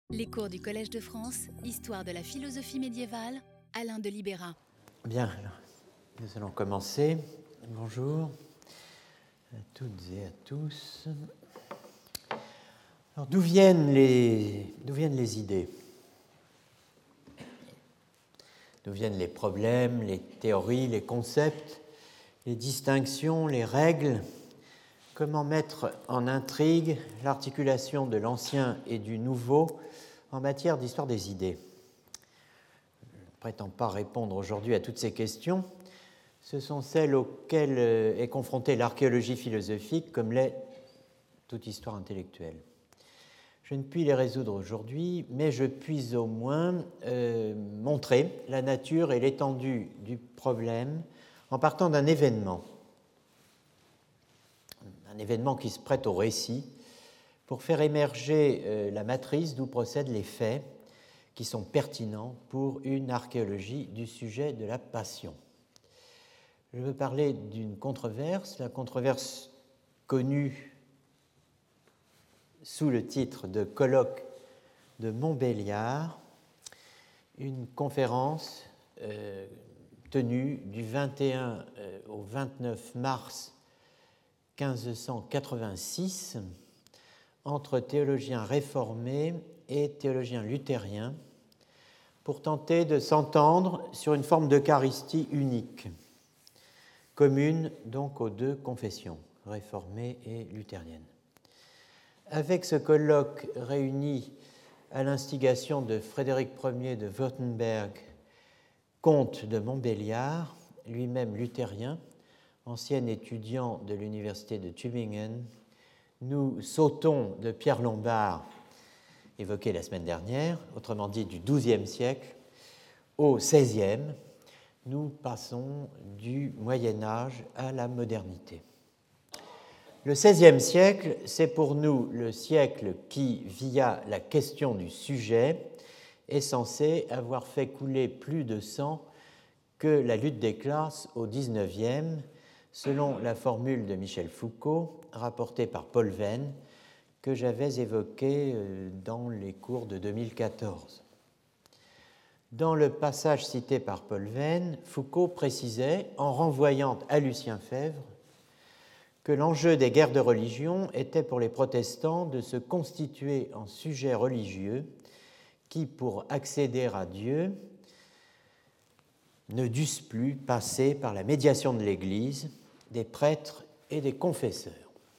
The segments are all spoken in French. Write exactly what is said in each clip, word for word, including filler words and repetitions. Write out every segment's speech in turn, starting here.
Les cours du Collège de France, Histoire de la philosophie médiévale, Alain de Libéra. Bien, alors, nous allons commencer. Bonjour à toutes et à tous. Alors, d'où viennent les, d'où viennent les idées? D'où viennent les problèmes, les théories, les concepts, les distinctions, les règles? Comment mettre en intrigue l'articulation de l'ancien et du nouveau en matière d'histoire des idées? Je ne prétends pas répondre aujourd'hui à toutes ces questions. Ce sont celles auxquelles est confrontée l'archéologie philosophique, comme l'est toute histoire intellectuelle. Je ne puis les résoudre aujourd'hui, mais je puis au moins euh, montrer la nature et l'étendue du problème en partant d'un événement. Un événement qui se prête au récit pour faire émerger euh, la matrice d'où procèdent les faits qui sont pertinents pour une archéologie du sujet de la passion. Je veux parler d'une controverse, la controverse connue sous le titre de colloque de Montbéliard, une conférence euh, tenue du vingt et un euh, au vingt-neuf mars quinze cent quatre-vingt-six entre théologiens réformés et théologiens luthériens pour tenter de s'entendre sur une forme d'eucharistie unique, commune donc aux deux confessions, réformée et luthérienne. Avec ce colloque réuni à l'instigation de Frédéric Ier de Wurtemberg, comte de Montbéliard, lui-même luthérien, ancien étudiant de l'université de Tübingen, nous sautons de Pierre Lombard, évoqué la semaine dernière, autrement dit du douzième siècle, au seizième. Nous passons du Moyen-Âge à la modernité. Le seizième siècle, c'est pour nous le siècle qui, via la question du sujet, est censé avoir fait couler plus de sang que la lutte des classes au dix-neuvième, selon la formule de Michel Foucault, rapportée par Paul Venn, que j'avais évoquée dans les cours de deux mille quatorze. Dans le passage cité par Paul Venn, Foucault précisait, en renvoyant à Lucien Febvre, que l'enjeu des guerres de religion était pour les protestants de se constituer en sujets religieux qui, pour accéder à Dieu, ne dussent plus passer par la médiation de l'Église, des prêtres et des confesseurs.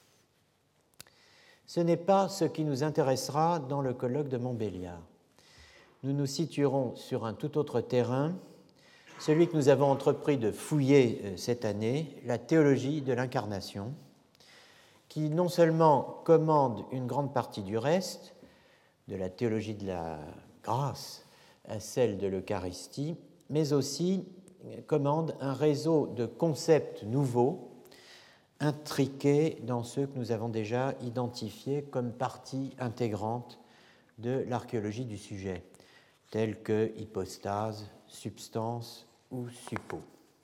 Ce n'est pas ce qui nous intéressera dans le colloque de Montbéliard. Nous nous situerons sur un tout autre terrain, celui que nous avons entrepris de fouiller cette année, la théologie de l'incarnation, qui non seulement commande une grande partie du reste, de la théologie de la grâce à celle de l'Eucharistie, mais aussi commande un réseau de concepts nouveaux, intriqués dans ceux que nous avons déjà identifiés comme partie intégrante de l'archéologie du sujet, tels que hypostase, substance ou suppo.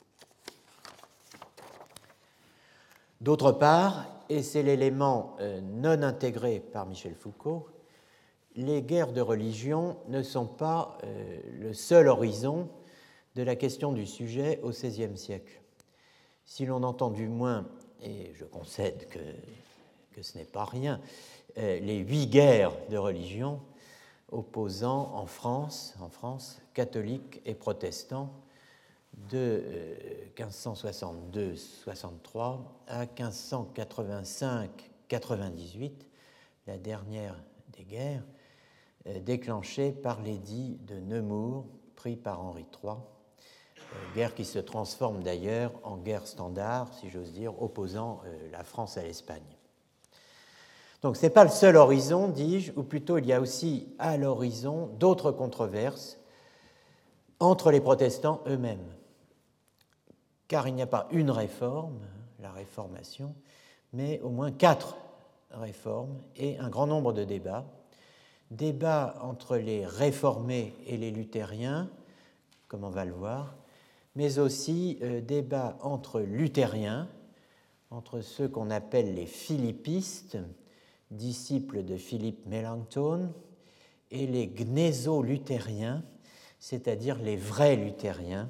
D'autre part, et c'est l'élément non intégré par Michel Foucault, les guerres de religion ne sont pas le seul horizon de la question du sujet au seizième siècle. Si l'on entend du moins, et je concède que, que ce n'est pas rien, les huit guerres de religion opposant en France, en France, catholiques et protestants de quinze cent soixante-deux soixante-trois à quinze cent quatre-vingt-cinq quatre-vingt-dix-huit, la dernière des guerres, déclenchée par l'édit de Nemours, pris par Henri trois, guerre qui se transforme d'ailleurs en guerre standard, si j'ose dire, opposant la France à l'Espagne. Donc ce n'est pas le seul horizon, dis-je, ou plutôt il y a aussi à l'horizon d'autres controverses entre les protestants eux-mêmes. Car il n'y a pas une réforme, la réformation, mais au moins quatre réformes et un grand nombre de débats. Débats entre les réformés et les luthériens, comme on va le voir, mais aussi euh, débats entre luthériens, entre ceux qu'on appelle les philippistes, disciples de Philippe Melanchthon, et les gnésoluthériens, c'est-à-dire les vrais luthériens,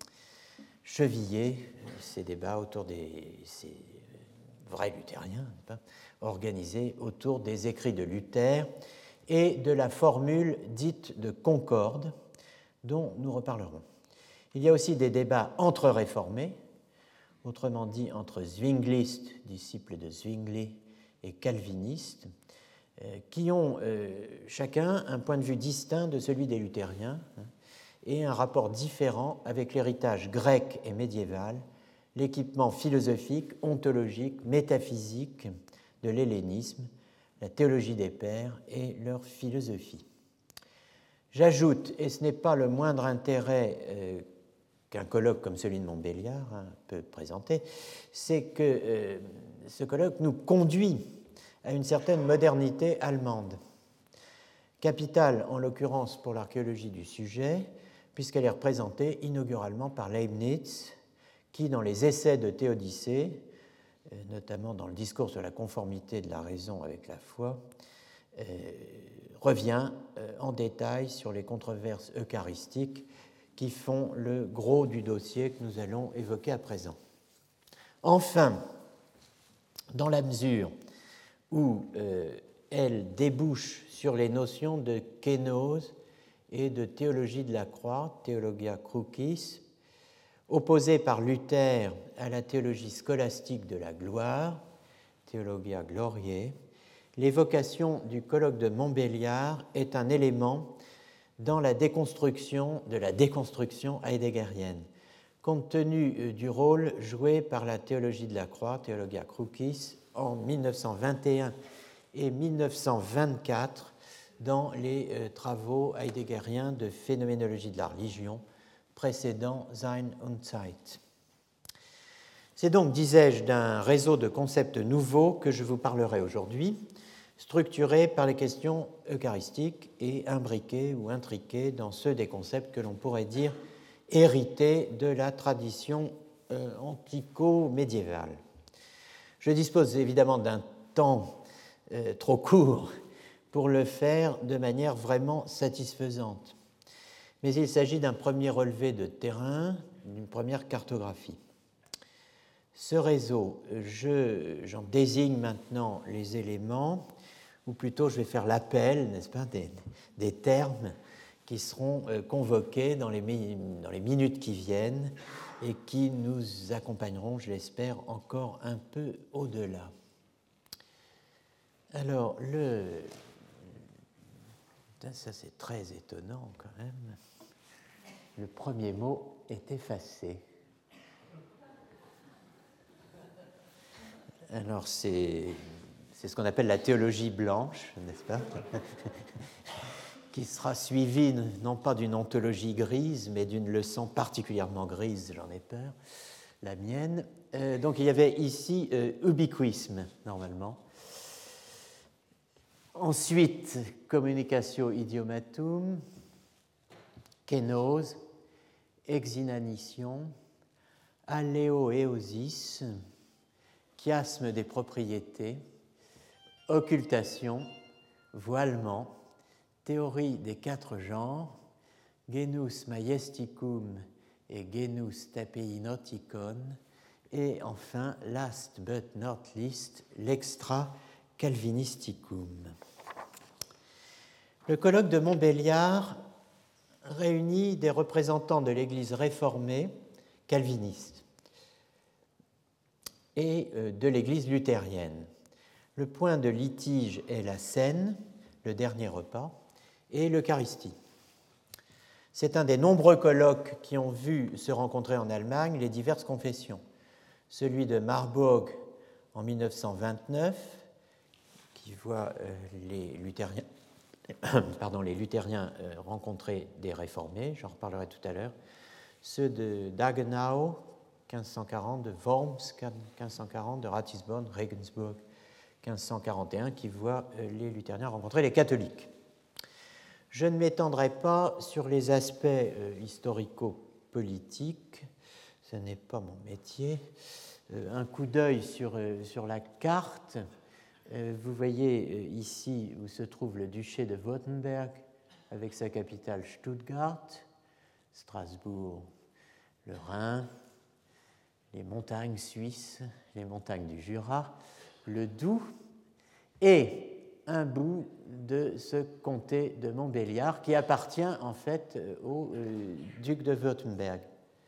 chevillés, ces débats autour des ces vrais luthériens, pas, organisés autour des écrits de Luther et de la formule dite de Concorde, dont nous reparlerons. Il y a aussi des débats entre réformés, autrement dit entre Zwinglistes, disciples de Zwingli, et calvinistes, euh, qui ont euh, chacun un point de vue distinct de celui des luthériens, hein, et un rapport différent avec l'héritage grec et médiéval, l'équipement philosophique, ontologique, métaphysique de l'hellénisme, la théologie des pères et leur philosophie. J'ajoute, et ce n'est pas le moindre intérêt euh, qu'un colloque comme celui de Montbéliard hein, peut présenter, c'est que euh, ce colloque nous conduit à une certaine modernité allemande, capitale en l'occurrence pour l'archéologie du sujet, puisqu'elle est représentée inauguralement par Leibniz, qui, dans les essais de Théodicée, euh, notamment dans le discours sur la conformité de la raison avec la foi, euh, revient euh, en détail sur les controverses eucharistiques qui font le gros du dossier que nous allons évoquer à présent. Enfin, dans la mesure où euh, elle débouche sur les notions de kénose et de théologie de la croix, Theologia Crucis, opposée par Luther à la théologie scolastique de la gloire, Theologia Gloriae, l'évocation du colloque de Montbéliard est un élément dans la déconstruction de la déconstruction heideggerienne, compte tenu du rôle joué par la théologie de la croix, Theologia Crucis, en mille neuf cent vingt et un et mille neuf cent vingt-quatre dans les euh, travaux heideggeriens de phénoménologie de la religion précédant Sein und Zeit. C'est donc, disais-je, d'un réseau de concepts nouveaux que je vous parlerai aujourd'hui, structurés par les questions eucharistiques et imbriqués ou intriqués dans ceux des concepts que l'on pourrait dire hérités de la tradition euh, antico-médiévale. Je dispose évidemment d'un temps euh, trop court pour le faire de manière vraiment satisfaisante, mais il s'agit d'un premier relevé de terrain, d'une première cartographie. Ce réseau, je, j'en désigne maintenant les éléments, ou plutôt je vais faire l'appel, n'est-ce pas, des, des termes qui seront convoqués dans les, dans les minutes qui viennent et qui nous accompagneront, je l'espère, encore un peu au-delà. Alors, le... ça c'est très étonnant quand même. Le premier mot est effacé. Alors, c'est, c'est ce qu'on appelle la théologie blanche, n'est-ce pas, qui sera suivie non pas d'une ontologie grise, mais d'une leçon particulièrement grise, j'en ai peur, la mienne. Euh, donc, il y avait ici euh, ubiquisme, normalement. Ensuite, communicatio idiomatum, kénose, exinanition, aléoéosis, chiasme des propriétés, occultation, voilement, théorie des quatre genres, genus majesticum et genus tapeinoticon, et enfin, last but not least, l'extra calvinisticum. Le colloque de Montbéliard réunit des représentants de l'Église réformée calviniste et de l'Église luthérienne. Le point de litige est la scène, le dernier repas, et l'Eucharistie. C'est un des nombreux colloques qui ont vu se rencontrer en Allemagne les diverses confessions. Celui de Marburg en mille neuf cent vingt-neuf, qui voit euh, les luthériens, pardon, les luthériens euh, rencontrer des réformés, j'en reparlerai tout à l'heure. Ceux de Dagenau, quinze cent quarante, de Worms, quinze cent quarante, de Ratisbonne, Regensburg, quinze cent quarante et un, qui voient euh, les luthériens rencontrer les catholiques. Je ne m'étendrai pas sur les aspects euh, historico-politiques, ce n'est pas mon métier. Euh, un coup d'œil sur, euh, sur la carte Euh, vous voyez euh, ici où se trouve le duché de Württemberg avec sa capitale Stuttgart, Strasbourg, le Rhin, les montagnes suisses, les montagnes du Jura, le Doubs et un bout de ce comté de Montbéliard qui appartient en fait au euh, duc de Württemberg.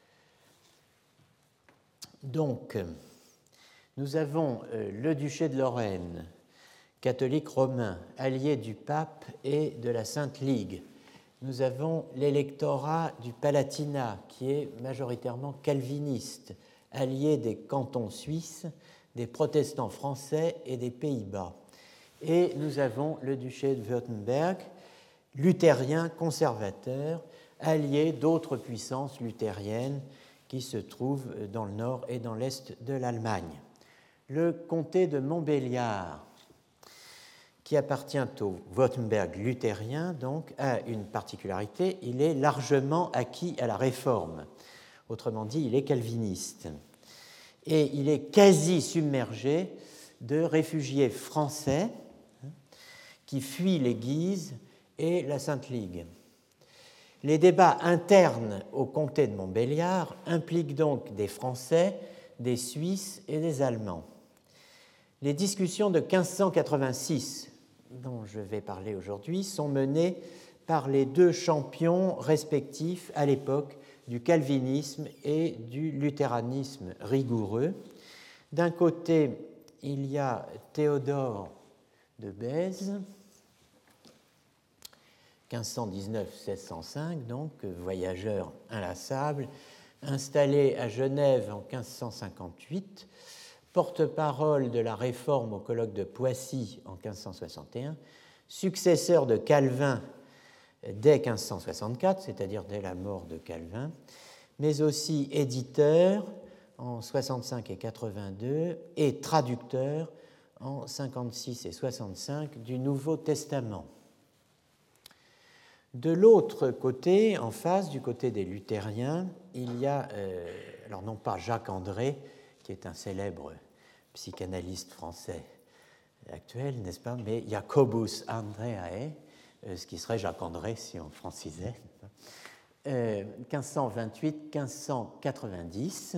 Donc, nous avons euh, le duché de Lorraine, catholique romain, allié du pape et de la Sainte Ligue. Nous avons l'électorat du Palatinat, qui est majoritairement calviniste, allié des cantons suisses, des protestants français et des Pays-Bas. Et nous avons le duché de Württemberg, luthérien conservateur, allié d'autres puissances luthériennes qui se trouvent dans le nord et dans l'est de l'Allemagne. Le comté de Montbéliard, qui appartient au Württemberg luthérien, donc, a une particularité, il est largement acquis à la Réforme. Autrement dit, il est calviniste. Et il est quasi submergé de réfugiés français qui fuient les Guises et la Sainte Ligue. Les débats internes au comté de Montbéliard impliquent donc des Français, des Suisses et des Allemands. Les discussions de quinze cent quatre-vingt-six, dont je vais parler aujourd'hui, sont menées par les deux champions respectifs à l'époque du calvinisme et du luthéranisme rigoureux. D'un côté, il y a Théodore de Bèze, quinze cent dix-neuf à seize cent cinq, donc voyageur inlassable, installé à Genève en quinze cent cinquante-huit, porte-parole de la Réforme au colloque de Poissy en quinze cent soixante et un, successeur de Calvin dès quinze cent soixante-quatre, c'est-à-dire dès la mort de Calvin, mais aussi éditeur en soixante-cinq et quatre-vingt-deux et traducteur en cinquante-six et soixante-cinq du Nouveau Testament. De l'autre côté, en face, du côté des luthériens, il y a, euh, alors non pas Jacques André, qui est un célèbre psychanalyste français actuel, n'est-ce pas, mais Jacobus Andreae, euh, ce qui serait Jacques André si on francisait, euh, quinze cent vingt-huit à quinze cent quatre-vingt-dix,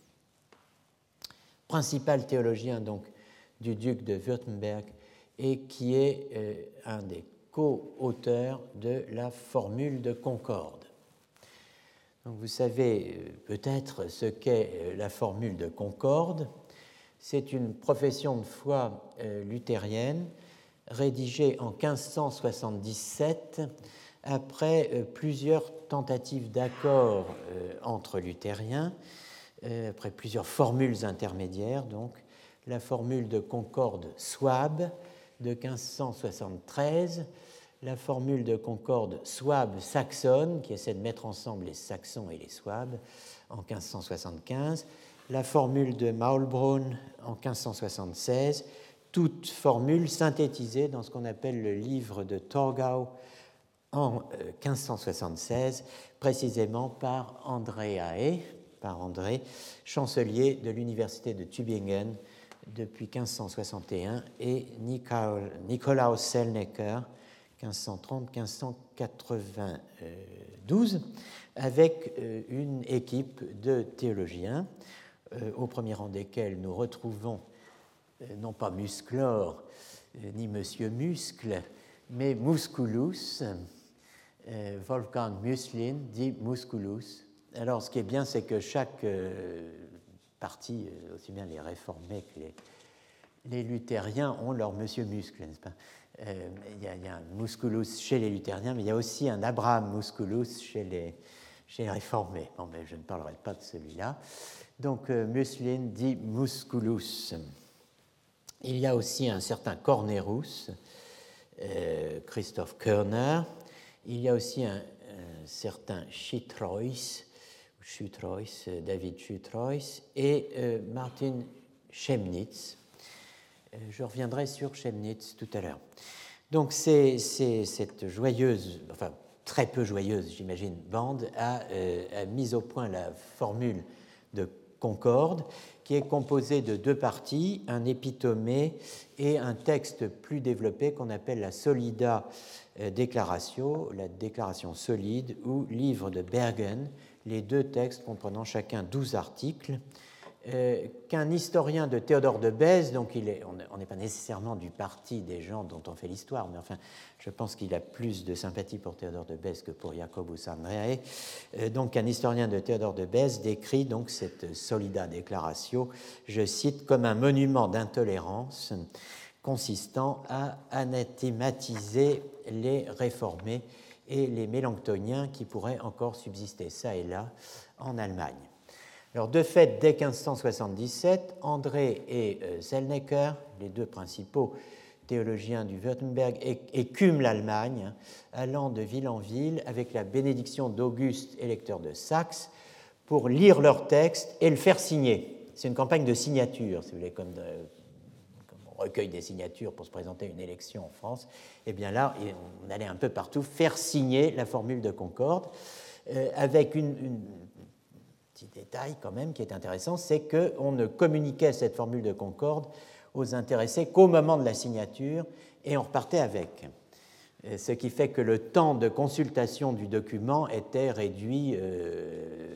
principal théologien donc du duc de Württemberg et qui est euh, un des co-auteur de la formule de Concorde. Donc vous savez peut-être ce qu'est la formule de Concorde. C'est une profession de foi luthérienne rédigée en quinze cent soixante-dix-sept après plusieurs tentatives d'accord entre luthériens, après plusieurs formules intermédiaires, donc la formule de Concorde Souabe de quinze cent soixante-treize, la formule de Concorde Souabe-Saxonne, qui essaie de mettre ensemble les Saxons et les Souabes, en quinze cent soixante-quinze, la formule de Maulbronn en quinze cent soixante-seize, toutes formules synthétisées dans ce qu'on appelle le livre de Torgau en quinze cent soixante-seize, précisément par Andreae, par André, chancelier de l'université de Tübingen depuis quinze cent soixante et un, et Nikolaus Selnecker, quinze cent trente à quinze cent quatre-vingt-douze, avec une équipe de théologiens, au premier rang desquels nous retrouvons non pas Musclor, ni Monsieur Muscle, mais Musculus, Wolfgang Müslin, dit Musculus. Alors, ce qui est bien, c'est que chaque partie, aussi bien les réformés que les, les luthériens, ont leur Monsieur Muscle, n'est-ce pas? Euh, il, y a, il y a un Musculus chez les luthériens, mais il y a aussi un Abraham Musculus chez les, chez les réformés. Bon, mais je ne parlerai pas de celui-là. Donc, euh, Müslin dit Musculus. Il y a aussi un certain Cornerus, euh, Christoph Körner. Il y a aussi un, un certain Schütrois, Schütrois, David Schütrois, et euh, Martin Chemnitz. Euh, je reviendrai sur Chemnitz tout à l'heure. Donc, c'est, c'est cette joyeuse, enfin très peu joyeuse, j'imagine, bande a, euh, a mis au point la formule de Concorde, qui est composé de deux parties, un épitomé et un texte plus développé qu'on appelle la Solida Declaratio, la déclaration solide, ou livre de Bergen, les deux textes comprenant chacun douze articles, euh, qu'un historien de Théodore de Bèze, donc il est, on n'est pas nécessairement du parti des gens dont on fait l'histoire, mais enfin, je pense qu'il a plus de sympathie pour Théodore de Bèze que pour Jacobus Andreae. Euh, donc, un historien de Théodore de Bèze décrit donc cette Solida Declaratio, je cite, comme un monument d'intolérance consistant à anathématiser les réformés et les mélancthoniens qui pourraient encore subsister ça et là en Allemagne. Alors, de fait, dès quinze cent soixante-dix-sept, André et euh, Zellnecker, les deux principaux théologiens du Württemberg, écument l'Allemagne, hein, allant de ville en ville avec la bénédiction d'Auguste, électeur de Saxe, pour lire leur texte et le faire signer. C'est une campagne de signature, si vous voulez, comme, de, comme on recueille des signatures pour se présenter à une élection en France. Et bien là, on allait un peu partout faire signer la formule de Concorde, euh, avec une, une petit détail quand même qui est intéressant, c'est qu'on ne communiquait cette formule de Concorde aux intéressés qu'au moment de la signature et on repartait avec. Ce qui fait que le temps de consultation du document était réduit, euh,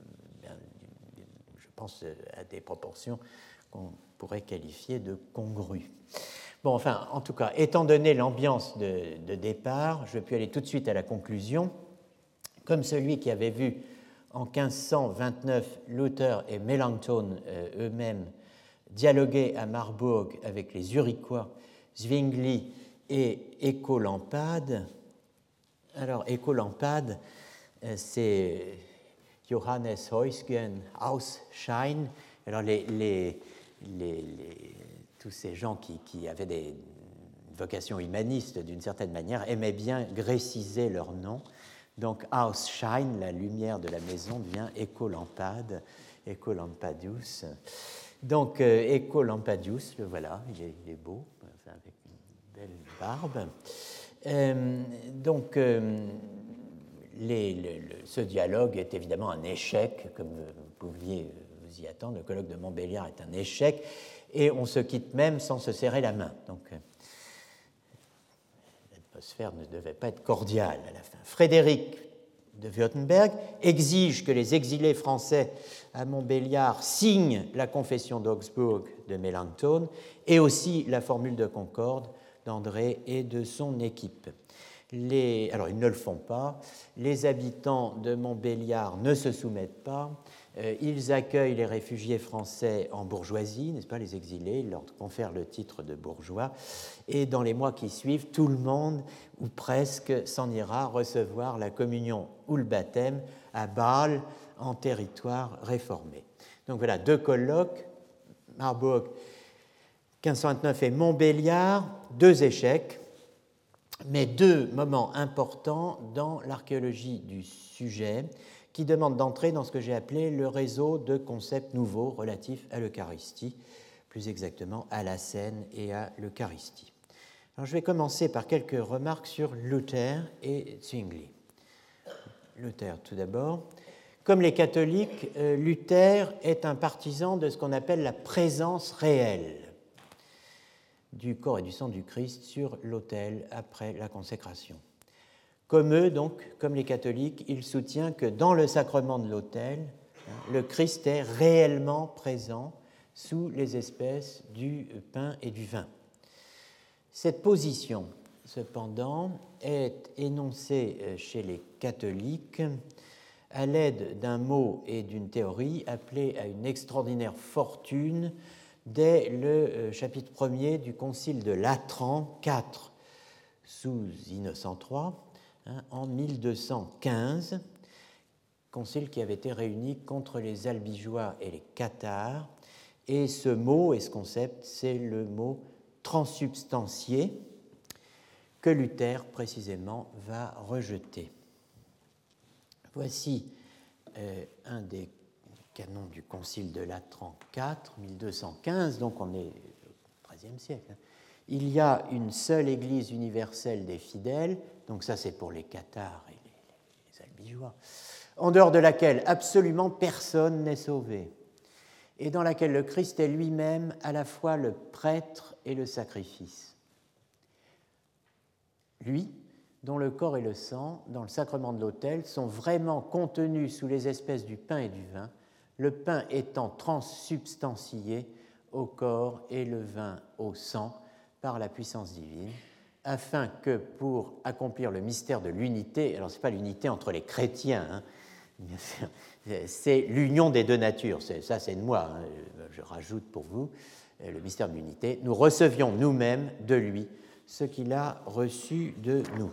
je pense, à des proportions qu'on pourrait qualifier de congrues. Bon, enfin, en tout cas, étant donné l'ambiance de, de départ, je peux aller tout de suite à la conclusion. Comme celui qui avait vu en quinze cent vingt-neuf, Luther et Melanchthon euh, eux-mêmes dialoguaient à Marbourg avec les Zurichois, Zwingli et Écolampade. Alors, Écolampade, euh, c'est Johannes Heusgen Ausschein. Alors, les, les, les, les, tous ces gens qui, qui avaient des vocations humanistes, d'une certaine manière, aimaient bien gréciser leur nom. Donc, Ausschein, la lumière de la maison, devient Écolampade, Écolampadius. Donc, euh, Écolampadius, le voilà, il est, il est beau, enfin, avec une belle barbe. Euh, donc, euh, les, le, le, ce dialogue est évidemment un échec, comme vous pouviez vous y attendre. Le colloque de Montbéliard est un échec, et on se quitte même sans se serrer la main. Donc, l'atmosphère ne devait pas être cordiale à la fin. Frédéric de Württemberg exige que les exilés français à Montbéliard signent la confession d'Augsbourg de Melanchthon et aussi la formule de Concorde d'André et de son équipe. Les, alors, ils ne le font pas. Les habitants de Montbéliard ne se soumettent pas. Euh, ils accueillent les réfugiés français en bourgeoisie, n'est-ce pas, les exilés, ils leur confèrent le titre de bourgeois. Et dans les mois qui suivent, tout le monde, ou presque, s'en ira recevoir la communion ou le baptême à Bâle, en territoire réformé. Donc voilà, deux colloques, Marbourg quinze cent vingt-neuf et Montbéliard, deux échecs, mais deux moments importants dans l'archéologie du sujet qui demandent d'entrer dans ce que j'ai appelé le réseau de concepts nouveaux relatifs à l'Eucharistie, plus exactement à la scène et à l'Eucharistie. Alors, je vais commencer par quelques remarques sur Luther et Zwingli. Luther, tout d'abord. Comme les catholiques, Luther est un partisan de ce qu'on appelle la présence réelle du corps et du sang du Christ sur l'autel après la consécration. Comme eux, donc, comme les catholiques, il soutient que dans le sacrement de l'autel, le Christ est réellement présent sous les espèces du pain et du vin. Cette position, cependant, est énoncée chez les catholiques à l'aide d'un mot et d'une théorie appelée à une extraordinaire fortune dès le chapitre premier du concile de Latran quatre sous Innocent trois, hein, en mille deux cent quinze, concile qui avait été réuni contre les albigeois et les cathares. Et ce mot et ce concept, c'est le mot transsubstantié que Luther, précisément, va rejeter. Voici euh, un des canons du Concile de Latran quatre, mille deux cent quinze, donc on est au treizième siècle. Il y a une seule Église universelle des fidèles, donc ça c'est pour les cathares et les, les albigeois, en dehors de laquelle absolument personne n'est sauvé. et dans laquelle le Christ est lui-même à la fois le prêtre et le sacrifice. Lui, dont le corps et le sang, dans le sacrement de l'autel, sont vraiment contenus sous les espèces du pain et du vin, le pain étant transsubstantié au corps et le vin au sang par la puissance divine, afin que, pour accomplir le mystère de l'unité, alors ce n'est pas l'unité entre les chrétiens, hein, bien sûr, c'est l'union des deux natures, c'est, ça c'est de moi, hein, je rajoute pour vous, le mystère de l'unité, nous recevions nous-mêmes de lui ce qu'il a reçu de nous.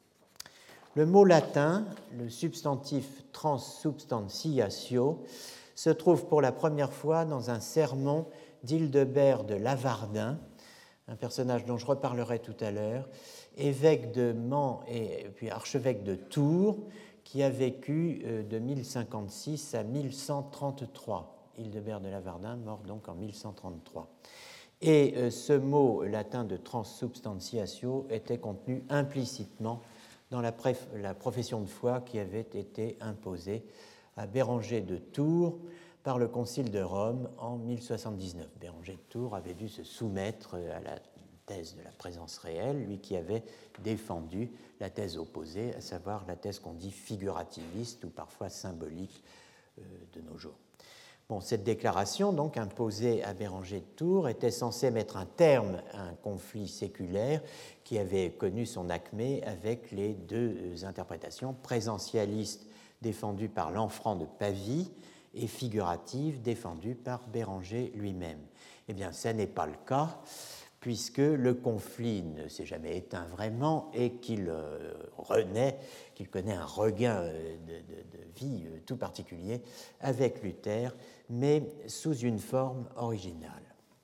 Le mot latin, le substantif transsubstantiatio, se trouve pour la première fois dans un sermon d'Hildebert de Lavardin, un personnage dont je reparlerai tout à l'heure, évêque de Mans et puis archevêque de Tours, qui a vécu de mille cinquante-six à mille cent trente-trois. Hildebert de Lavardin, mort donc en mille cent trente-trois. Et ce mot latin de transsubstantiatio était contenu implicitement dans la, préf- la profession de foi qui avait été imposée à Béranger de Tours par le Concile de Rome en mille soixante-dix-neuf. Béranger de Tours avait dû se soumettre à la thèse de la présence réelle, lui qui avait défendu la thèse opposée, à savoir la thèse qu'on dit figurativiste ou parfois symbolique euh, de nos jours. Bon, cette déclaration, donc imposée à Béranger de Tours, était censée mettre un terme à un conflit séculaire qui avait connu son acmé avec les deux interprétations présentialistes défendues par Lanfranc de Pavie et figuratives défendues par Béranger lui-même. Eh bien, ce n'est pas le cas, puisque le conflit ne s'est jamais éteint vraiment et qu'il euh, renaît, qu'il connaît un regain de, de, de vie euh, tout particulier avec Luther, mais sous une forme originale.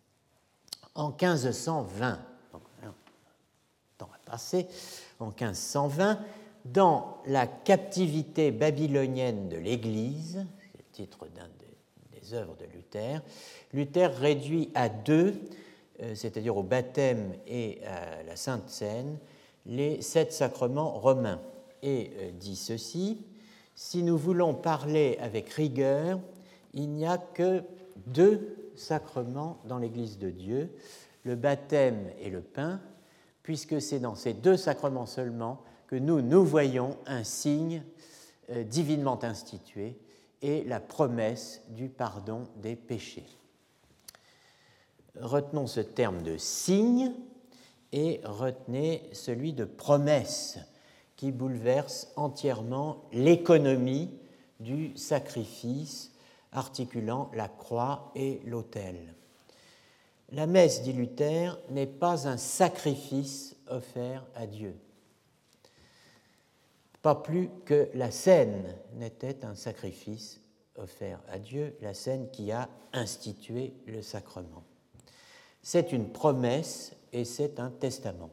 En quinze cent vingt, donc, le temps a passé, en quinze cent vingt, dans la captivité babylonienne de l'Église, c'est le titre d'un des, des œuvres de Luther, Luther réduit à deux, c'est-à-dire au baptême et à la Sainte Seine, les sept sacrements romains, et dit ceci: si nous voulons parler avec rigueur, il n'y a que deux sacrements dans l'Église de Dieu, le baptême et le pain, puisque c'est dans ces deux sacrements seulement que nous, nous voyons un signe euh, divinement institué et la promesse du pardon des péchés. Retenons ce terme de signe et retenez celui de promesse qui bouleverse entièrement l'économie du sacrifice articulant la croix et l'autel. La messe, dit Luther, n'est pas un sacrifice offert à Dieu, pas plus que la scène n'était un sacrifice offert à Dieu, la scène qui a institué le sacrement. C'est une promesse et c'est un testament.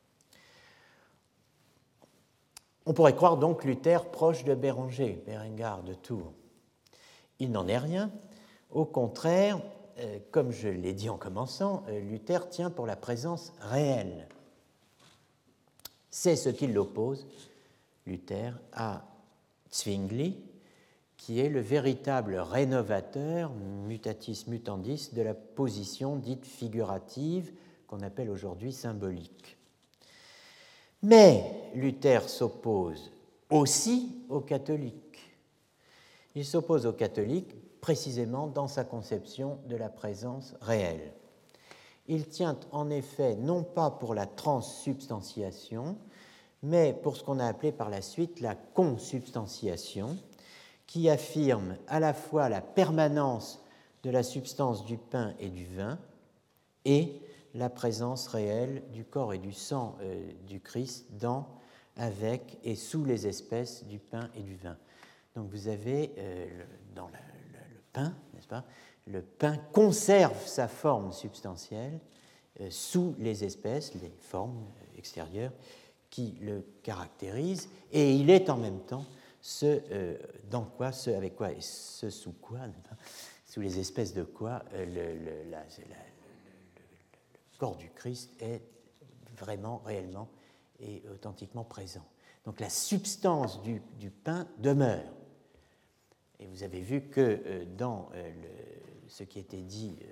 On pourrait croire donc Luther proche de Béranger, Berengar de Tours. Il n'en est rien. Au contraire, euh, comme je l'ai dit en commençant, euh, Luther tient pour la présence réelle. C'est ce qui l'oppose, Luther, à Zwingli, qui est le véritable rénovateur, mutatis mutandis, de la position dite figurative, qu'on appelle aujourd'hui symbolique. Mais Luther s'oppose aussi aux catholiques. Il s'oppose aux catholiques précisément dans sa conception de la présence réelle. Il tient en effet non pas pour la transsubstantiation, mais pour ce qu'on a appelé par la suite la consubstantiation, qui affirme à la fois la permanence de la substance du pain et du vin et la présence réelle du corps et du sang euh, du Christ dans, avec et sous les espèces du pain et du vin. Donc vous avez euh, le, dans le, le, le pain, n'est-ce pas? Le pain conserve sa forme substantielle euh, sous les espèces, les formes extérieures qui le caractérisent, et il est en même temps ce euh, dans quoi, ce avec quoi, et ce sous quoi, sous les espèces de quoi euh, le, le, la, la, le, le, le corps du Christ est vraiment, réellement et authentiquement présent. Donc la substance du, du pain demeure. Et vous avez vu que euh, dans euh, le, ce qui était dit euh,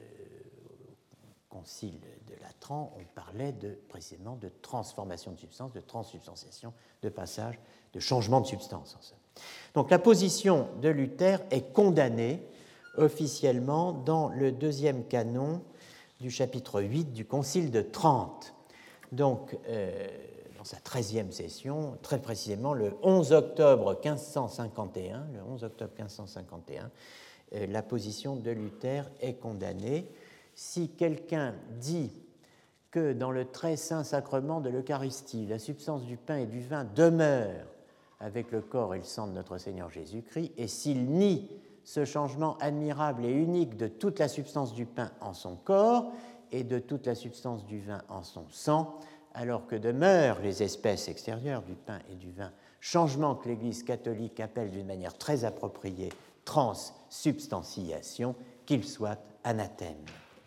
au concile de Latran, on parlait de, précisément de transformation de substance, de transsubstantiation, de passage, de changement de substance. En somme. Donc la position de Luther est condamnée officiellement dans le deuxième canon du chapitre huit du Concile de Trente. Donc, euh, dans sa treizième session, très précisément le onze octobre mille cinq cent cinquante et un, le onze octobre mille cinq cent cinquante et un, euh, la position de Luther est condamnée. Si quelqu'un dit que dans le très saint sacrement de l'Eucharistie, la substance du pain et du vin demeure avec le corps et le sang de notre Seigneur Jésus-Christ, et s'il nie ce changement admirable et unique de toute la substance du pain en son corps et de toute la substance du vin en son sang, alors que demeurent les espèces extérieures du pain et du vin, changement que l'Église catholique appelle d'une manière très appropriée transsubstantiation, qu'il soit anathème.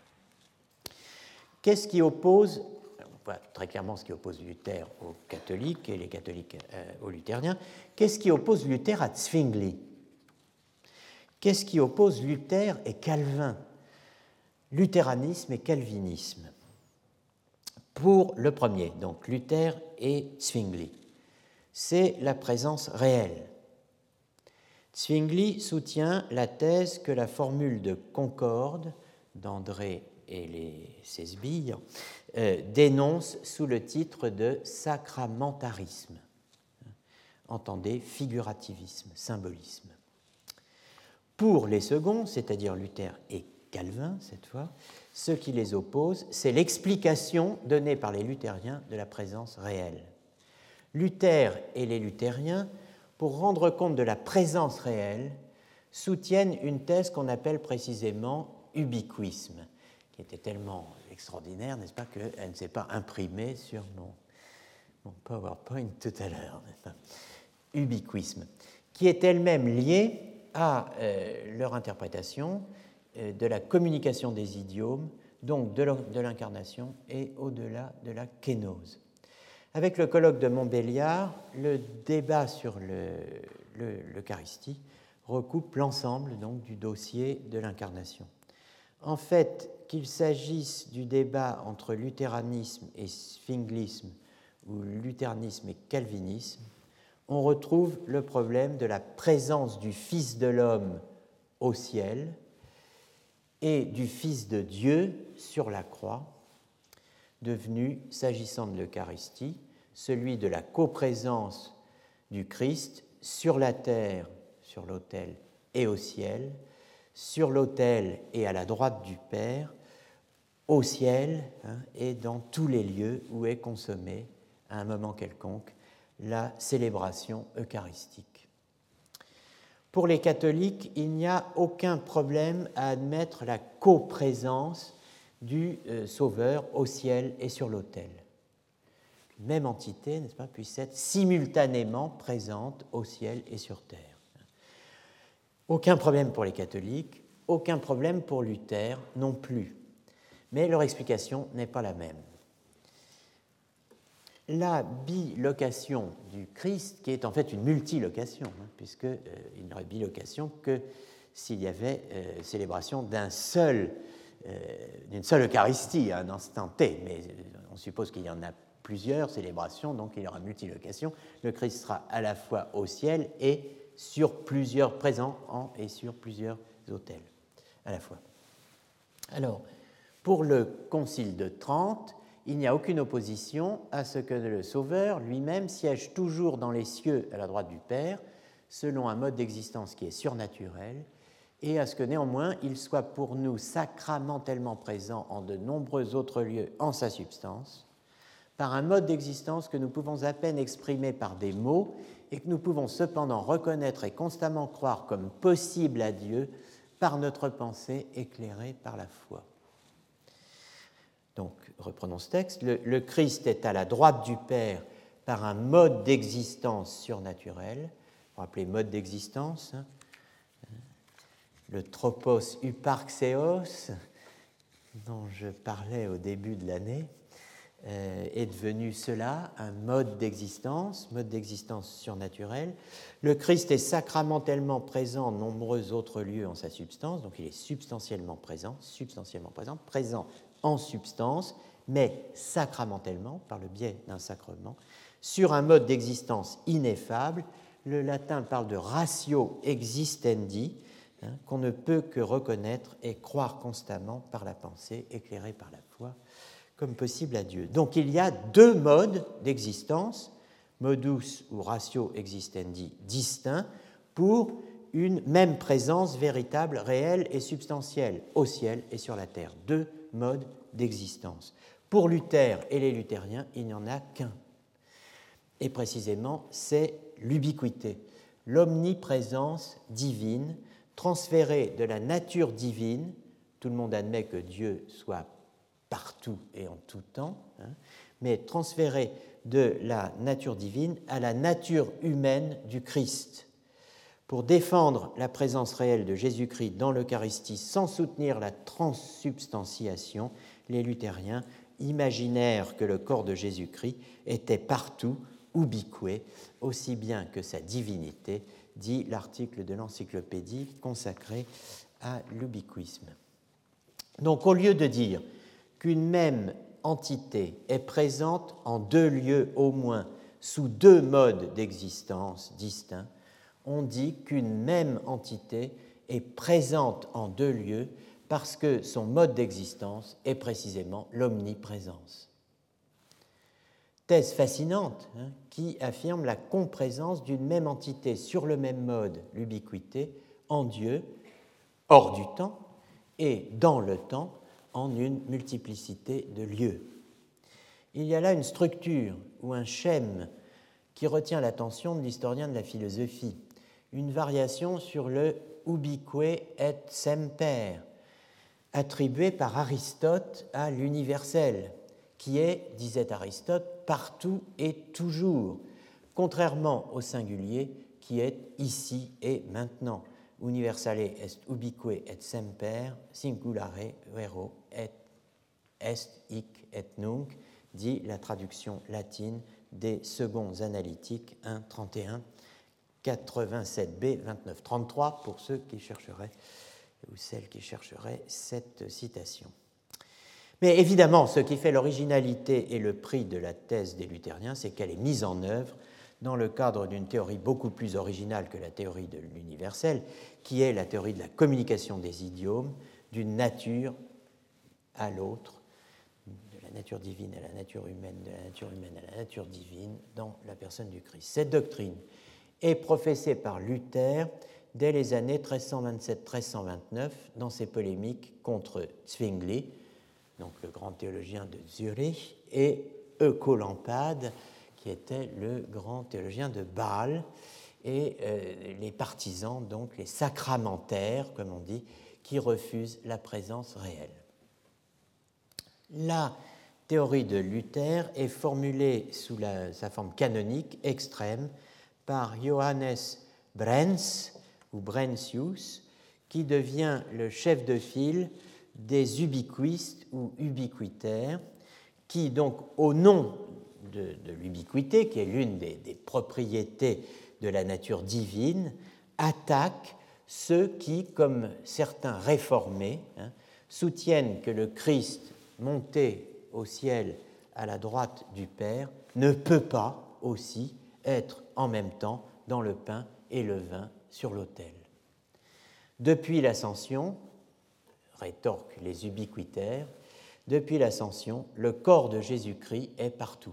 Qu'est-ce qui oppose, on voit très clairement ce qui oppose Luther aux catholiques et les catholiques euh, aux luthériens, qu'est-ce qui oppose Luther à Zwingli? Qu'est-ce qui oppose Luther et Calvin? Luthéranisme et calvinisme. Pour le premier, donc Luther et Zwingli, c'est la présence réelle. Zwingli soutient la thèse que la formule de Concorde d'André et les seize billes euh, dénonce sous le titre de sacramentarisme. Entendez, figurativisme, symbolisme. Pour les seconds, c'est-à-dire Luther et Calvin, cette fois, ce qui les oppose, c'est l'explication donnée par les luthériens de la présence réelle. Luther et les luthériens, pour rendre compte de la présence réelle, soutiennent une thèse qu'on appelle précisément ubiquisme, qui était tellement extraordinaire, n'est-ce pas, qu'elle ne s'est pas imprimée sur mon, mon PowerPoint tout à l'heure. Ubiquisme, qui est elle-même liée à euh, leur interprétation euh, de la communication des idiomes, donc de l'incarnation et au-delà de la kénose. Avec le colloque de Montbéliard, le débat sur l'Eucharistie recoupe l'ensemble donc du dossier de l'incarnation. En fait, qu'il s'agisse du débat entre luthéranisme et zwinglisme ou luthéranisme et calvinisme, on retrouve le problème de la présence du Fils de l'homme au ciel et du Fils de Dieu sur la croix, devenu, s'agissant de l'Eucharistie, celui de la coprésence du Christ sur la terre, sur l'autel et au ciel, sur l'autel et à la droite du Père, au ciel hein, et dans tous les lieux où est consommée, à un moment quelconque, la célébration eucharistique. Pour les catholiques, il n'y a aucun problème à admettre la coprésence du euh, Sauveur au ciel et sur l'autel. Une même entité, n'est-ce pas, puisse être simultanément présente au ciel et sur terre. Aucun problème pour les catholiques, aucun problème pour Luther non plus. Mais leur explication n'est pas la même. La bilocation du Christ, qui est en fait une multilocation, hein, puisqu'il euh, n'aurait bilocation que s'il y avait euh, célébration d'un seul, euh, d'une seule Eucharistie à un instant T, mais on suppose qu'il y en a plusieurs célébrations, donc il y aura multilocation. Le Christ sera à la fois au ciel et sur plusieurs présents en, et sur plusieurs autels à la fois. Alors, pour le Concile de Trente, il n'y a aucune opposition à ce que le Sauveur lui-même siège toujours dans les cieux à la droite du Père, selon un mode d'existence qui est surnaturel, et à ce que néanmoins il soit pour nous sacramentellement présent en de nombreux autres lieux en sa substance, par un mode d'existence que nous pouvons à peine exprimer par des mots et que nous pouvons cependant reconnaître et constamment croire comme possible à Dieu par notre pensée éclairée par la foi. Donc, reprenons ce texte. Le, le Christ est à la droite du Père par un mode d'existence surnaturel. On va appeler mode d'existence. Hein. Le tropos huparxéos, dont je parlais au début de l'année, euh, est devenu cela, un mode d'existence, mode d'existence surnaturel. Le Christ est sacramentellement présent en nombreux autres lieux en sa substance, donc il est substantiellement présent, substantiellement présent, présent en substance, mais sacramentellement, par le biais d'un sacrement, sur un mode d'existence ineffable. Le latin parle de ratio existendi, hein, qu'on ne peut que reconnaître et croire constamment par la pensée, éclairée par la foi, comme possible à Dieu. Donc il y a deux modes d'existence, modus ou ratio existendi distincts, pour une même présence véritable, réelle et substantielle, au ciel et sur la terre. Deux modes d'existence. Pour Luther et les luthériens, il n'y en a qu'un. Et précisément, c'est l'ubiquité, l'omniprésence divine, transférée de la nature divine. Tout le monde admet que Dieu soit partout et en tout temps, hein, mais transférée de la nature divine à la nature humaine du Christ. Pour défendre la présence réelle de Jésus-Christ dans l'Eucharistie sans soutenir la transsubstantiation, les luthériens imaginèrent que le corps de Jésus-Christ était partout, ubique, aussi bien que sa divinité, dit l'article de l'encyclopédie consacré à l'ubiquisme. Donc, au lieu de dire qu'une même entité est présente en deux lieux au moins, sous deux modes d'existence distincts, on dit qu'une même entité est présente en deux lieux parce que son mode d'existence est précisément l'omniprésence. Thèse fascinante, hein, qui affirme la comprésence d'une même entité sur le même mode, l'ubiquité, en Dieu, hors du temps, et dans le temps, en une multiplicité de lieux. Il y a là une structure ou un schème qui retient l'attention de l'historien de la philosophie, une variation sur le ubique et semper, attribué par Aristote à l'universel, qui est, disait Aristote, partout et toujours, contrairement au singulier qui est ici et maintenant. Universale est ubique et semper, singulare vero et est hic et nunc, dit la traduction latine des seconds analytiques un trente et un, quatre-vingt-sept b, vingt-neuf trente-trois, pour ceux qui chercheraient, ou celles qui chercheraient cette citation. Mais évidemment, ce qui fait l'originalité et le prix de la thèse des luthériens, c'est qu'elle est mise en œuvre dans le cadre d'une théorie beaucoup plus originale que la théorie de l'universel, qui est la théorie de la communication des idiomes, d'une nature à l'autre, de la nature divine à la nature humaine, de la nature humaine à la nature divine, dans la personne du Christ. Cette doctrine est professée par Luther dès les années treize cent vingt-sept treize cent vingt-neuf dans ses polémiques contre Zwingli, donc le grand théologien de Zurich, et Eucolampade, qui était le grand théologien de Bâle, et euh, les partisans, donc les sacramentaires, comme on dit, qui refusent la présence réelle. La théorie de Luther est formulée sous la, sa forme canonique extrême par Johannes Brentz, ou Brentius, qui devient le chef de file des ubiquistes ou ubiquitaires, qui donc, au nom de, de l'ubiquité, qui est l'une des, des propriétés de la nature divine, attaquent ceux qui, comme certains réformés, hein, soutiennent que le Christ monté au ciel à la droite du Père ne peut pas aussi être en même temps dans le pain et le vin sur l'autel. Depuis l'ascension, rétorquent les ubiquitaires, depuis l'ascension, le corps de Jésus-Christ est partout.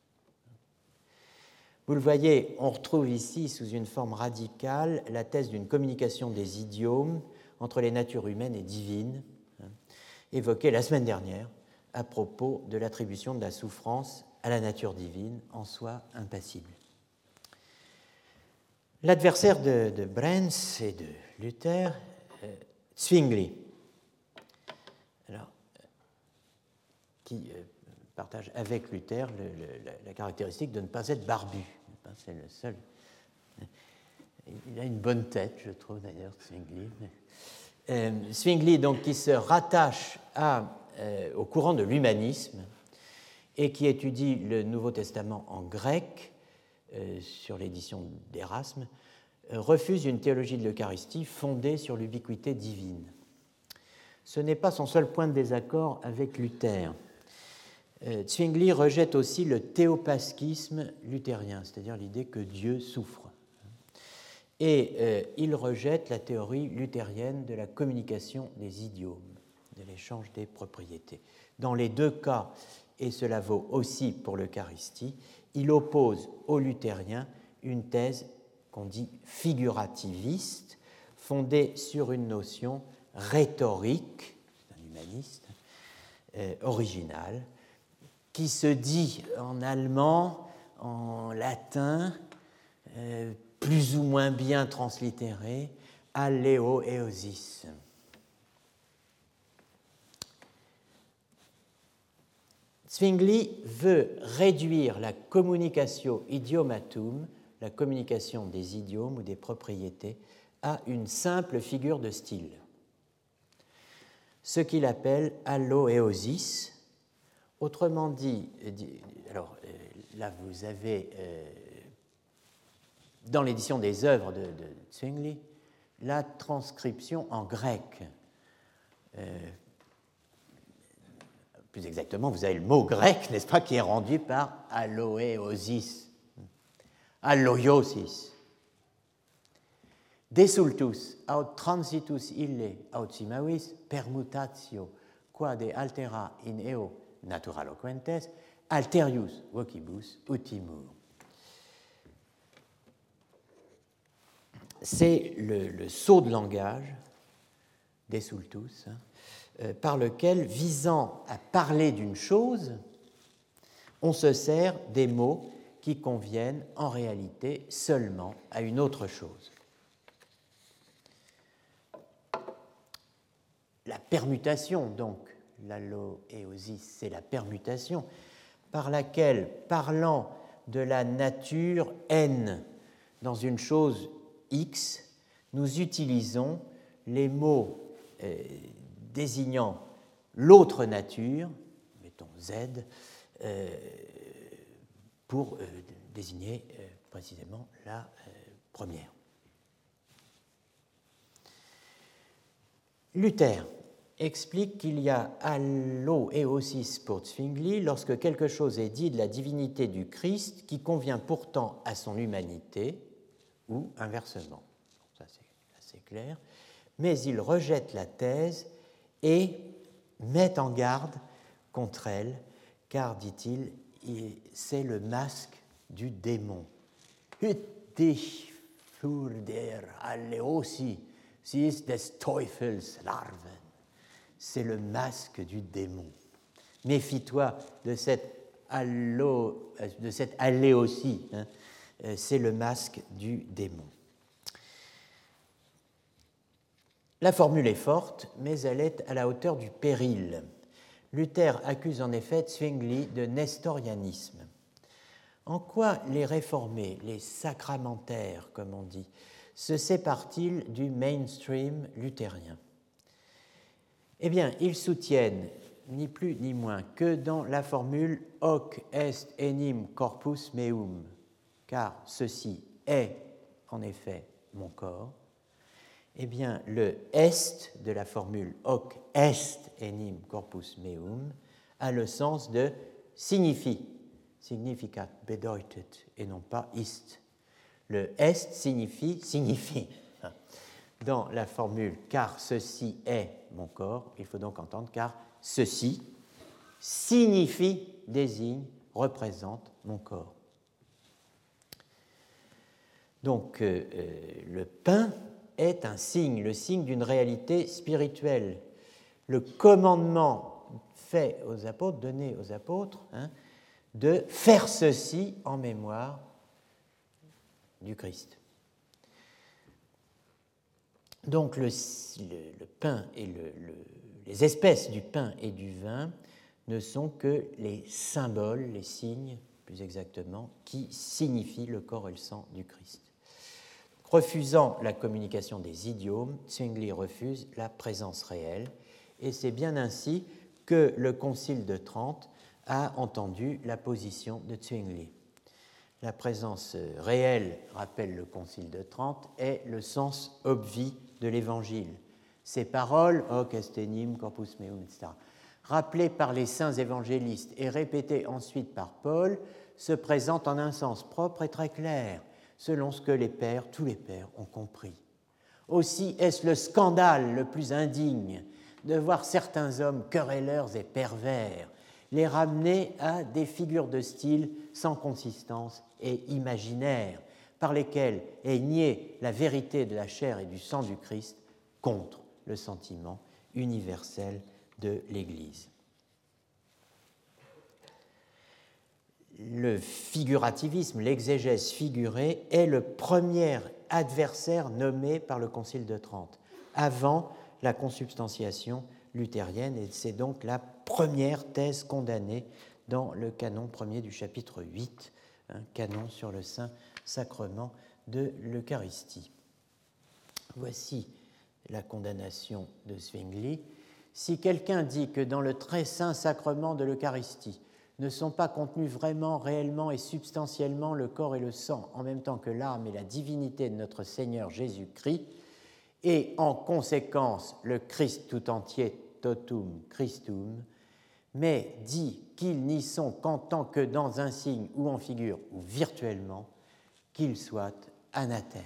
Vous le voyez, on retrouve ici, sous une forme radicale, la thèse d'une communication des idiomes entre les natures humaines et divines, hein, évoquée la semaine dernière à propos de l'attribution de la souffrance à la nature divine, en soi impassible. L'adversaire de, de Brentz et de Luther, euh, Zwingli, alors, qui euh, partage avec Luther le, le, la, la caractéristique de ne pas être barbu. C'est le seul. Il a une bonne tête, je trouve d'ailleurs, Zwingli. Euh, Zwingli, donc, qui se rattache à, euh, au courant de l'humanisme et qui étudie le Nouveau Testament en grec, euh, sur l'édition d'Erasme, euh, refuse une théologie de l'Eucharistie fondée sur l'ubiquité divine. Ce n'est pas son seul point de désaccord avec Luther. Euh, Zwingli rejette aussi le théopaschisme luthérien, c'est-à-dire l'idée que Dieu souffre. Et euh, il rejette la théorie luthérienne de la communication des idiomes, de l'échange des propriétés. Dans les deux cas, et cela vaut aussi pour l'Eucharistie, il oppose aux luthériens une thèse qu'on dit figurativiste, fondée sur une notion rhétorique, c'est un humaniste, euh, originale, qui se dit en allemand, en latin, euh, plus ou moins bien translitéré, aléoéosis. Zwingli veut réduire la communicatio idiomatum, la communication des idiomes ou des propriétés, à une simple figure de style. Ce qu'il appelle alloéosis, autrement dit, alors là vous avez euh, dans l'édition des œuvres de, de Zwingli la transcription en grec. Euh, plus exactement, vous avez le mot grec, n'est-ce pas, qui est rendu par alloéosis, alloiosis. Desultus aut transitus ille aut simavis permutatio quade altera in eo naturaloquentes alterius vocibus utimur. C'est le, le saut de langage, desultus, hein, euh, par lequel, visant à parler d'une chose, on se sert des mots qui conviennent en réalité seulement à une autre chose. La permutation, donc, l'alloéosis, c'est la permutation par laquelle, parlant de la nature N dans une chose X, nous utilisons les mots euh, désignant l'autre nature, mettons Z, euh, pour euh, désigner euh, précisément la euh, première. Luther explique qu'il y a alloéosis pour Zwingli lorsque quelque chose est dit de la divinité du Christ qui convient pourtant à son humanité ou inversement. Ça, c'est assez clair. Mais il rejette la thèse et met en garde contre elle, car, dit-il, c'est le masque du démon. Hüttig für der Alloéosis, sie ist des Teufels Larven. C'est le masque du démon. Méfie-toi de cette, allo, de cette alléosie, hein. C'est le masque du démon. La formule est forte, mais elle est à la hauteur du péril. Luther accuse en effet Zwingli de nestorianisme. En quoi les réformés, les sacramentaires, comme on dit, se séparent-ils du mainstream luthérien ? Eh bien, ils soutiennent, ni plus ni moins, que dans la formule « hoc est enim corpus meum », car ceci est, en effet, mon corps, eh bien, le « est » de la formule « hoc est enim corpus meum » a le sens de « signifie », significat, bedeutet, et non pas « ist ». Le « est » signifie « signifie ». Dans la formule « car ceci est mon corps », il faut donc entendre « car ceci signifie, désigne, représente mon corps ». Donc euh, le pain est un signe, le signe d'une réalité spirituelle. Le commandement fait aux apôtres, donné aux apôtres, hein, de faire ceci en mémoire du Christ. Donc le, le, le pain et le, le, les espèces du pain et du vin ne sont que les symboles, les signes, plus exactement, qui signifient le corps et le sang du Christ. Refusant la communication des idiomes, Zwingli refuse la présence réelle, et c'est bien ainsi que le Concile de Trente a entendu la position de Zwingli. La présence réelle, rappelle le Concile de Trente, est le sens obvi de l'Évangile. Ces paroles, hoc est enim corpus meum, et cetera, rappelées par les saints évangélistes et répétées ensuite par Paul, se présentent en un sens propre et très clair, selon ce que les pères, tous les pères, ont compris. Aussi est-ce le scandale le plus indigne de voir certains hommes querelleurs et pervers les ramener à des figures de style sans consistance et imaginaires, par lesquelles est niée la vérité de la chair et du sang du Christ contre le sentiment universel de l'Église. Le figurativisme, l'exégèse figurée, est le premier adversaire nommé par le Concile de Trente, avant la consubstantiation luthérienne, et c'est donc la première thèse condamnée dans le canon premier du chapitre huit, un canon sur le Saint-Sacrement de l'Eucharistie. Voici la condamnation de Zwingli. Si quelqu'un dit que dans le très saint sacrement de l'Eucharistie ne sont pas contenus vraiment, réellement et substantiellement le corps et le sang, en même temps que l'âme et la divinité de notre Seigneur Jésus-Christ, et en conséquence le Christ tout entier, totum Christum, mais dit qu'ils n'y sont qu'en tant que dans un signe ou en figure ou virtuellement, qu'ils soient anathèmes.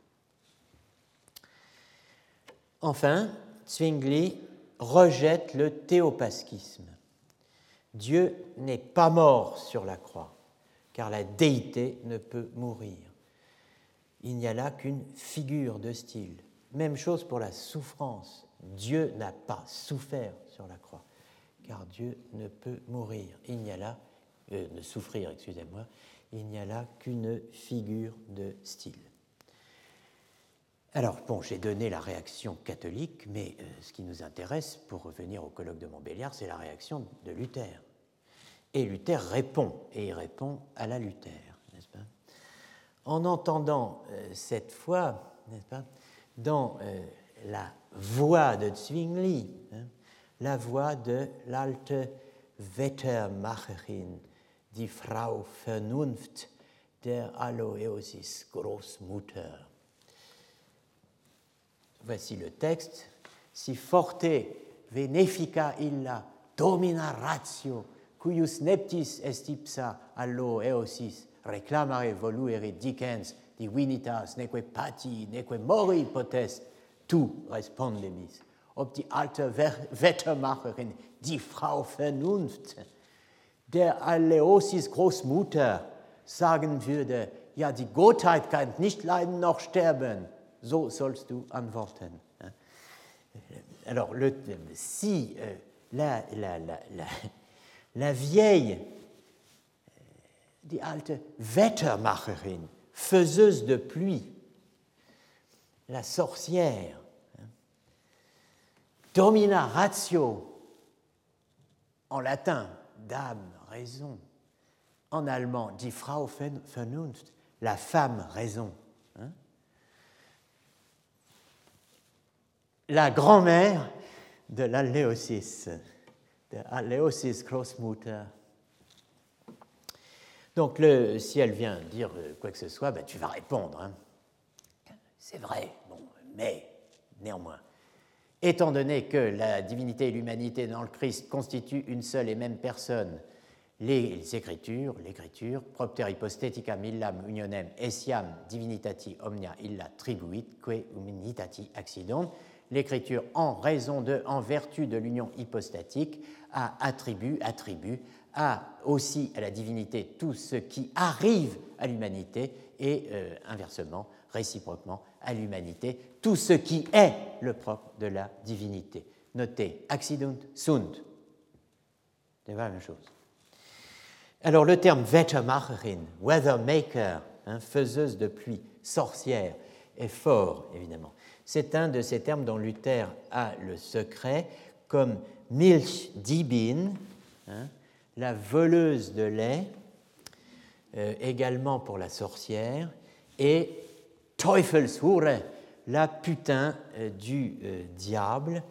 Enfin, Zwingli rejette le théopaschisme. Dieu n'est pas mort sur la croix, car la déité ne peut mourir. Il n'y a là qu'une figure de style. Même chose pour la souffrance. Dieu n'a pas souffert sur la croix, car Dieu ne peut mourir. Il n'y a là, euh, ne souffrir, excusez-moi, il n'y a là qu'une figure de style. Alors, bon, j'ai donné la réaction catholique, mais euh, ce qui nous intéresse, pour revenir au colloque de Montbéliard, c'est la réaction de Luther. Et Luther répond, et il répond à la Luther, n'est-ce pas? En entendant euh, cette fois, n'est-ce pas, dans euh, la voix de Zwingli, hein, la voix de l'alte Wettermacherin, die Frau Vernunft der Aloysius Großmutter. Voici le texte. Si forte venefica illa domina ratio, cuius neptis est ipsa allo eosis reclamare voluere dicens divinitas neque pati neque mori potest, tu respondemis. Ob die alte Wettermacherin, die Frau Vernunft, der Aloysius Großmutter, sagen würde, ja, die Gottheit kann nicht leiden noch sterben. So sollst du antworten. Alors, le, si euh, la, la, la, la, la vieille, die alte Wettermacherin, faiseuse de pluie, la sorcière, hein, domina ratio, en latin, dame, raison, en allemand, die Frau Vernunft, la femme raison, hein, la grand-mère de l'Aloysius, de Aloysius Großmutter. Donc, le, si elle vient dire quoi que ce soit, ben, tu vas répondre. Hein. C'est vrai, bon, mais néanmoins, étant donné que la divinité et l'humanité dans le Christ constituent une seule et même personne, les Écritures, l'Écriture, propter hypostaticam illam unionem essiam divinitati omnia illa tribuit, que humanitati accident, l'Écriture, en raison de, en vertu de l'union hypostatique, a attribue, attribue à aussi à la divinité tout ce qui arrive à l'humanité et euh, inversement, réciproquement, à l'humanité tout ce qui est le propre de la divinité. Notez, accident sunt. C'est pas la même chose. Alors le terme Wettermacherin, weathermaker, hein, faiseuse de pluie, sorcière, est fort, évidemment. C'est un de ces termes dont Luther a le secret, comme Milchdiebin, hein, la voleuse de lait, euh, également pour la sorcière, et Teufelshure, la putain euh, du euh, diable,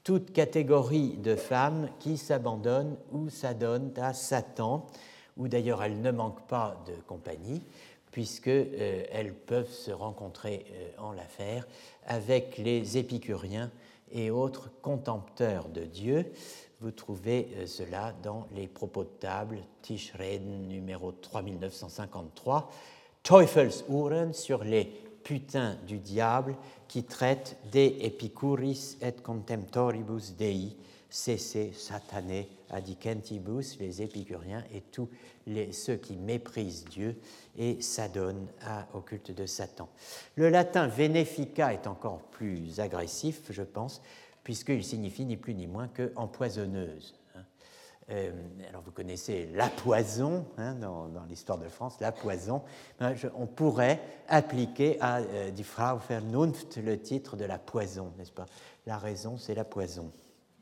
toute catégorie de femmes qui s'abandonnent ou s'adonnent à Satan, où d'ailleurs elles ne manquent pas de compagnie, puisqu'elles euh, peuvent se rencontrer euh, en l'affaire avec les épicuriens et autres contempteurs de Dieu. Vous trouvez euh, cela dans les propos de table, Tischreden numéro trois mille neuf cent cinquante-trois, Teufelsuhren sur les putains du diable, qui traite de Epicuris et contemptoribus Dei, cesse satanae adicentibus, les épicuriens et tous les, ceux qui méprisent Dieu et s'adonnent au culte de Satan. Le latin venefica est encore plus agressif, je pense, puisqu'il signifie ni plus ni moins que empoisonneuse. Euh, alors vous connaissez la poison hein, dans, dans l'histoire de France, la poison. Hein, je, on pourrait appliquer à euh, Die Frau Vernunft le titre de la poison, n'est-ce pas? La raison, c'est la poison.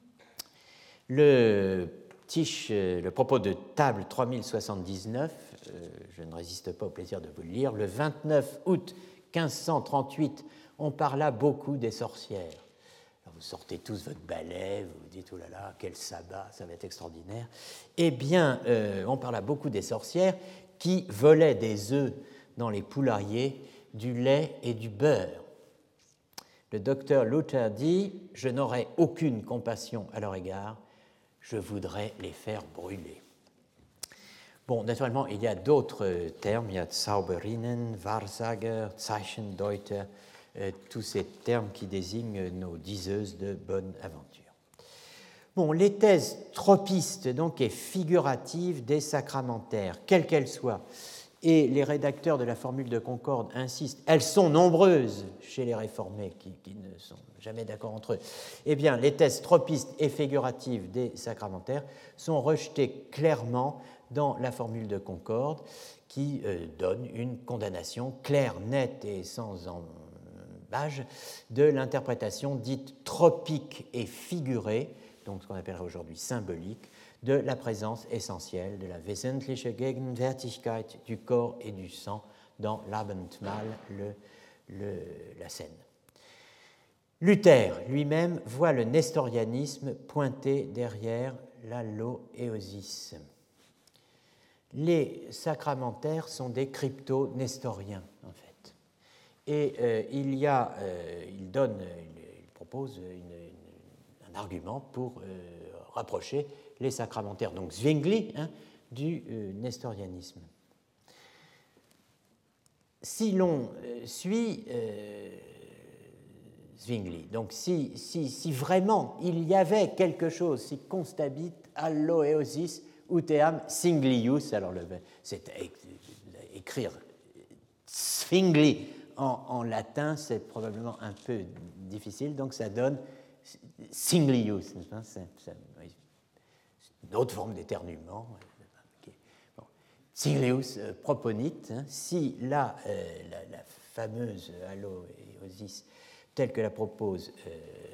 Le, tiche, le propos de table trois mille soixante-dix-neuf, euh, je ne résiste pas au plaisir de vous le lire, le vingt-neuf août quinze cent trente-huit, on parla beaucoup des sorcières. Vous sortez tous votre balai, vous vous dites « Oh là là, quel sabbat, ça va être extraordinaire ». Eh bien, euh, on parla beaucoup des sorcières qui volaient des œufs dans les poulaillers, du lait et du beurre. Le docteur Luther dit « Je n'aurai aucune compassion à leur égard, je voudrais les faire brûler ». Bon, naturellement, il y a d'autres termes, il y a Zauberinnen, Wahrsager, Zeichendeuter, Euh, tous ces termes qui désignent nos diseuses de bonne aventure. Bon, les thèses tropistes donc, et figuratives des sacramentaires, quelles qu'elles soient, et les rédacteurs de la formule de Concorde insistent, elles sont nombreuses chez les réformés qui, qui ne sont jamais d'accord entre eux, eh bien, les thèses tropistes et figuratives des sacramentaires sont rejetées clairement dans la formule de Concorde qui euh, donne une condamnation claire, nette et sans en de l'interprétation dite tropique et figurée, donc ce qu'on appellerait aujourd'hui symbolique, de la présence essentielle de la wesentliche Gegenwärtigkeit du corps et du sang dans l'Abendmahl, le, le, la scène. Luther lui-même voit le nestorianisme pointé derrière l'alloéosis. Les sacramentaires sont des crypto-nestoriens, en fait. Et euh, il, y a, euh, il, donne, il, il propose une, une, un argument pour euh, rapprocher les sacramentaires, donc Zwingli, hein, du euh, nestorianisme. Si l'on euh, suit euh, Zwingli, donc si, si, si vraiment il y avait quelque chose, si constabit alloeosis uteam Zwinglius, alors le, c'est écrire Zwingli En, en latin, c'est probablement un peu difficile, donc ça donne Zwinglius, n'est-ce pas? C'est, c'est, oui, c'est une autre forme d'éternuement. Bon. Zwinglius euh, proponite, hein, si la, euh, la, la fameuse alloéosis, telle que la propose euh,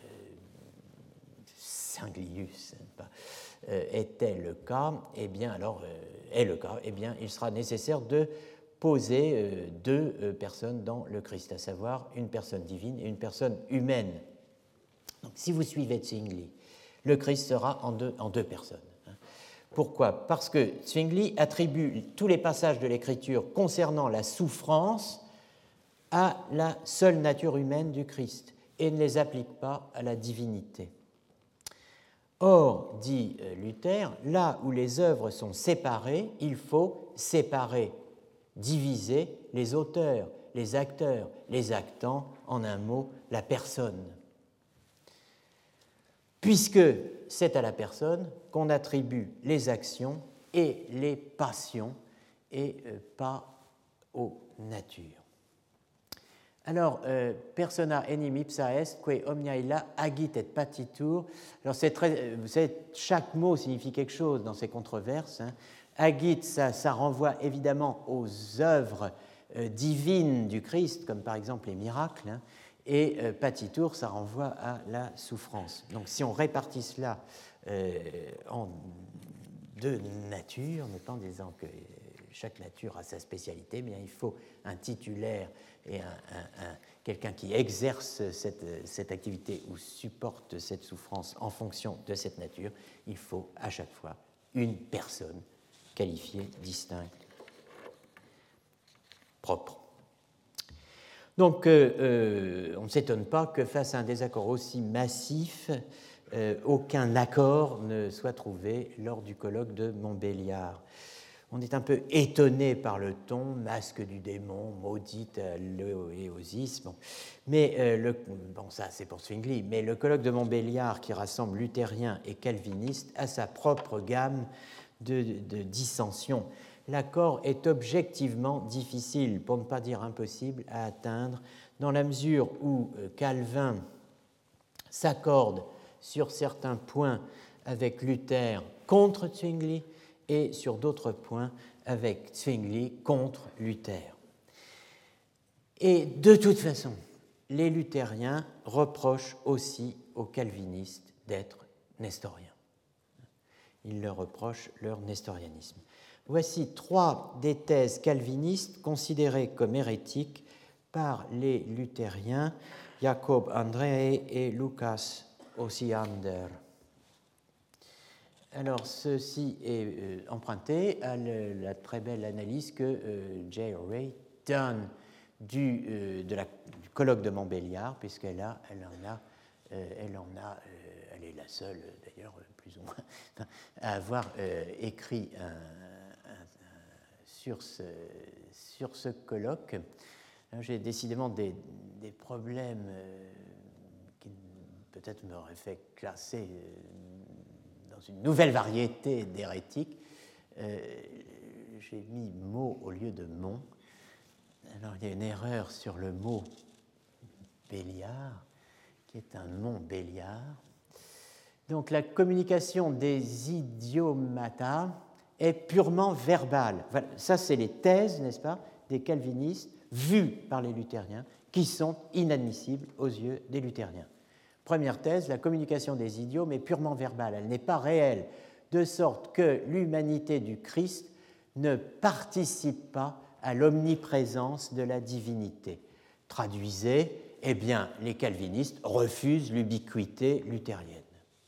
Zwinglius, pas, euh, était le cas, eh bien, alors, euh, est le cas, eh bien, il sera nécessaire de poser euh, deux euh, personnes dans le Christ, à savoir une personne divine et une personne humaine. Donc, si vous suivez Zwingli, le Christ sera en deux, en deux personnes. Pourquoi? Parce que Zwingli attribue tous les passages de l'Écriture concernant la souffrance à la seule nature humaine du Christ et ne les applique pas à la divinité. Or, dit Luther, là où les œuvres sont séparées, il faut séparer, diviser les auteurs, les acteurs, les actants, en un mot, la personne. Puisque c'est à la personne qu'on attribue les actions et les passions et pas aux natures. Alors, euh, persona enim ipsa est, que omnia illa agit et patitur. Alors, c'est très, vous savez, chaque mot signifie quelque chose dans ces controverses. Hein. Agit, ça, ça renvoie évidemment aux œuvres euh, divines du Christ, comme par exemple les miracles, hein, et euh, patitur, ça renvoie à la souffrance. Donc, si on répartit cela euh, en deux natures, n'est pas en disant que chaque nature a sa spécialité, mais il faut un titulaire et un, un, un, quelqu'un qui exerce cette, cette activité ou supporte cette souffrance en fonction de cette nature, il faut à chaque fois une personne qualifiée, distincte, propre. Donc, euh, euh, on ne s'étonne pas que face à un désaccord aussi massif, euh, aucun accord ne soit trouvé lors du colloque de Montbéliard. On est un peu étonné par le ton, masque du démon, maudite l'éosis. Bon. Mais euh, le, bon, ça c'est pour Zwingli, mais le colloque de Montbéliard, qui rassemble luthériens et calvinistes, a sa propre gamme de, de dissensions. L'accord est objectivement difficile, pour ne pas dire impossible, à atteindre, dans la mesure où Calvin s'accorde sur certains points avec Luther contre Zwingli et sur d'autres points avec Zwingli contre Luther. Et de toute façon, les luthériens reprochent aussi aux calvinistes d'être nestoriens. Ils leur reprochent leur nestorianisme. Voici trois des thèses calvinistes considérées comme hérétiques par les luthériens Jacob André et Lucas Osiander. Alors, ceci est euh, emprunté à le, la très belle analyse que euh, J. Ray donne du, euh, de la, du colloque de Montbéliard, puisqu'elle a, elle en a, euh, elle en a, euh, elle est la seule d'ailleurs, plus ou moins, à avoir euh, écrit un, un, un, sur, ce, sur ce colloque. J'ai décidément des, des problèmes euh, qui peut-être m'auraient fait classer euh, dans une nouvelle variété d'hérétiques. Euh, j'ai mis mot au lieu de mon. Alors, il y a une erreur sur le mot Béliard, qui est un mot Béliard. Donc, la communication des idiomata est purement verbale. Voilà, ça, c'est les thèses, n'est-ce pas, des calvinistes vues par les luthériens, qui sont inadmissibles aux yeux des luthériens. Première thèse, la communication des idiomes est purement verbale, elle n'est pas réelle, de sorte que l'humanité du Christ ne participe pas à l'omniprésence de la divinité. Traduisez, eh bien, les calvinistes refusent l'ubiquité luthérienne.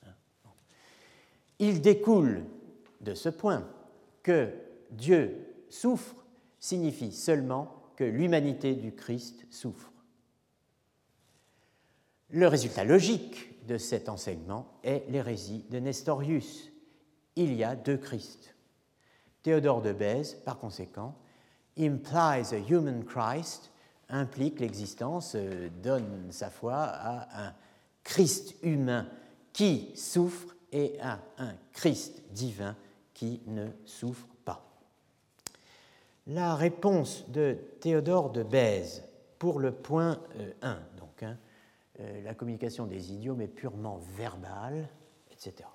Il découle de ce point que Dieu souffre signifie seulement que l'humanité du Christ souffre. Le résultat logique de cet enseignement est l'hérésie de Nestorius. Il y a deux Christ. Théodore de Bèze, par conséquent, implies a human Christ, implique l'existence, euh, donne sa foi à un Christ humain qui souffre et à un Christ divin qui ne souffre pas. La réponse de Théodore de Bèze pour le point euh, un, donc, hein, euh, la communication des idiomes est purement verbale, et cetera.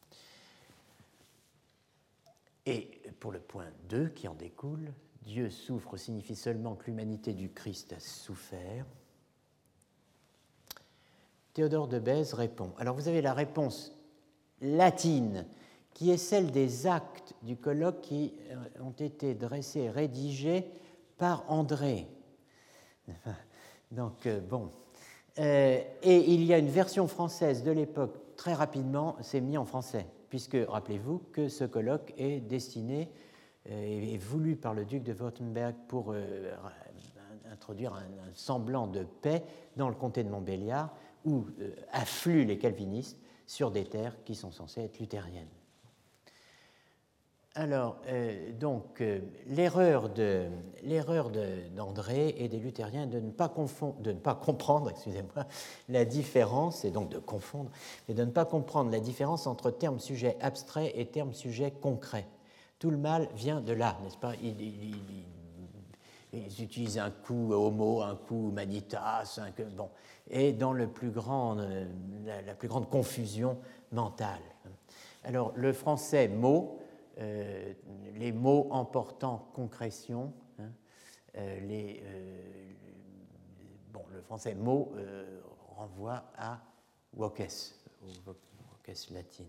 Et pour le point deux qui en découle, Dieu souffre signifie seulement que l'humanité du Christ a souffert. Théodore de Bèze répond. Alors vous avez la réponse latine, qui est celle des actes du colloque qui ont été dressés et rédigés par André. Donc, euh, bon. Euh, et il y a une version française de l'époque, très rapidement, c'est mis en français, puisque, rappelez-vous, que ce colloque est destiné et est voulu par le duc de Wurtemberg pour euh, introduire un, un semblant de paix dans le comté de Montbéliard, où euh, affluent les calvinistes sur des terres qui sont censées être luthériennes. Alors, euh, donc, euh, l'erreur, de, l'erreur de, d'André et des luthériens de ne pas, confondre, de ne pas comprendre, excusez-moi, la différence, et donc de confondre, mais de ne pas comprendre la différence entre termes sujets abstraits et termes sujets concrets. Tout le mal vient de là, n'est-ce pas? Ils, ils, ils, ils utilisent un coup homo, un coup humanitas, un, bon, et dans le plus grand, la, la plus grande confusion mentale. Alors, le français mot, Euh, les mots emportant concrétion, hein, euh, les, euh, bon, le français mot euh, renvoie à voces, ou voces latine.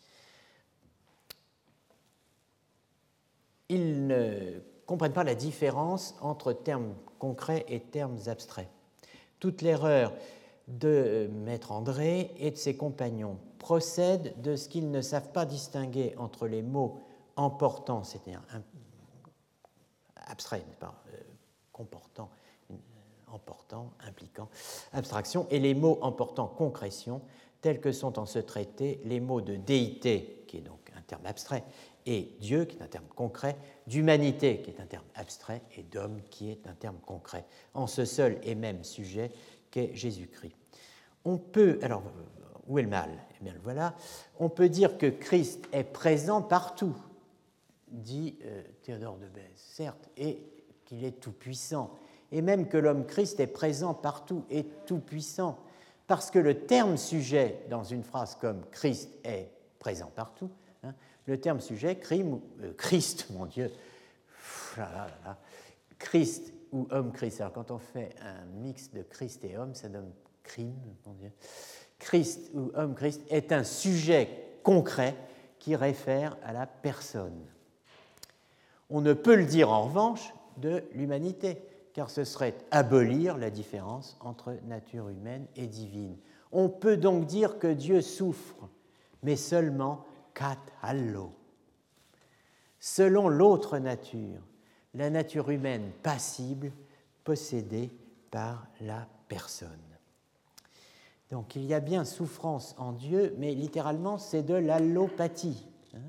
Ils ne comprennent pas la différence entre termes concrets et termes abstraits. Toute l'erreur de Maître André et de ses compagnons procède de ce qu'ils ne savent pas distinguer entre les mots emportant, c'est-à-dire abstrait, n'est-ce pas, euh, comportant, euh, emportant, impliquant, abstraction, et les mots emportant concrétion, tels que sont en ce traité les mots de déité, qui est donc un terme abstrait, et Dieu, qui est un terme concret, d'humanité, qui est un terme abstrait, et d'homme, qui est un terme concret, en ce seul et même sujet qu'est Jésus-Christ. On peut, alors, où est le mal? Eh bien, le voilà. On peut dire que Christ est présent partout, dit euh, Théodore de Bèze, certes, et qu'il est tout-puissant, et même que l'homme Christ est présent partout et tout-puissant, parce que le terme sujet, dans une phrase comme Christ est présent partout, hein, le terme sujet, crime, euh, Christ, mon Dieu, pff, là, là, là, Christ ou homme Christ. Alors quand on fait un mix de Christ et homme, ça donne crime, mon Dieu. Christ ou homme Christ est un sujet concret qui réfère à la personne. On ne peut le dire en revanche de l'humanité, car ce serait abolir la différence entre nature humaine et divine. On peut donc dire que Dieu souffre, mais seulement kat allo. Selon l'autre nature, la nature humaine passible, possédée par la personne. Donc il y a bien souffrance en Dieu, mais littéralement c'est de l'allopathie.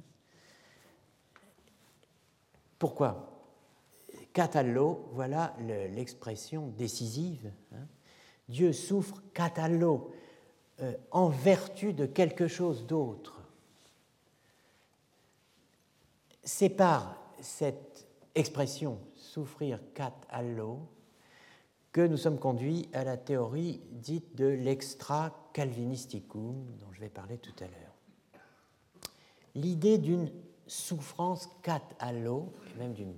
Pourquoi? Catallo, voilà l'expression décisive. Hein. Dieu souffre catallo, euh, en vertu de quelque chose d'autre. C'est par cette expression, souffrir catallo, que nous sommes conduits à la théorie dite de l'extra-calvinisticum, dont je vais parler tout à l'heure. L'idée d'une souffrance catallo, et même d'une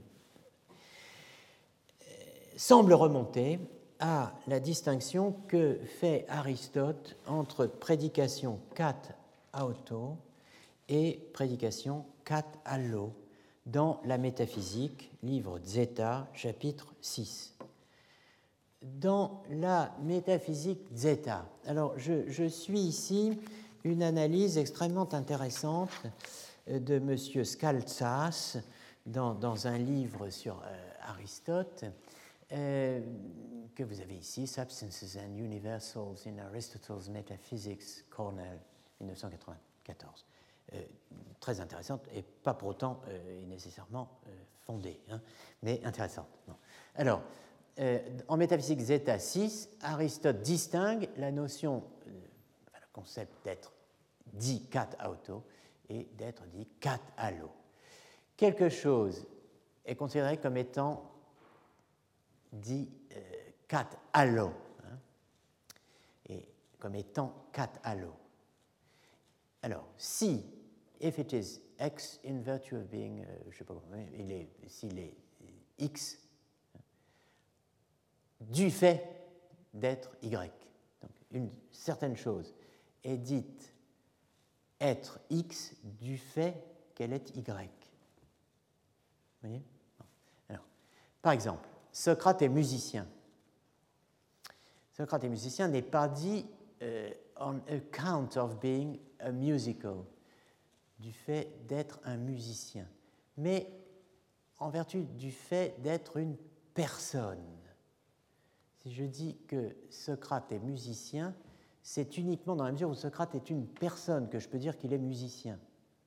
semble remonter à la distinction que fait Aristote entre prédication kat auto et prédication kat allo dans la métaphysique, livre Zeta, chapitre six. Dans la métaphysique Zeta, alors je, je suis ici une analyse extrêmement intéressante de M. Skaltsas dans, dans un livre sur euh, Aristote, Euh, que vous avez ici, Substances and Universals in Aristotle's Metaphysics, Cornell, dix-neuf cent quatre-vingt-quatorze. Euh, très intéressante et pas pour autant euh, nécessairement euh, fondée, hein, mais intéressante. Non. Alors, euh, en Métaphysique Zeta six, Aristote distingue la notion, euh, le concept d'être dit kat auto et d'être dit kat allo. Quelque chose est considéré comme étant dit euh, kat allo, hein, et comme étant kat allo. Alors, si, if it is x in virtue of being, euh, je ne sais pas comment, il est, s'il est x, hein, du fait d'être y, donc une certaine chose est dite être x du fait qu'elle est y. Vous voyez? Alors, par exemple, Socrate est musicien. Socrate est musicien n'est pas dit euh, on account of being a musical, du fait d'être un musicien, mais en vertu du fait d'être une personne. Si je dis que Socrate est musicien, c'est uniquement dans la mesure où Socrate est une personne que je peux dire qu'il est musicien.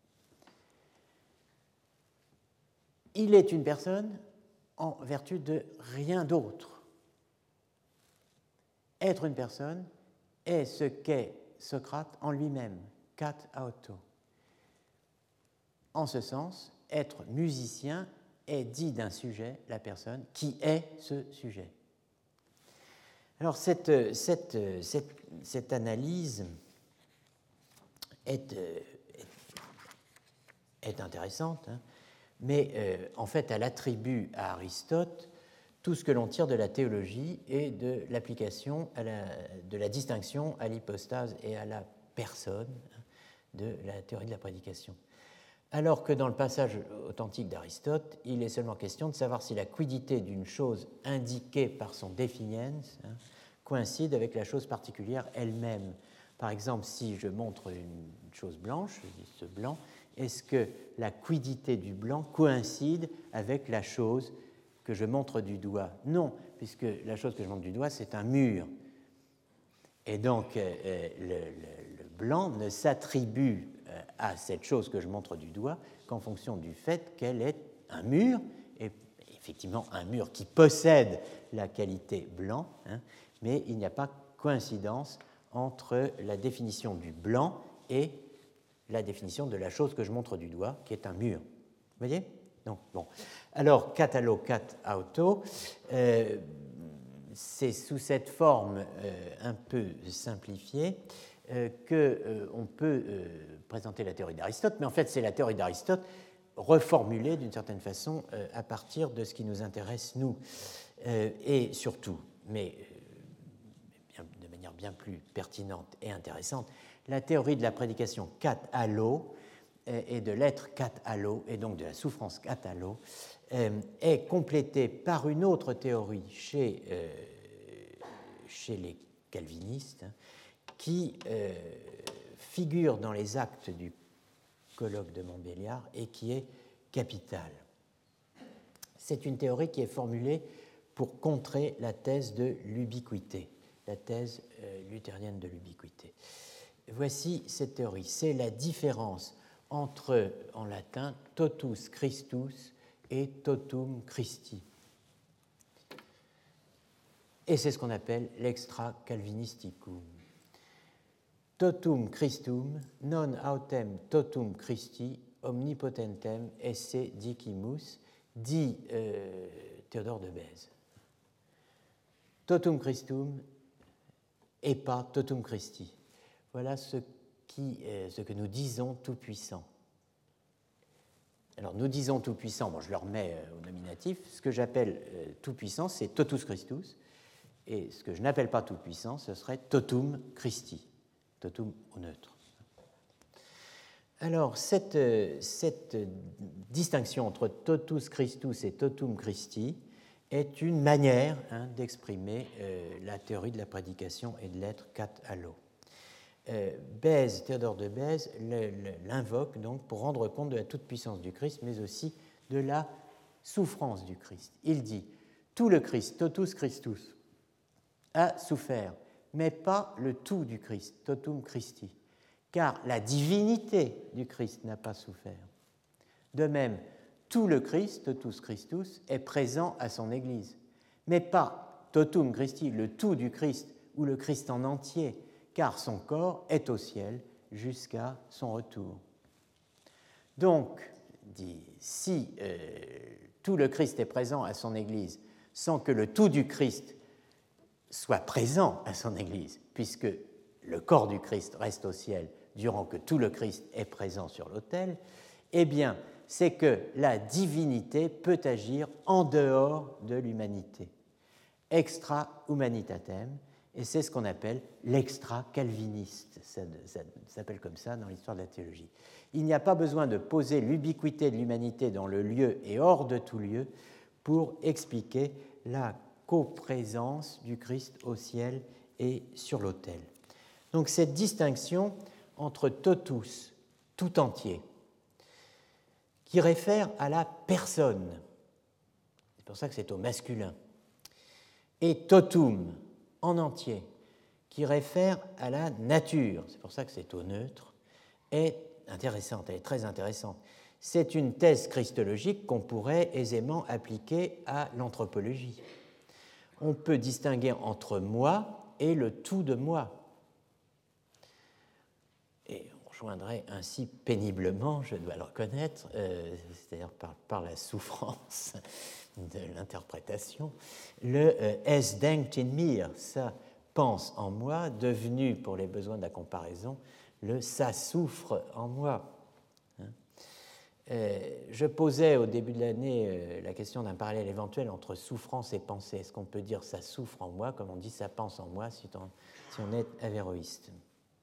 Il est une personne en vertu de rien d'autre. Être une personne est ce qu'est Socrate en lui-même, kat auto. En ce sens, être musicien est dit d'un sujet, la personne, qui est ce sujet. Alors cette, cette, cette, cette analyse est, est, est intéressante, hein, mais euh, en fait elle attribue à Aristote tout ce que l'on tire de la théologie et de l'application, à la, de la distinction à l'hypostase et à la personne de la théorie de la prédication. Alors que dans le passage authentique d'Aristote, il est seulement question de savoir si la quiddité d'une chose indiquée par son definiens, hein, coïncide avec la chose particulière elle-même. Par exemple, si je montre une chose blanche, je dis ce blanc, est-ce que la quiddité du blanc coïncide avec la chose que je montre du doigt? Non, puisque la chose que je montre du doigt, c'est un mur. Et donc, euh, le, le, le blanc ne s'attribue euh, à cette chose que je montre du doigt qu'en fonction du fait qu'elle est un mur, et effectivement un mur qui possède la qualité blanc, hein, mais il n'y a pas coïncidence entre la définition du blanc et la définition de la chose que je montre du doigt, qui est un mur. Vous voyez? Non. Bon. Alors, cat allo, cat auto, euh, c'est sous cette forme euh, un peu simplifiée euh, qu'on euh, peut euh, présenter la théorie d'Aristote, mais en fait, c'est la théorie d'Aristote reformulée d'une certaine façon euh, à partir de ce qui nous intéresse, nous. Euh, et surtout, mais euh, de manière bien plus pertinente et intéressante, la théorie de la prédication cat allo et de l'être cat allo, et donc de la souffrance cat allo, euh, est complétée par une autre théorie chez, euh, chez les calvinistes, hein, qui euh, figure dans les actes du colloque de Montbéliard et qui est capitale. C'est une théorie qui est formulée pour contrer la thèse de l'ubiquité, la thèse euh, luthérienne de l'ubiquité. Voici cette théorie. C'est la différence entre, en latin, totus Christus et totum Christi. Et c'est ce qu'on appelle l'extra calvinisticum. Totum Christum non autem totum Christi omnipotentem esse dicimus, dit euh, Théodore de Bèze. Totum Christum et pas totum Christi. Voilà ce, qui, euh, ce que nous disons tout-puissant. Alors, nous disons tout-puissant, bon, je le remets euh, au nominatif. Ce que j'appelle euh, tout-puissant, c'est totus Christus. Et ce que je n'appelle pas tout-puissant, ce serait totum Christi, totum au neutre. Alors, cette, euh, cette distinction entre totus Christus et totum Christi est une manière hein, d'exprimer euh, la théorie de la prédication et de l'être cat allo. Euh, Bèze, Théodore de Bèze l'invoque donc pour rendre compte de la toute-puissance du Christ, mais aussi de la souffrance du Christ. Il dit « Tout le Christ, totus Christus, a souffert, mais pas le tout du Christ, totum Christi, car la divinité du Christ n'a pas souffert. De même, tout le Christ, totus Christus, est présent à son Église, mais pas totum Christi, le tout du Christ, ou le Christ en entier, car son corps est au ciel jusqu'à son retour. » Donc, dit, si euh, tout le Christ est présent à son Église sans que le tout du Christ soit présent à son Église, puisque le corps du Christ reste au ciel durant que tout le Christ est présent sur l'autel, eh bien, c'est que la divinité peut agir en dehors de l'humanité, extra humanitatem, et c'est ce qu'on appelle l'extra-calviniste. Ça, ça, ça s'appelle comme ça dans l'histoire de la théologie. Il n'y a pas besoin de poser l'ubiquité de l'humanité dans le lieu et hors de tout lieu pour expliquer la coprésence du Christ au ciel et sur l'autel. Donc cette distinction entre totus, tout entier, qui réfère à la personne, c'est pour ça que c'est au masculin, et totum, en entier, qui réfère à la nature, c'est pour ça que c'est au neutre, est intéressante, elle est très intéressante. C'est une thèse christologique qu'on pourrait aisément appliquer à l'anthropologie. On peut distinguer entre moi et le tout de moi. Et on rejoindrait ainsi péniblement, je dois le reconnaître, euh, c'est-à-dire par, par la souffrance de l'interprétation, le euh, es denkt in mir, ça pense en moi, devenu, pour les besoins de la comparaison, le ça souffre en moi. Hein? Euh, je posais au début de l'année euh, la question d'un parallèle éventuel entre souffrance et pensée. Est-ce qu'on peut dire ça souffre en moi, comme on dit ça pense en moi, si on, si on est avéroïste?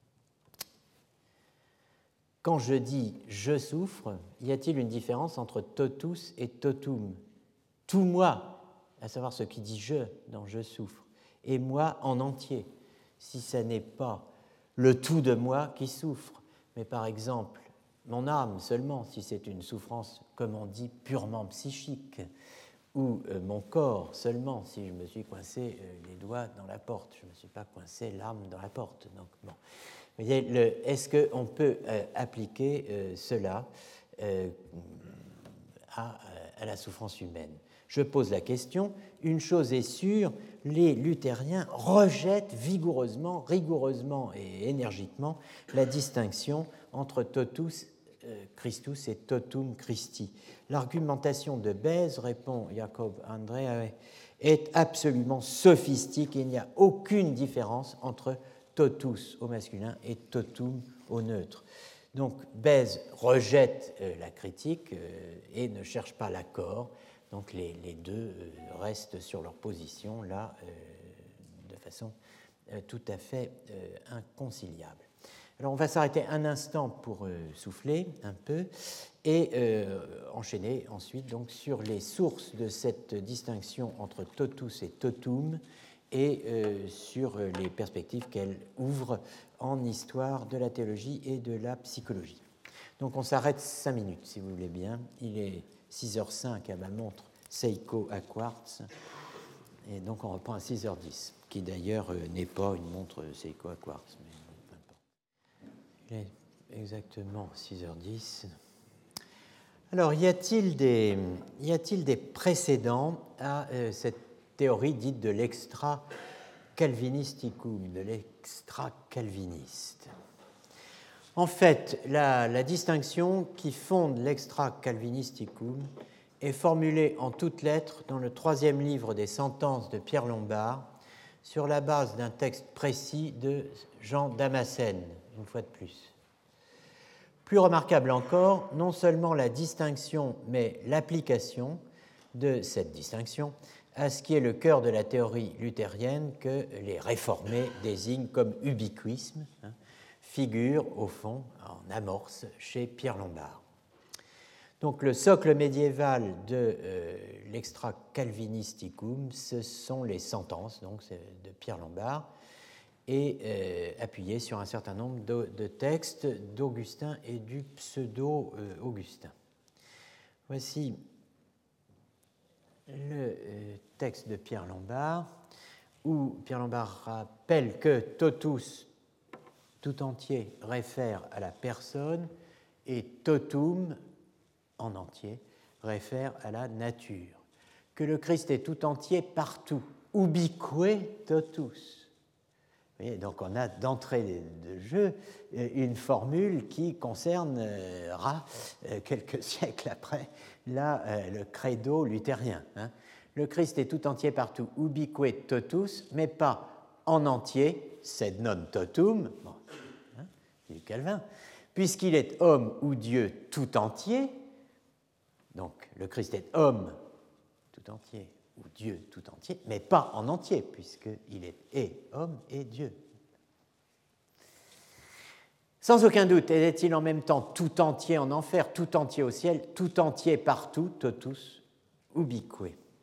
Quand je dis je souffre, y a-t-il une différence entre totus et totum? Tout moi, à savoir ce qui dit je dans je souffre, et moi en entier, si ce n'est pas le tout de moi qui souffre, mais par exemple mon âme seulement, si c'est une souffrance, comme on dit, purement psychique, ou euh, mon corps seulement, si je me suis coincé euh, les doigts dans la porte, je ne me suis pas coincé l'âme dans la porte. Donc, bon. Vous voyez, le, est-ce qu'on peut euh, appliquer euh, cela euh, à, à la souffrance humaine? Je pose la question. Une chose est sûre, les luthériens rejettent vigoureusement, rigoureusement et énergiquement la distinction entre totus Christus et totum Christi. L'argumentation de Bèze, répond Jacob André, est absolument sophistique et il n'y a aucune différence entre totus au masculin et totum au neutre. Donc Bèze rejette euh, la critique euh, et ne cherche pas l'accord. Donc les, les deux euh, restent sur leur position là euh, de façon euh, tout à fait euh, inconciliable. Alors on va s'arrêter un instant pour euh, souffler un peu et euh, enchaîner ensuite donc, sur les sources de cette distinction entre totus et totum et euh, sur les perspectives qu'elle ouvre en histoire de la théologie et de la psychologie. Donc on s'arrête cinq minutes si vous voulez bien. Il est six heures cinq à ma montre Seiko à quartz et donc on reprend à six heures dix, qui d'ailleurs euh, n'est pas une montre Seiko à quartz. Mais... Il est exactement six heures dix. Alors, y a-t-il des, y a-t-il des précédents à euh, cette théorie dite de l'extra-calvinisticum, de l'extra-calviniste? En fait, la, la distinction qui fonde l'extra-calvinisticum est formulée en toutes lettres dans le troisième livre des sentences de Pierre Lombard, sur la base d'un texte précis de Jean Damascène, une fois de plus. Plus remarquable encore, non seulement la distinction, mais l'application de cette distinction à ce qui est le cœur de la théorie luthérienne que les réformés désignent comme ubiquisme, hein, figure au fond en amorce chez Pierre Lombard. Donc le socle médiéval de euh, l'extra-calvinisticum, ce sont les sentences donc, de Pierre Lombard, et euh, appuyé sur un certain nombre de, de textes d'Augustin et du pseudo-Augustin. Voici le euh, texte de Pierre Lombard, où Pierre Lombard rappelle que totus tout entier réfère à la personne et totum en entier réfère à la nature, que le Christ est tout entier partout, ubique totus. Vous voyez, donc on a d'entrée de jeu une formule qui concernera quelques siècles après là, le credo luthérien. Hein. Le Christ est tout entier partout, ubique totus, mais pas en entier, sed non totum, bon, hein, du Calvin, puisqu'il est homme ou Dieu tout entier. Donc le Christ est homme tout entier, ou Dieu tout entier, mais pas en entier, puisqu'il est et homme et Dieu. Sans aucun doute, est-il en même temps tout entier en enfer, tout entier au ciel, tout entier partout, totus ubique.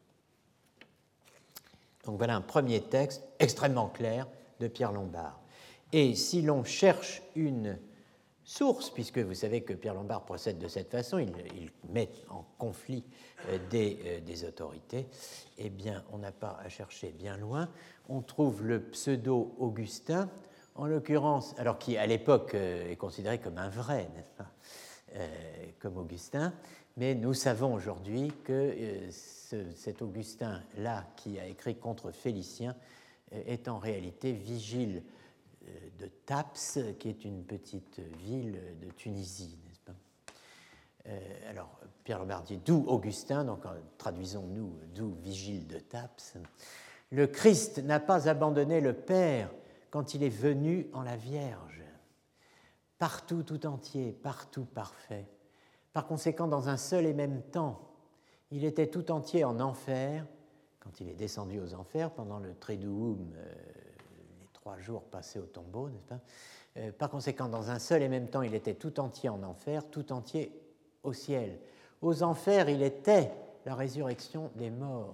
Donc voilà un premier texte extrêmement clair de Pierre Lombard. Et si l'on cherche une source, puisque vous savez que Pierre Lombard procède de cette façon, il, il met en conflit euh, des, euh, des autorités, eh bien, on n'a pas à chercher bien loin. On trouve le pseudo-Augustin, en l'occurrence, alors qui à l'époque euh, est considéré comme un vrai, n'est-ce pas, euh, comme Augustin, mais nous savons aujourd'hui que euh, ce, cet Augustin-là, qui a écrit contre Félicien, euh, est en réalité Vigile de Taps, qui est une petite ville de Tunisie, n'est-ce pas? Euh, alors, Pierre Lombard dit d'où Augustin, donc traduisons-nous d'où Vigile de Taps. Le Christ n'a pas abandonné le Père quand il est venu en la Vierge, partout tout entier, partout parfait. Par conséquent, dans un seul et même temps, il était tout entier en enfer, quand il est descendu aux enfers pendant le Triduum, euh, trois jours passés au tombeau, n'est-ce pas? Euh, par conséquent, dans un seul et même temps, il était tout entier en enfer, tout entier au ciel. Aux enfers, il était la résurrection des morts.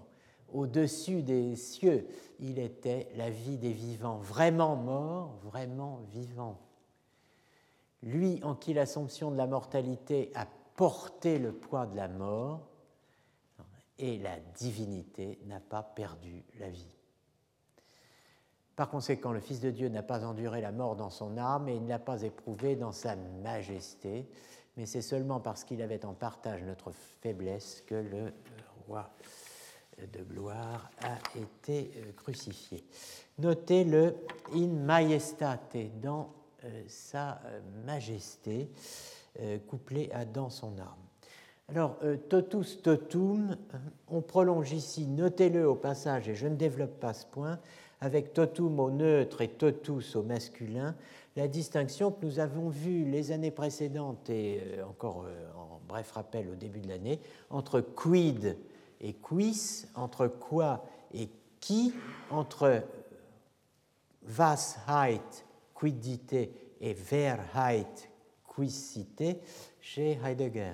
au-dessus des cieux. Il était la vie des vivants, vraiment mort, vraiment vivant. Lui en qui l'assomption de la mortalité a porté le poids de la mort, et la divinité n'a pas perdu la vie. Par conséquent, le Fils de Dieu n'a pas enduré la mort dans son âme et il ne l'a pas éprouvé dans sa majesté, mais c'est seulement parce qu'il avait en partage notre faiblesse que le roi de gloire a été crucifié. Notez le in majestate, dans euh, sa majesté, euh, couplé à dans son âme. Alors, euh, totus totum, on prolonge ici, notez-le au passage, et je ne développe pas ce point, avec totum au neutre et totus au masculin, la distinction que nous avons vue les années précédentes, et euh, encore euh, en bref rappel au début de l'année, entre quid et quis, entre quoi et qui, entre washeit, quiddité, et Wahrheit, quicité, chez Heidegger.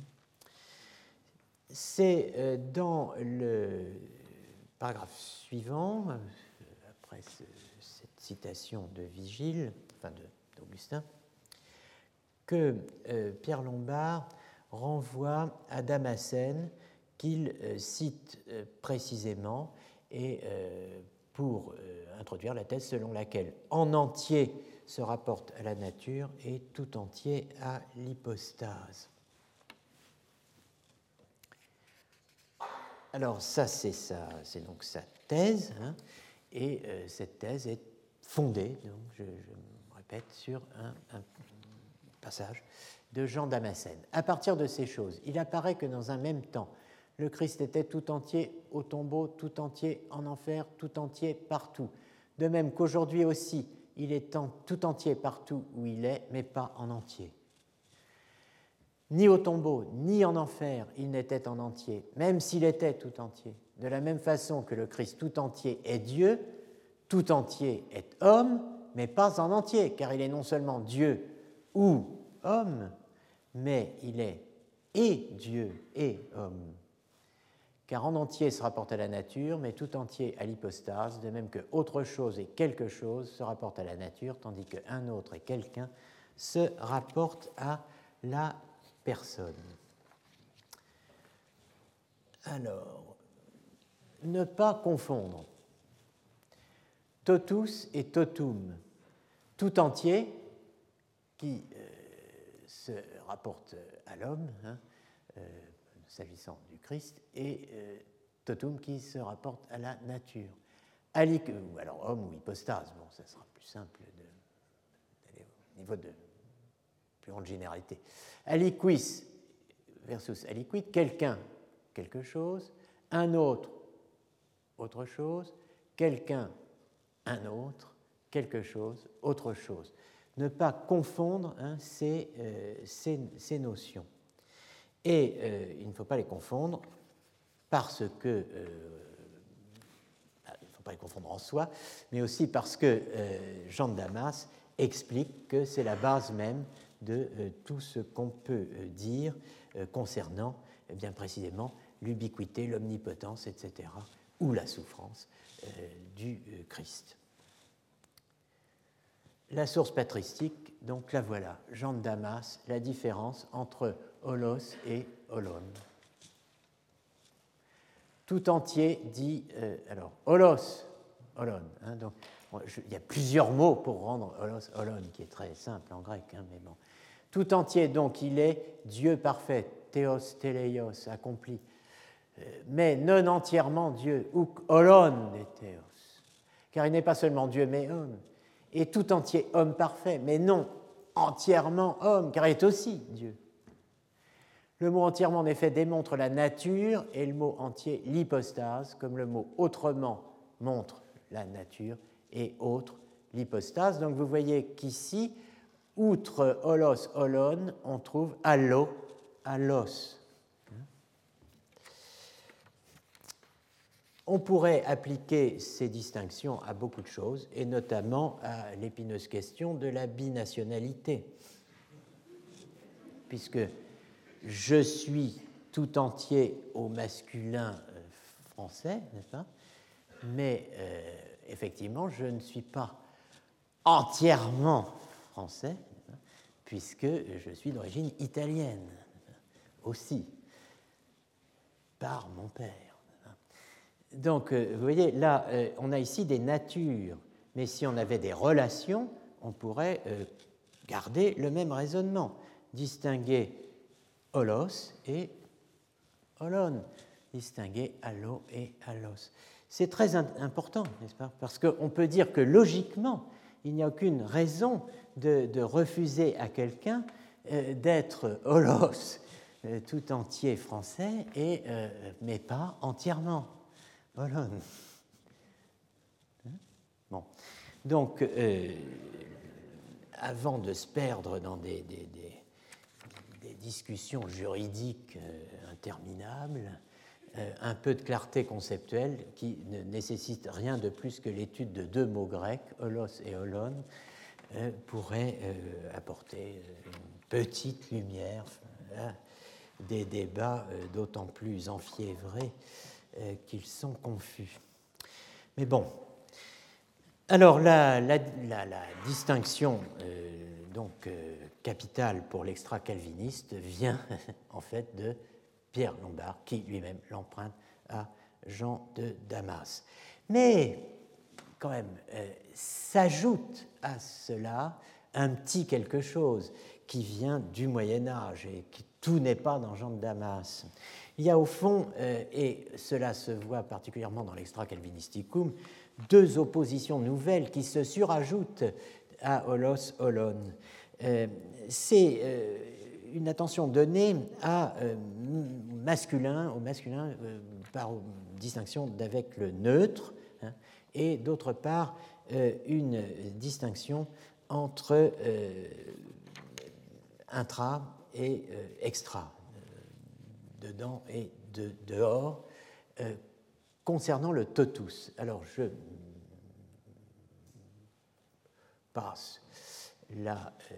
C'est dans le paragraphe suivant, après ce, cette citation de Vigile, enfin d'Augustin, que euh, Pierre Lombard renvoie à Damascène, qu'il euh, cite euh, précisément, et euh, pour euh, introduire la thèse selon laquelle en entier se rapporte à la nature et tout entier à l'hypostase. Alors ça, c'est, ça, c'est donc sa thèse, hein, et euh, cette thèse est fondée, donc je, je me répète, sur un, un passage de Jean Damascène. À partir de ces choses, il apparaît que dans un même temps, le Christ était tout entier au tombeau, tout entier en enfer, tout entier partout. De même qu'aujourd'hui aussi, il est en, tout entier partout où il est, mais pas en entier. Ni au tombeau, ni en enfer, il n'était en entier, même s'il était tout entier. De la même façon que le Christ tout entier est Dieu, tout entier est homme, mais pas en entier, car il est non seulement Dieu ou homme, mais il est et Dieu et homme. Car en entier se rapporte à la nature, mais tout entier à l'hypostase, de même que autre chose et quelque chose se rapportent à la nature, tandis qu'un autre et quelqu'un se rapportent à la personne. Alors, ne pas confondre totus et totum, tout entier, qui euh, se rapporte à l'homme, hein, euh, s'agissant du Christ, et euh, totum qui se rapporte à la nature. Alic, ou alors homme ou hypostase, bon, ça sera plus simple de, d'aller au niveau de plus grande généralité. Aliquis versus aliquid, quelqu'un, quelque chose, un autre, autre chose, quelqu'un, un autre, quelque chose, autre chose. Ne pas confondre hein, ces, euh, ces, ces notions. Et euh, il ne faut pas les confondre parce que, euh, il ne faut pas les confondre en soi, mais aussi parce que euh, Jean de Damas explique que c'est la base même de euh, tout ce qu'on peut euh, dire euh, concernant, eh bien précisément, l'ubiquité, l'omnipotence, et cetera, ou la souffrance euh, du euh, Christ. La source patristique, donc la voilà, Jean de Damas, la différence entre holos et holon. Tout entier dit, euh, alors, holos, holon, hein, donc, bon, je, il y a plusieurs mots pour rendre holos, holon, qui est très simple en grec, hein, mais bon. Tout entier, donc, il est Dieu parfait, théos, téléios, accompli, euh, mais non entièrement Dieu, ou holon de théos, car il n'est pas seulement Dieu, mais homme, et tout entier homme parfait, mais non entièrement homme, car il est aussi Dieu. Le mot entièrement, en effet, démontre la nature et le mot entier l'hypostase, comme le mot autrement montre la nature et autre l'hypostase. Donc vous voyez qu'ici, outre holos, holon, on trouve allo, allos. On pourrait appliquer ces distinctions à beaucoup de choses, et notamment à l'épineuse question de la binationalité, puisque je suis tout entier au masculin français, n'est-ce pas? Mais euh, effectivement, je ne suis pas entièrement français, puisque je suis d'origine italienne aussi, par mon père. Donc, vous voyez, là, on a ici des natures, mais si on avait des relations, on pourrait garder le même raisonnement, distinguer holos et holon, distinguer allo et allos. C'est très important, n'est-ce pas? Parce qu'on peut dire que logiquement, il n'y a aucune raison de, de refuser à quelqu'un euh, d'être holos euh, tout entier français, et, euh, mais pas entièrement holon. Bon. Donc, euh, avant de se perdre dans des, des, des, des discussions juridiques euh, interminables, euh, un peu de clarté conceptuelle qui ne nécessite rien de plus que l'étude de deux mots grecs, holos et holon, euh, pourrait euh, apporter une petite lumière à des débats euh, d'autant plus enfiévrés euh, qu'ils sont confus. Mais bon. Alors, la, la, la, la distinction euh, donc, euh, capitale pour l'extra-calviniste vient en fait de Pierre Lombard, qui lui-même l'emprunte à Jean de Damas. Mais, quand même, euh, s'ajoute à cela un petit quelque chose qui vient du Moyen-Âge et qui tout n'est pas dans Jean de Damas. Il y a au fond, euh, et cela se voit particulièrement dans l'Extra-Calvinisticum, deux oppositions nouvelles qui se surajoutent à holos holon. Euh, c'est euh, une attention donnée à euh, masculin, au masculin euh, par distinction d'avec le neutre, hein, et d'autre part euh, une distinction entre euh, intra et euh, extra, euh, dedans et de, dehors, euh, concernant le totus. Alors, je passe la, euh,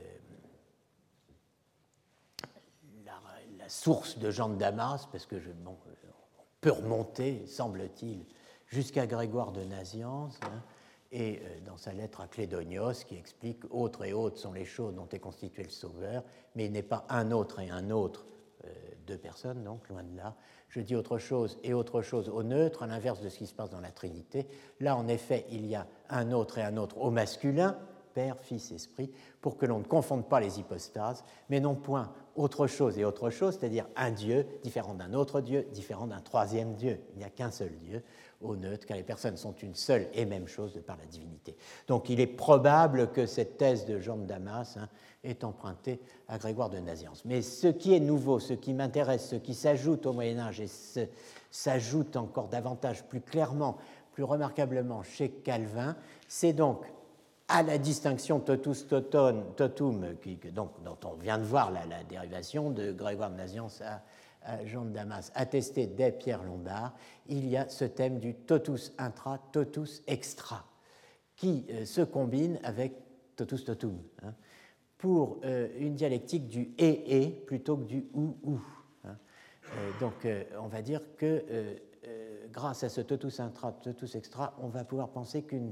la, la source de Jean de Damas, parce que je, bon, on peut remonter, semble-t-il, jusqu'à Grégoire de Nazianze, hein, et euh, dans sa lettre à Clédonios, qui explique « Autres et autres sont les choses dont est constitué le Sauveur, mais il n'est pas un autre et un autre, euh, deux personnes, donc, loin de là. Je dis autre chose et autre chose au neutre, à l'inverse de ce qui se passe dans la Trinité. Là, en effet, il y a un autre et un autre au masculin, Père, Fils, Esprit, pour que l'on ne confonde pas les hypostases, mais non point autre chose et autre chose, c'est-à-dire un Dieu différent d'un autre Dieu, différent d'un troisième Dieu. Il n'y a qu'un seul Dieu au neutre, car les personnes sont une seule et même chose de par la divinité. Donc il est probable que cette thèse de Jean de Damas hein, est empruntée à Grégoire de Nazianze. Mais ce qui est nouveau, ce qui m'intéresse, ce qui s'ajoute au Moyen-Âge et s'ajoute encore davantage, plus clairement, plus remarquablement chez Calvin, c'est donc à la distinction totus toton, totum, qui, donc, dont on vient de voir la, la dérivation de Grégoire de Nazianze à, à Jean de Damas, attesté dès Pierre Lombard, il y a ce thème du totus intra, totus extra, qui euh, se combine avec totus totum, hein, pour euh, une dialectique du et et plutôt que du ou ou. Hein. Euh, donc, euh, on va dire que euh, euh, grâce à ce totus intra, totus extra, on va pouvoir penser qu'une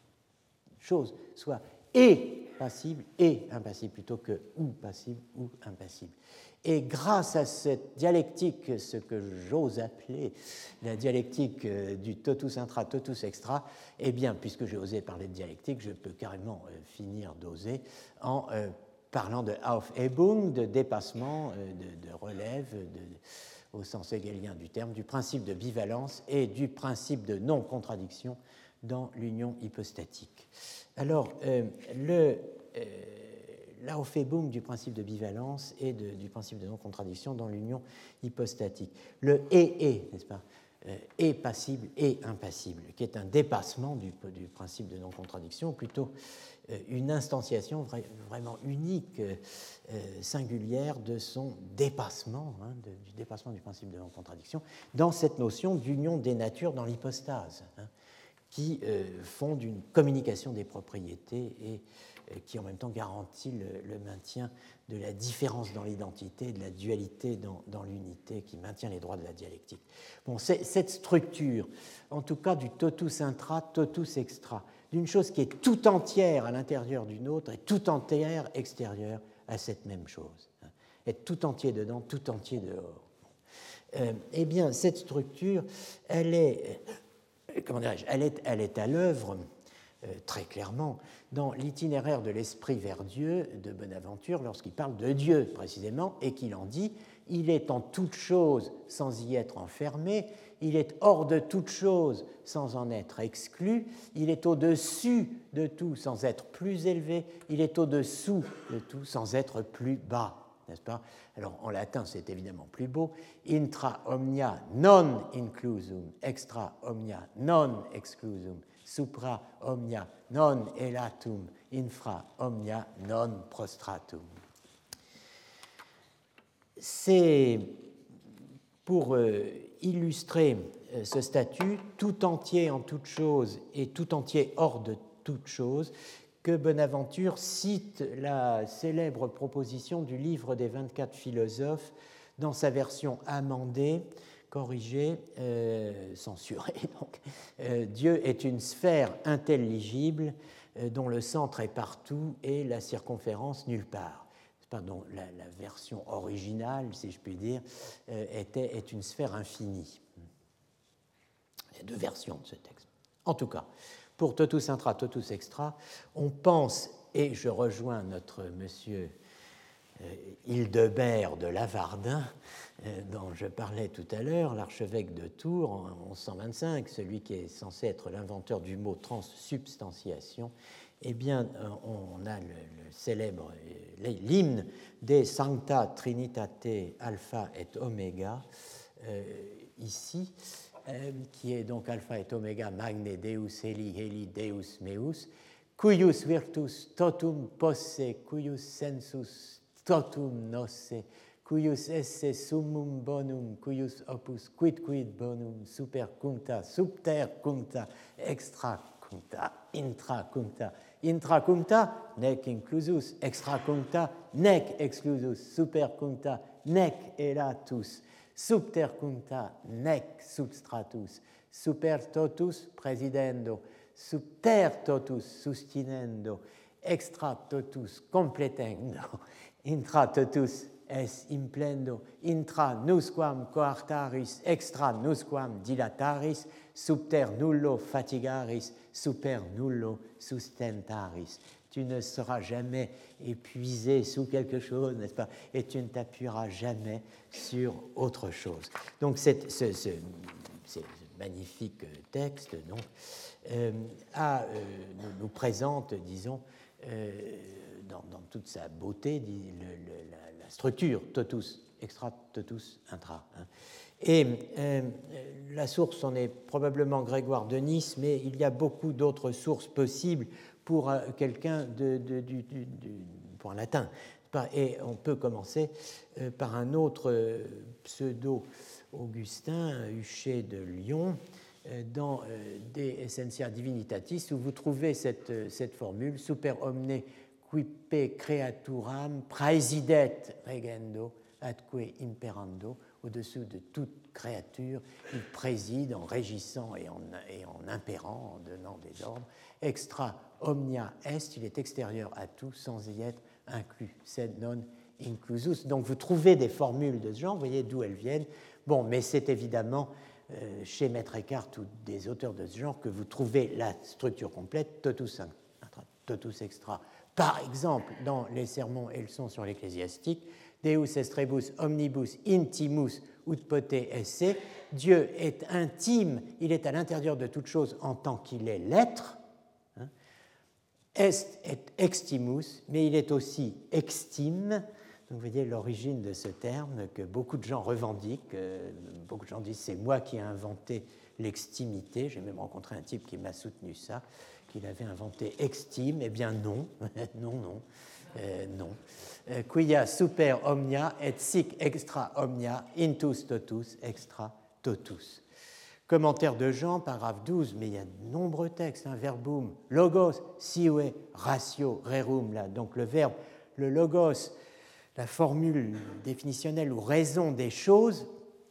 chose soit et passible et impassible plutôt que ou passible ou impassible. Et grâce à cette dialectique, ce que j'ose appeler la dialectique du totus intra, totus extra, eh bien, puisque j'ai osé parler de dialectique, je peux carrément euh, finir d'oser en euh, parlant de Aufhebung, de dépassement, euh, de, de relève, de, de, au sens hegelien du terme, du principe de bivalence et du principe de non-contradiction dans l'union hypostatique. Alors, euh, le, euh, l'Aufhebung du principe de bivalence et de, du principe de non-contradiction dans l'union hypostatique. Le « et » est, n'est-ce pas, euh, est passible et impassible, qui est un dépassement du, du principe de non-contradiction, ou plutôt euh, une instantiation vra- vraiment unique, euh, singulière de son dépassement, hein, de, du dépassement du principe de non-contradiction, dans cette notion d'union des natures dans l'hypostase, hein, qui euh, font d'une communication des propriétés et euh, qui en même temps garantit le, le maintien de la différence dans l'identité, de la dualité dans, dans l'unité, qui maintient les droits de la dialectique. Bon, cette structure, en tout cas du totus intra, totus extra, d'une chose qui est tout entière à l'intérieur d'une autre et tout entière extérieure à cette même chose. Être tout entier dedans, tout entier dehors. Euh, eh bien, cette structure, elle est, comment dirais-je, elle est, elle est à l'œuvre, euh, très clairement, dans l'itinéraire de l'esprit vers Dieu de Bonaventure, lorsqu'il parle de Dieu, précisément, et qu'il en dit « Il est en toute chose sans y être enfermé, il est hors de toute chose sans en être exclu, il est au-dessus de tout sans être plus élevé, il est au-dessous de tout sans être plus bas. » N'est-ce pas? Alors, en latin, c'est évidemment plus beau. Intra omnia non inclusum, extra omnia non exclusum, supra omnia non elatum, infra omnia non prostratum. C'est pour euh, illustrer euh, ce statut, tout entier en toute chose et tout entier hors de toute chose, que Bonaventure cite la célèbre proposition du livre des vingt-quatre philosophes dans sa version amendée, corrigée, euh, censurée. Donc, euh, Dieu est une sphère intelligible euh, dont le centre est partout et la circonférence nulle part. Pardon, la, la version originale, si je puis dire, euh, était, est une sphère infinie. Il y a deux versions de ce texte. En tout cas, pour totus intra, totus extra, on pense, et je rejoins notre monsieur euh, Hildebert de Lavardin, euh, dont je parlais tout à l'heure, l'archevêque de Tours en onze cent vingt-cinq, celui qui est censé être l'inventeur du mot transsubstantiation, eh bien, on a le, le célèbre, l'hymne des Sancta Trinitate Alpha et Omega, euh, ici, euh, qui est donc Alpha et Omega, Magne Deus Heli, Heli Deus Meus, cuius virtus totum posse, cuius sensus totum nosse, cuius esse summum bonum, cuius opus quid quid bonum, super cuncta, subter cuncta, extra cuncta, intra cuncta, intra cuncta, nec inclusus, extra cuncta, nec exclusus, super cuncta, nec elatus, subter cuncta, nec substratus, super totus presidendo, subter totus sustinendo, extra totus completendo, intra totus es implendo, intra nusquam coartaris, extra nusquam dilataris, subter nullo fatigaris, super nullo sustentaris. Tu ne seras jamais épuisé sous quelque chose, n'est-ce pas? Et tu ne t'appuieras jamais sur autre chose. Donc, cette, ce, ce, ce magnifique texte donc, euh, a, euh, nous, nous présente, disons, euh, dans, dans toute sa beauté, dit, le, le, la, la structure totus extra, totus intra. Hein. Et euh, la source en est probablement Grégoire de Nice, mais il y a beaucoup d'autres sources possibles pour euh, quelqu'un de, de, du, du, du, pour un latin. Et on peut commencer euh, par un autre euh, pseudo-Augustin, Huchet de Lyon, euh, dans euh, De Essentia Divinitatis, où vous trouvez cette, cette formule super omne quipe creaturam praesidet regendo atque imperando. Au-dessous de toute créature, il préside en régissant et en, et en impérant, en donnant des ordres. Extra omnia est, il est extérieur à tout sans y être inclus. Sed non inclusus. Donc vous trouvez des formules de ce genre, vous voyez d'où elles viennent. Bon, mais c'est évidemment euh, chez Maître Eckhart ou des auteurs de ce genre que vous trouvez la structure complète, totus intra, totus extra. Par exemple, dans les sermons et leçons sur l'ecclésiastique, Deus est rebus omnibus intimus ut pote esse. Dieu est intime, il est à l'intérieur de toute chose en tant qu'il est l'être. Hein. Est et extimus, mais il est aussi extime. Donc vous voyez l'origine de ce terme que beaucoup de gens revendiquent. Euh, beaucoup de gens disent c'est moi qui ai inventé l'extimité. J'ai même rencontré un type qui m'a soutenu ça, qu'il avait inventé extime. Eh bien non, non, non. Euh, non. Euh, quia super omnia et sic extra omnia intus totus extra totus. Commentaire de Jean, paragraphe douze, mais il y a de nombreux textes, hein, verbum, logos, sive, ratio, rerum, là, donc le verbe, le logos, la formule définitionnelle ou raison des choses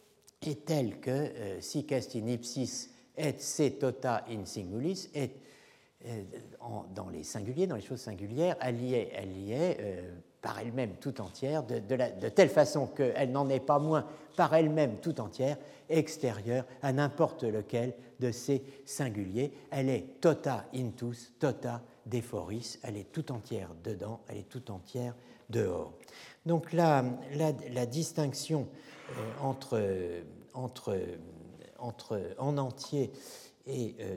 est telle que euh, sic est in ipsis et se tota in singulis, et euh, en, dans les singuliers, dans les choses singulières, elle y est, elle y est euh, par elle-même tout entière, de, de, la, de telle façon qu'elle n'en est pas moins par elle-même tout entière, extérieure à n'importe lequel de ces singuliers. Elle est tota intus, tota dephoris, elle est tout entière dedans, elle est tout entière dehors. Donc la, la, la distinction euh, entre, entre, entre en entier et euh,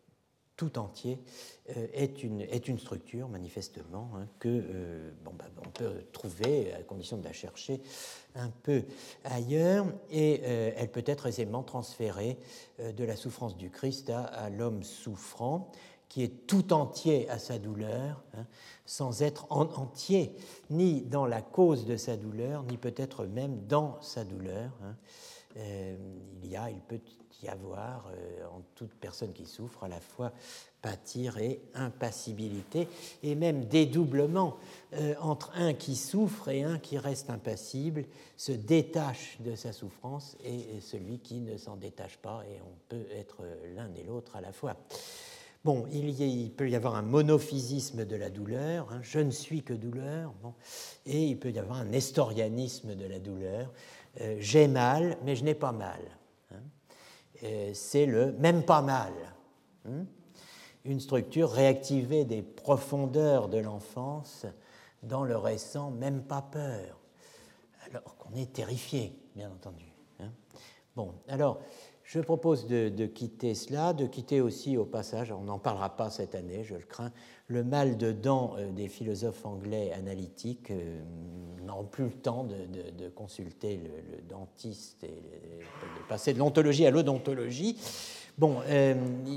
tout entier euh, est, une, est une structure, manifestement, hein, que euh, bon, bah, on peut trouver, à condition de la chercher, un peu ailleurs, et euh, elle peut être aisément transférée euh, de la souffrance du Christ à, à l'homme souffrant, qui est tout entier à sa douleur, hein, sans être en entier ni dans la cause de sa douleur, ni peut-être même dans sa douleur. Hein. Euh, il y a, il peut y avoir euh, en toute personne qui souffre à la fois pâtir et impassibilité, et même dédoublement euh, entre un qui souffre et un qui reste impassible, se détache de sa souffrance, et celui qui ne s'en détache pas, et on peut être l'un et l'autre à la fois. Bon, il, y a, il peut y avoir un monophysisme de la douleur, hein, je ne suis que douleur, bon, et il peut y avoir un nestorianisme de la douleur, euh, j'ai mal, mais je n'ai pas mal. Hein. Euh, c'est le même pas mal. Hein. Une structure réactivée des profondeurs de l'enfance dans le récent même pas peur, alors qu'on est terrifié, bien entendu. Hein. Bon, alors, je propose de, de quitter cela, de quitter aussi au passage, on n'en parlera pas cette année, je le crains, le mal de dents des philosophes anglais analytiques. Euh, n'auront plus le temps de, de, de consulter le, le dentiste et de passer de l'ontologie à l'odontologie. Bon, euh,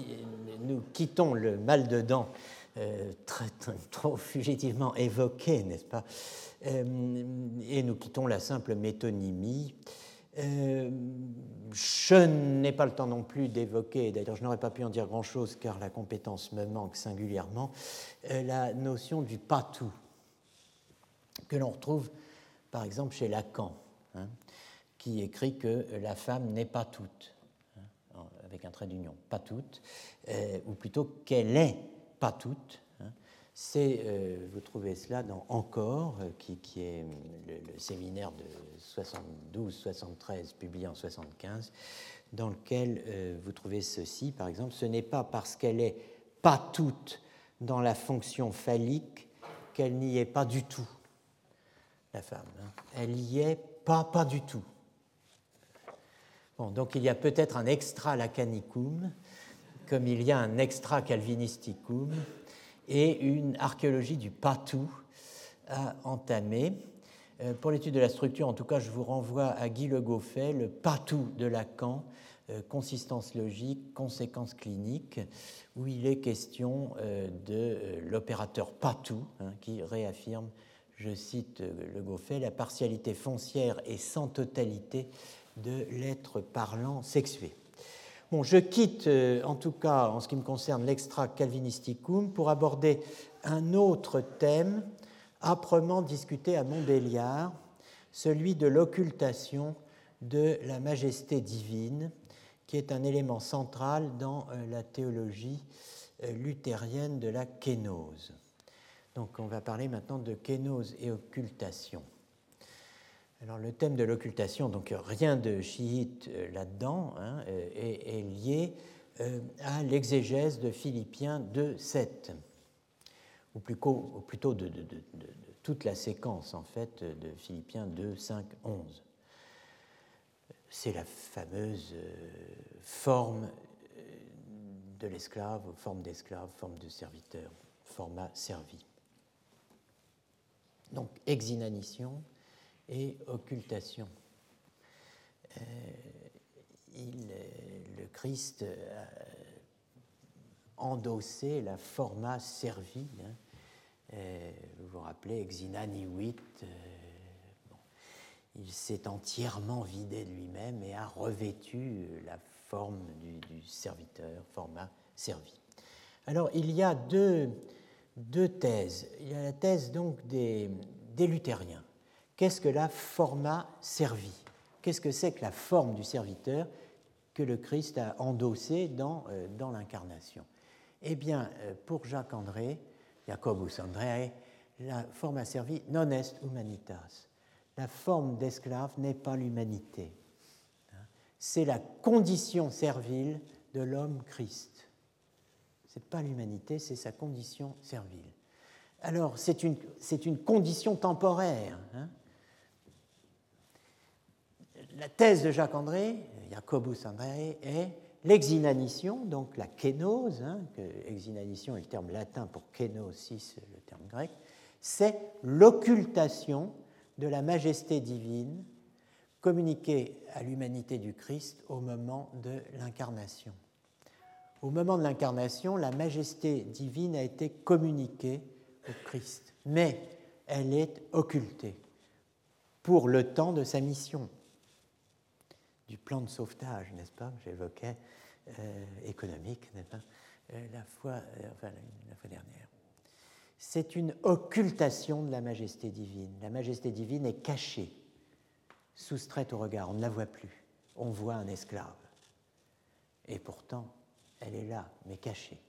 nous quittons le mal de dents euh, très, très, trop fugitivement évoqué, n'est-ce pas, euh, et nous quittons la simple métonymie. Euh, je n'ai pas le temps non plus d'évoquer, d'ailleurs je n'aurais pas pu en dire grand-chose car la compétence me manque singulièrement, euh, la notion du pas-tout, que l'on retrouve par exemple chez Lacan, hein, qui écrit que la femme n'est pas toute, hein, avec un trait d'union, pas toute, euh, ou plutôt qu'elle est pas toute. Hein. C'est, euh, vous trouvez cela dans Encore, euh, qui, qui est le, le séminaire de soixante-douze soixante-treize, publié en soixante-quinze, dans lequel euh, vous trouvez ceci, par exemple, ce n'est pas parce qu'elle est pas toute dans la fonction phallique qu'elle n'y est pas du tout, la femme. Hein. Elle y est pas, pas du tout. Bon, donc il y a peut-être un extra lacanicum, comme il y a un extra calvinisticum, et une archéologie du pas-tout à entamer. Euh, pour l'étude de la structure, en tout cas, je vous renvoie à Guy Le Goffet, le pas-tout de Lacan, euh, consistance logique, conséquences cliniques, où il est question euh, de euh, l'opérateur pas-tout, hein, qui réaffirme, je cite euh, Le Goffet, la partialité foncière et sans totalité de l'être parlant sexué. Bon, je quitte, euh, en tout cas, en ce qui me concerne, l'extra calvinisticum pour aborder un autre thème âprement discuté à Montbéliard, celui de l'occultation de la majesté divine, qui est un élément central dans euh, la théologie euh, luthérienne de la kénose. Donc, on va parler maintenant de kénose et occultation. Alors, le thème de l'occultation, donc rien de chiite euh, là-dedans, hein, est, est lié euh, à l'exégèse de Philippiens deux sept, ou plutôt, ou plutôt de, de, de, de, de toute la séquence en fait de Philippiens deux cinq onze. C'est la fameuse euh, forme de l'esclave, forme d'esclave, forme de serviteur, format servi. Donc, exinanition et occultation. Euh, il, le Christ a endossé la forma servi. Hein. Euh, vous vous rappelez, exinaniuit. Euh, bon. Il s'est entièrement vidé de lui-même et a revêtu la forme du, du serviteur, format servi. Alors, il y a deux, deux thèses. Il y a la thèse donc des, des luthériens. Qu'est-ce que la forma servi? Qu'est-ce que c'est que la forme du serviteur que le Christ a endossée dans, euh, dans l'incarnation? Eh bien, euh, pour Jacques André, Jacobus André, la forma servi non est humanitas. La forme d'esclave n'est pas l'humanité. C'est la condition servile de l'homme Christ. Ce n'est pas l'humanité, c'est sa condition servile. Alors, c'est une, c'est une condition temporaire. Hein. La thèse de Jacques André, Jacobus André, est l'exinanition, donc la kénose, hein, que exinanition est le terme latin pour kénosis, le terme grec, c'est l'occultation de la majesté divine communiquée à l'humanité du Christ au moment de l'incarnation. Au moment de l'incarnation, la majesté divine a été communiquée au Christ, mais elle est occultée pour le temps de sa mission, du plan de sauvetage, n'est-ce pas, j'évoquais, euh, économique, n'est-ce pas, euh, la, fois, euh, enfin, la fois dernière. C'est une occultation de la majesté divine. La majesté divine est cachée, soustraite au regard, on ne la voit plus. On voit un esclave. Et pourtant, elle est là, mais cachée.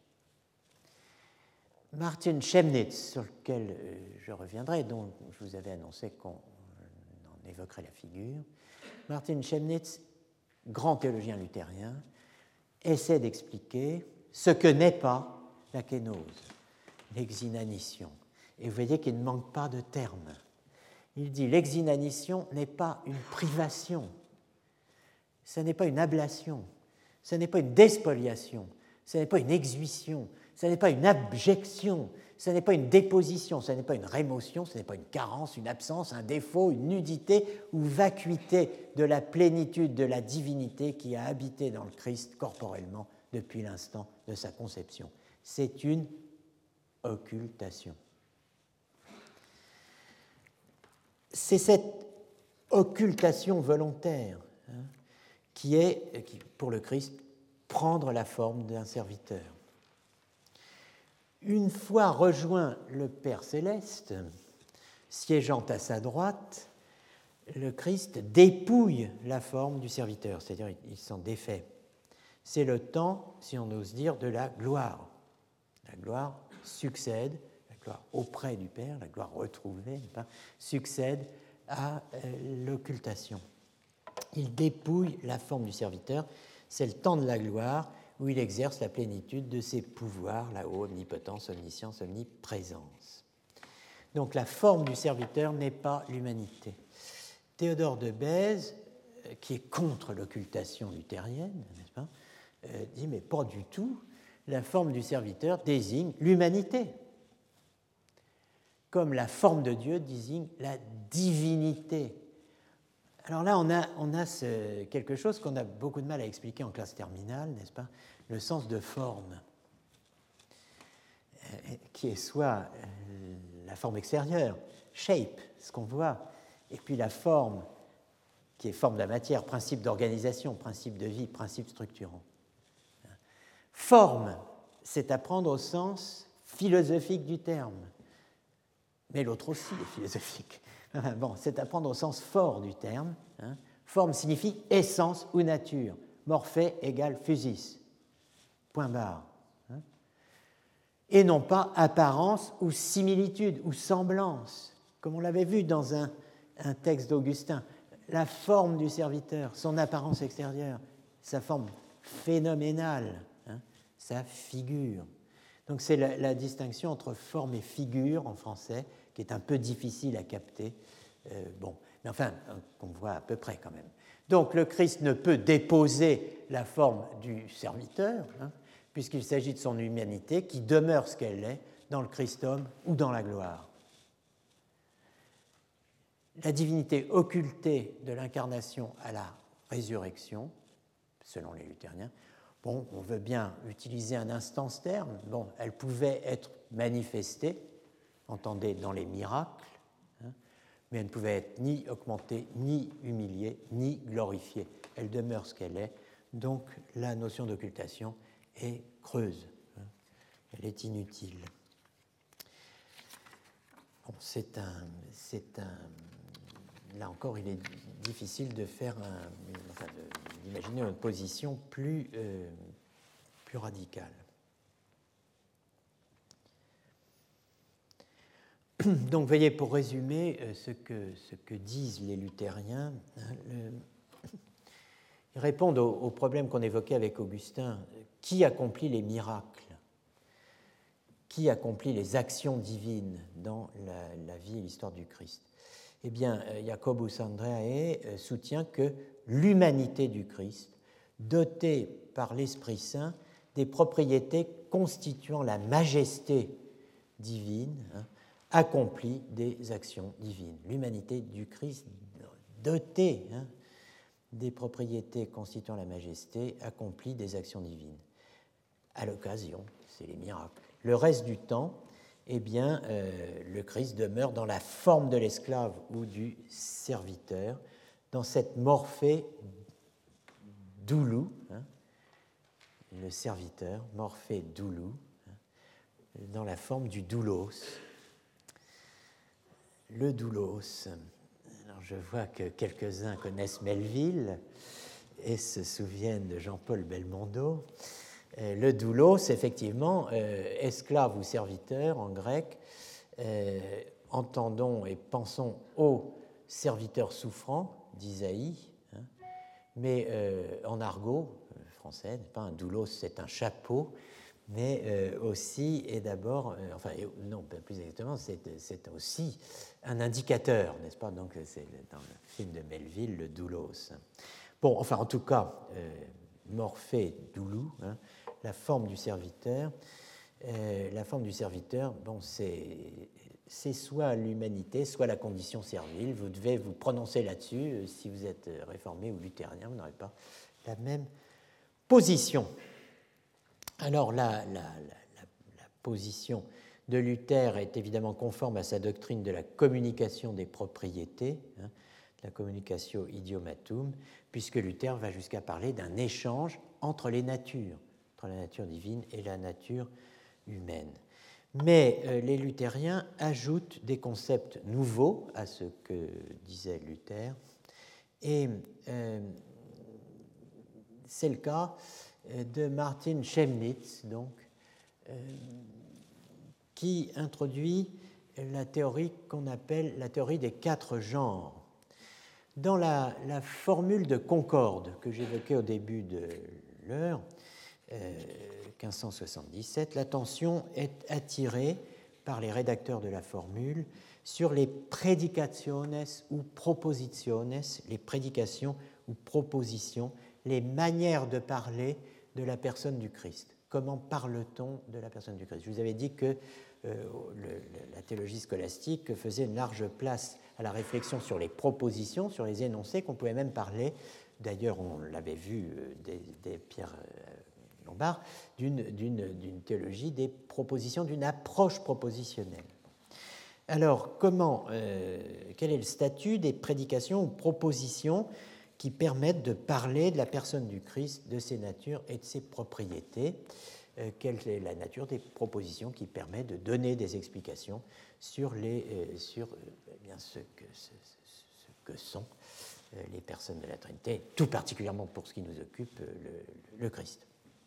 Martin Chemnitz, sur lequel je reviendrai, dont je vous avais annoncé qu'on en évoquerait la figure, Martin Chemnitz, grand théologien luthérien, essaie d'expliquer ce que n'est pas la kénose, l'exinanition. Et vous voyez qu'il ne manque pas de termes. Il dit l'exinanition n'est pas une privation, ce n'est pas une ablation, ce n'est pas une déspoliation, ce n'est pas une exuition, ce n'est pas une abjection, ce n'est pas une déposition, ce n'est pas une rémotion, ce n'est pas une carence, une absence, un défaut, une nudité ou vacuité de la plénitude de la divinité qui a habité dans le Christ corporellement depuis l'instant de sa conception. C'est une occultation. C'est cette occultation volontaire hein, qui est, qui, pour le Christ, prendre la forme d'un serviteur. Une fois rejoint le Père céleste, siégeant à sa droite, le Christ dépouille la forme du serviteur, c'est-à-dire il s'en défait. C'est le temps, si on ose dire, de la gloire. La gloire succède, la gloire auprès du Père, la gloire retrouvée, succède à l'occultation. Il dépouille la forme du serviteur, c'est le temps de la gloire où il exerce la plénitude de ses pouvoirs, là-haut, omnipotence, omniscience, omniprésence. Donc la forme du serviteur n'est pas l'humanité. Théodore de Bèze, qui est contre l'occultation luthérienne, n'est-ce pas, euh, dit mais pas du tout, la forme du serviteur désigne l'humanité, comme la forme de Dieu désigne la divinité. Alors là, on a, on a ce, quelque chose qu'on a beaucoup de mal à expliquer en classe terminale, n'est-ce pas? Le sens de forme, euh, qui est soit euh, la forme extérieure, shape, ce qu'on voit, et puis la forme, qui est forme de la matière, principe d'organisation, principe de vie, principe structurant. Forme, c'est à prendre au sens philosophique du terme, mais l'autre aussi est philosophique. Bon, c'est à prendre au sens fort du terme. Hein. Forme signifie essence ou nature. Morphé égale physis. Point barre. Hein. Et non pas apparence ou similitude ou semblance, comme on l'avait vu dans un, un texte d'Augustin. La forme du serviteur, son apparence extérieure, sa forme phénoménale, hein, sa figure. Donc c'est la, la distinction entre forme et figure en français, qui est un peu difficile à capter. Euh, bon, mais enfin, qu'on voit à peu près quand même. Donc le Christ ne peut déposer la forme du serviteur, hein, puisqu'il s'agit de son humanité qui demeure ce qu'elle est dans le Christ-homme ou dans la gloire. La divinité occultée de l'incarnation à la résurrection, selon les luthériens, bon, on veut bien utiliser un instance terme, bon, elle pouvait être manifestée, entendez, dans les miracles, hein, mais elle ne pouvait être ni augmentée, ni humiliée, ni glorifiée. Elle demeure ce qu'elle est donc la notion d'occultation est creuse, hein, elle est inutile. Bon, c'est un, c'est un, là encore, il est difficile de faire un, enfin, de, d'imaginer une position plus, euh, plus radicale. Donc, vous voyez, pour résumer ce que, ce que disent les luthériens, le, ils répondent au, au problème qu'on évoquait avec Augustin. Qui accomplit les miracles? Qui accomplit les actions divines dans la, la vie et l'histoire du Christ? Eh bien, Jacobus Andreae soutient que l'humanité du Christ, dotée par l'Esprit Saint des propriétés constituant la majesté divine, hein, accomplit des actions divines. L'humanité du Christ dotée, hein, des propriétés constituant la majesté accomplit des actions divines. À l'occasion, c'est les miracles. Le reste du temps, eh bien, euh, le Christ demeure dans la forme de l'esclave ou du serviteur, dans cette morphée doulou, hein, le serviteur, morphée doulou, hein, dans la forme du doulos. Le doulos. Alors, je vois que quelques-uns connaissent Melville et se souviennent de Jean-Paul Belmondo. Le doulos, effectivement, euh, esclave ou serviteur en grec, euh, entendons et pensons au serviteur souffrant d'Isaïe, hein, mais euh, en argot euh, français, pas un doulos, c'est un chapeau, mais euh, aussi et d'abord, euh, enfin non, plus exactement, c'est, c'est aussi un indicateur, n'est-ce pas? Donc c'est dans le film de Melville, le doulos. Bon, enfin en tout cas, euh, morphée doulou, hein, la forme du serviteur. Euh, la forme du serviteur, bon, c'est, c'est soit l'humanité, soit la condition servile. Vous devez vous prononcer là-dessus. Si vous êtes réformé ou luthérien, vous n'aurez pas la même position. Alors, la, la, la, la position de Luther est évidemment conforme à sa doctrine de la communication des propriétés, hein, la communicatio idiomatum, puisque Luther va jusqu'à parler d'un échange entre les natures, entre la nature divine et la nature humaine. Mais euh, les luthériens ajoutent des concepts nouveaux à ce que disait Luther, et euh, c'est le cas de Martin Chemnitz, donc, euh, qui introduit la théorie qu'on appelle la théorie des quatre genres. Dans la, la formule de concorde que j'évoquais au début de l'heure, euh, quinze cent soixante-dix-sept, l'attention est attirée par les rédacteurs de la formule sur les predicationes ou propositiones, les prédications ou propositions, les manières de parler de la personne du Christ. Comment parle-t-on de la personne du Christ? Je vous avais dit que euh, le, la théologie scolastique faisait une large place à la réflexion sur les propositions, sur les énoncés, qu'on pouvait même parler, d'ailleurs on l'avait vu dès, dès Pierre Lombard, d'une, d'une, d'une théologie des propositions, d'une approche propositionnelle. Alors, comment, euh, quel est le statut des prédications ou propositions qui permettent de parler de la personne du Christ, de ses natures et de ses propriétés? Euh, quelle est la nature des propositions qui permettent de donner des explications sur, les, euh, sur euh, eh bien, ce, que, ce, ce que sont euh, les personnes de la Trinité, tout particulièrement pour ce qui nous occupe, euh, le, le Christ.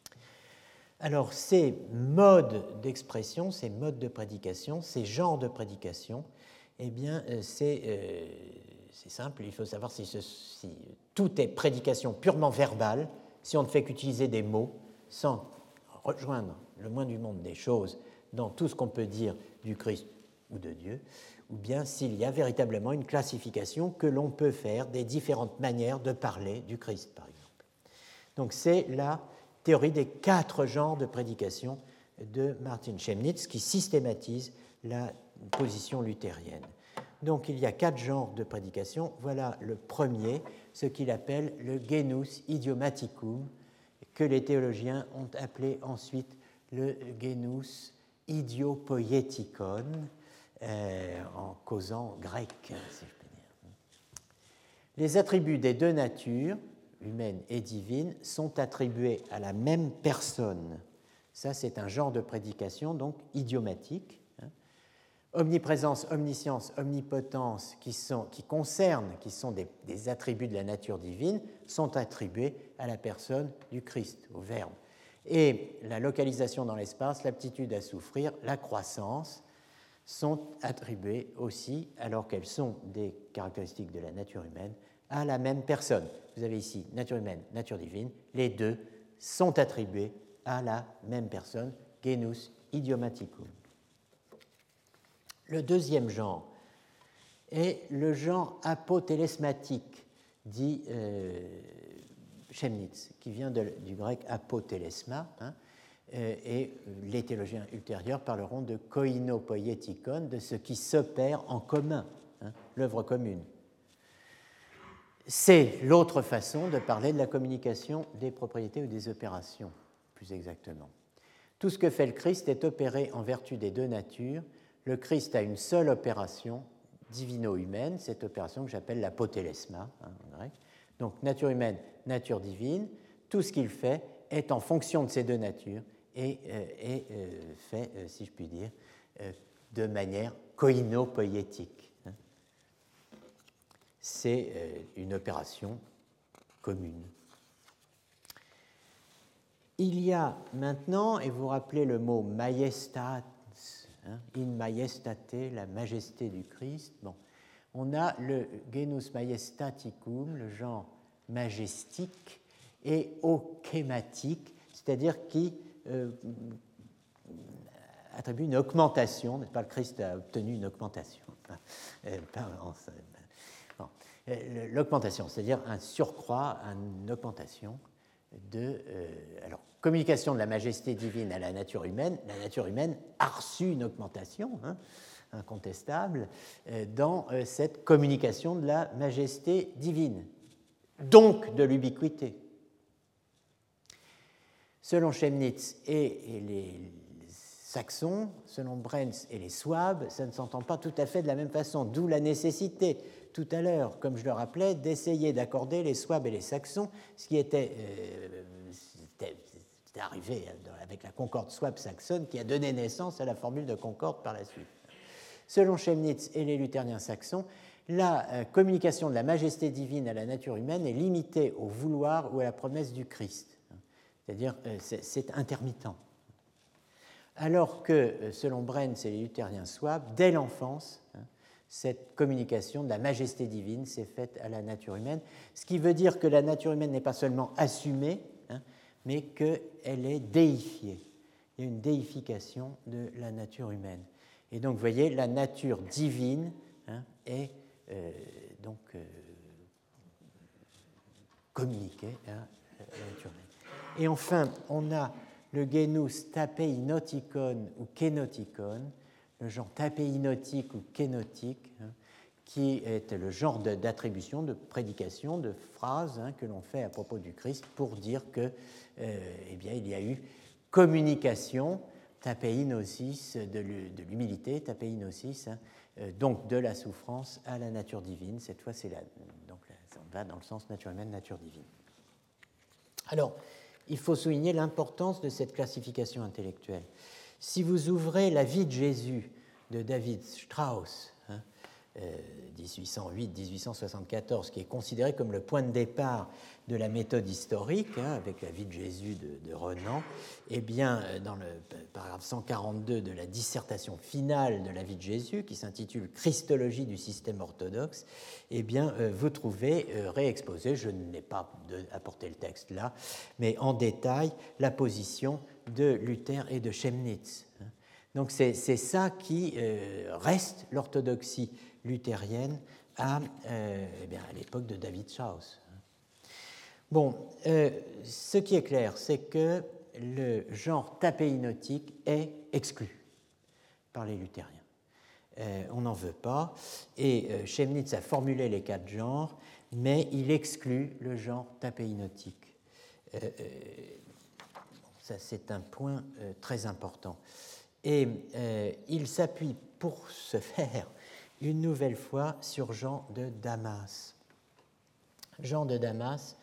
Alors, ces modes d'expression, ces modes de prédication, ces genres de prédication, eh bien, euh, c'est... Euh, C'est simple, il faut savoir si, ce, si tout est prédication purement verbale, si on ne fait qu'utiliser des mots sans rejoindre le moins du monde des choses dans tout ce qu'on peut dire du Christ ou de Dieu, ou bien s'il y a véritablement une classification que l'on peut faire des différentes manières de parler du Christ, par exemple. Donc c'est la théorie des quatre genres de prédication de Martin Chemnitz qui systématise la position luthérienne. Donc il y a quatre genres de prédication. Voilà le premier, ce qu'il appelle le genus idiomaticum, que les théologiens ont appelé ensuite le genus idiopoietikon, euh, en causant grec, si je peux dire. Les attributs des deux natures, humaine et divine sont attribuées à la même personne. Ça, c'est un genre de prédication donc idiomatique. Hein. Omniprésence, omniscience, omnipotence, qui, sont, qui concernent, qui sont des, des attributs de la nature divine, sont attribués à la personne du Christ, au Verbe. Et la localisation dans l'espace, l'aptitude à souffrir, la croissance, sont attribuées aussi, alors qu'elles sont des caractéristiques de la nature humaine, à la même personne. Vous avez ici nature humaine, nature divine, les deux sont attribués à la même personne, genus idiomaticum. Le deuxième genre est le genre apotélesmatique, dit euh, Chemnitz, qui vient de, du grec apotélesma, hein, euh, et les théologiens ultérieurs parleront de koinopoietikon, de ce qui s'opère en commun, hein, l'œuvre commune. C'est l'autre façon de parler de la communication des propriétés ou des opérations, plus exactement. Tout ce que fait le Christ est opéré en vertu des deux natures. Le Christ a une seule opération divino-humaine, cette opération que j'appelle l'apotélesma, hein, en grec. Donc nature humaine, nature divine, tout ce qu'il fait est en fonction de ces deux natures et euh, est euh, fait, euh, si je puis dire, euh, de manière koinopoietique. C'est une opération commune. Il y a maintenant, et vous rappelez le mot majestat, hein, in majestate, la majesté du Christ. Bon, on a le genus majestaticum, le genre majestique, et ochématique, c'est-à-dire qui euh, attribue une augmentation, n'est-ce pas, le Christ a obtenu une augmentation. Euh, pardon, L'augmentation, c'est-à-dire un surcroît, une augmentation de... Euh, alors, communication de la majesté divine à la nature humaine. La nature humaine a reçu une augmentation, hein, incontestable, euh, dans euh, cette communication de la majesté divine, donc de l'ubiquité. Selon Chemnitz et, et les Saxons, selon Brenz et les Souabes, ça ne s'entend pas tout à fait de la même façon, d'où la nécessité tout à l'heure, comme je le rappelais, d'essayer d'accorder les Souabes et les Saxons, ce qui était, euh, c'était, c'était arrivé avec la concorde Souabe-Saxonne qui a donné naissance à la formule de concorde par la suite. Selon Chemnitz et les lutherniens saxons, la euh, communication de la majesté divine à la nature humaine est limitée au vouloir ou à la promesse du Christ, c'est-à-dire euh, c'est, c'est intermittent. Alors que, euh, selon Brenz et les lutherniens Souabes, dès l'enfance, hein, cette communication de la majesté divine s'est faite à la nature humaine, ce qui veut dire que la nature humaine n'est pas seulement assumée, hein, mais qu'elle est déifiée. Il y a une déification de la nature humaine. Et donc, vous voyez, la nature divine, hein, est euh, donc euh, communiquée à la nature humaine. Et enfin, on a le genus tapeinotikon ou kénotikon, le genre tapéinotique ou kénotique, hein, qui est le genre de, d'attribution, de prédication, de phrase, hein, que l'on fait à propos du Christ pour dire que, euh, eh bien, il y a eu communication, tapéinosis, de l'humilité, tapéinosis, hein, euh, donc de la souffrance à la nature divine. Cette fois, c'est la, donc on va dans le sens nature humaine, nature divine. Alors, il faut souligner l'importance de cette classification intellectuelle. Si vous ouvrez La vie de Jésus de David Strauss, hein, euh, dix-huit cent huit à dix-huit cent soixante-quatorze, qui est considéré comme le point de départ de la méthode historique, hein, avec la vie de Jésus de, de Renan, eh bien, dans le paragraphe cent quarante-deux de la dissertation finale de la vie de Jésus, qui s'intitule « Christologie du système orthodoxe », eh bien, euh, vous trouvez euh, réexposé, je n'ai pas de, apporté le texte là, mais en détail, la position de Luther et de Chemnitz. Donc c'est, c'est ça qui euh, reste l'orthodoxie luthérienne à, euh, eh bien, à l'époque de David Strauss. Bon, euh, ce qui est clair, c'est que le genre tapéinotique est exclu par les luthériens. Euh, on n'en veut pas, et euh, Chemnitz a formulé les quatre genres, mais il exclut le genre tapéinotique. Euh, euh, ça, c'est un point euh, très important. Et euh, il s'appuie pour ce faire une nouvelle fois sur Jean de Damas. Jean de Damas,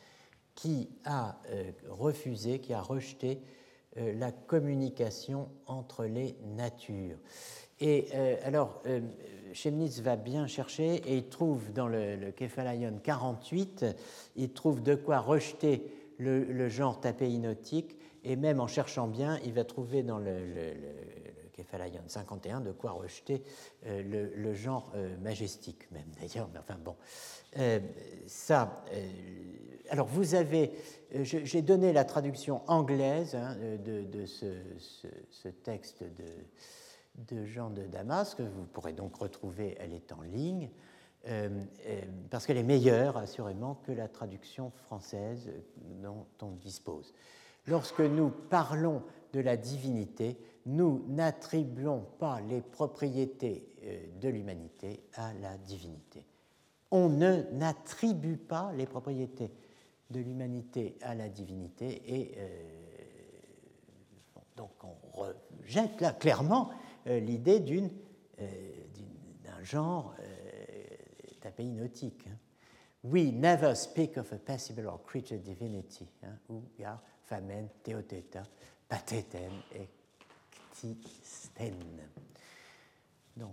qui a euh, refusé, qui a rejeté euh, la communication entre les natures. Et euh, alors, euh, Chemnitz va bien chercher et il trouve dans le, le Képhalaion quarante-huit, il trouve de quoi rejeter le, le genre tapéinotique, et même en cherchant bien, il va trouver dans le, le, le Képhalaion cinquante et un de quoi rejeter euh, le, le genre euh, majestique même d'ailleurs, mais enfin bon. Euh, ça, euh, alors vous avez, euh, j'ai donné la traduction anglaise hein, de, de ce, ce, ce texte de, de Jean de Damas, que vous pourrez donc retrouver, elle est en ligne, euh, euh, parce qu'elle est meilleure assurément que la traduction française dont on dispose. Lorsque nous parlons de la divinité, nous n'attribuons pas les propriétés de l'humanité à la divinité. On ne n'attribue pas les propriétés de l'humanité à la divinité et euh, bon, donc on rejette là clairement euh, l'idée d'une, euh, d'un genre euh, tapéinotique. Hein. We never speak of a passible or creature divinity, hein, où il y a famen, theoteta, pateten et ktisten. Donc,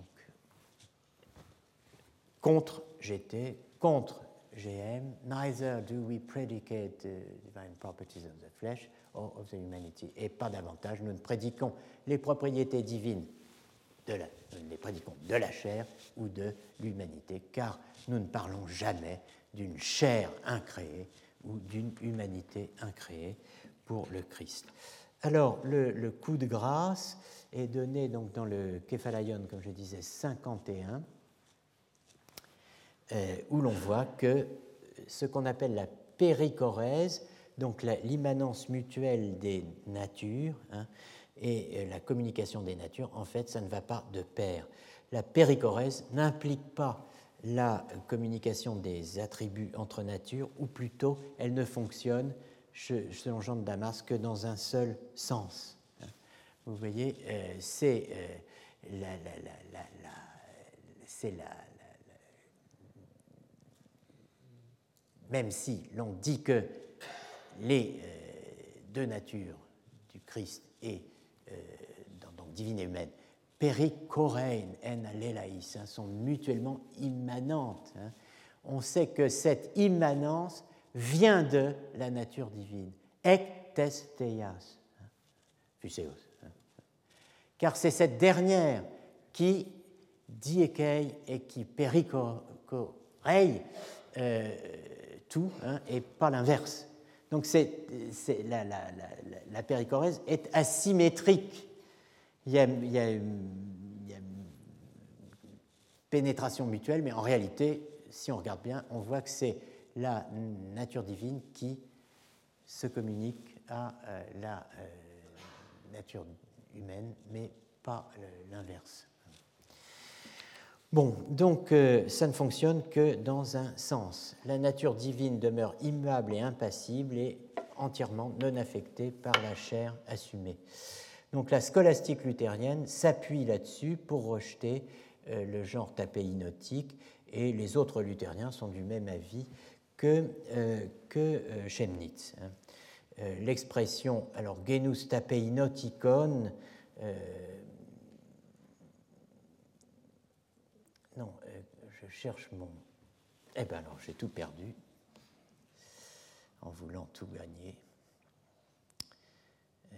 contre G T, contre G M, neither do we predicate the divine properties of the flesh or of the humanity. Et pas davantage, nous ne prédiquons les propriétés divines de la, nous ne les prédiquons de la chair ou de l'humanité, car nous ne parlons jamais d'une chair incréée ou d'une humanité incréée pour le Christ. Alors, le, le coup de grâce est donné donc dans le Képhalaion, comme je disais, cinquante et un, euh, où l'on voit que ce qu'on appelle la périchorèse, donc la, l'immanence mutuelle des natures, hein, et la communication des natures, en fait, ça ne va pas de pair. La périchorèse n'implique pas la communication des attributs entre natures, ou plutôt, elle ne fonctionne, selon Jean de Damas, que dans un seul sens. Vous voyez, euh, c'est euh, la, la, la, la, la, c'est la, la, la, même si l'on dit que les euh, deux natures du Christ et euh, dans, donc divine et humaine, périchorein en allélaïs, hein, sont mutuellement immanentes. Hein. On sait que cette immanence vient de la nature divine, ek tes theias, phuseos. Car c'est cette dernière qui diékei et qui périchorei euh, tout, hein, et pas l'inverse. Donc c'est, c'est la, la, la, la périchorèse est asymétrique. Il y a, il y a, il y a pénétration mutuelle, mais en réalité, si on regarde bien, on voit que c'est la nature divine qui se communique à euh, la euh, nature humaine, mais pas l'inverse. Bon, donc euh, ça ne fonctionne que dans un sens. La nature divine demeure immuable et impassible et entièrement non affectée par la chair assumée. Donc la scolastique luthérienne s'appuie là-dessus pour rejeter euh, le genre tapéinotique, et les autres luthériens sont du même avis que, euh, que euh, Chemnitz. Hein. Euh, l'expression, alors, genus tapéinotikon, euh, non, euh, je cherche mon... Eh bien alors, j'ai tout perdu en voulant tout gagner. Euh,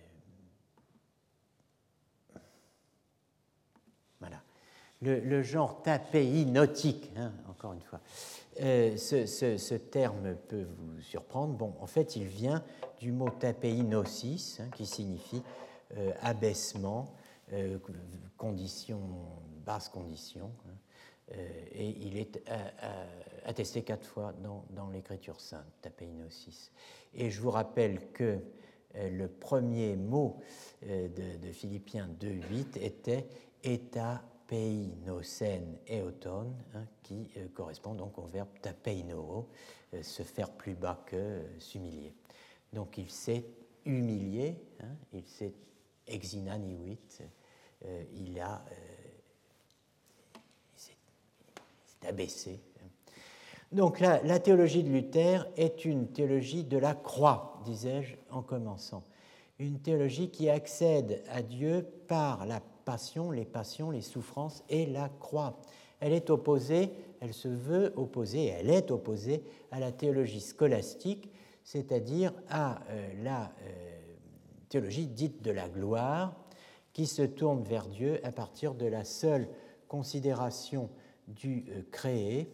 voilà. Le, le genre tapéinotique, hein, encore une fois. Euh, ce, ce, ce terme peut vous surprendre. Bon, en fait, il vient du mot tapéinosis, hein, qui signifie euh, abaissement, euh, condition, basse condition, hein, euh, et il est à, à, attesté quatre fois dans, dans l'Écriture sainte, tapéinosis. Et je vous rappelle que euh, le premier mot euh, de, de Philippiens deux huit était état peinosen eoton, hein, qui euh, correspond donc au verbe tapeino, euh, se faire plus bas que euh, s'humilier. Donc il s'est humilié, hein, il s'est exinaniuit, euh, il a euh, il s'est, il s'est abaissé. Donc la, la théologie de Luther est une théologie de la croix, disais-je en commençant. Une théologie qui accède à Dieu par la passion, les passions, les souffrances et la croix. Elle est opposée, elle se veut opposée, elle est opposée à la théologie scolastique, c'est-à-dire à euh, la euh, théologie dite de la gloire, qui se tourne vers Dieu à partir de la seule considération du euh, créé,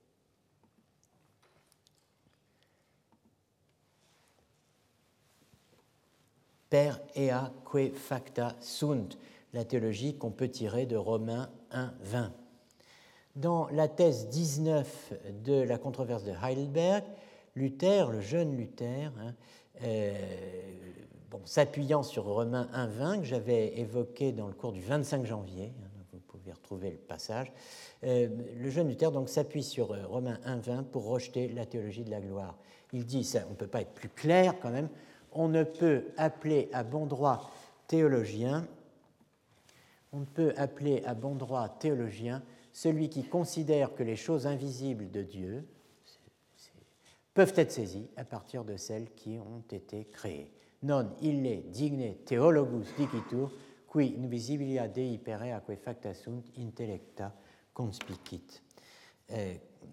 per ea que facta sunt, la théologie qu'on peut tirer de Romains un, vingt. Dans la thèse dix-neuf de la controverse de Heidelberg, Luther, le jeune Luther, hein, euh, bon, s'appuyant sur Romains un, vingt, que j'avais évoqué dans le cours du vingt-cinq janvier, hein, vous pouvez retrouver le passage, euh, le jeune Luther donc s'appuie sur euh, Romains un, vingt pour rejeter la théologie de la gloire. Il dit, ça, on ne peut pas être plus clair quand même, on ne peut appeler à bon droit théologien, on ne peut appeler à bon droit théologien celui qui considère que les choses invisibles de Dieu c'est, c'est, peuvent être saisies à partir de celles qui ont été créées. Non ille digne theologus dicitur, qui invisibilia Dei per eaque facta sunt intellecta conspicit. Euh,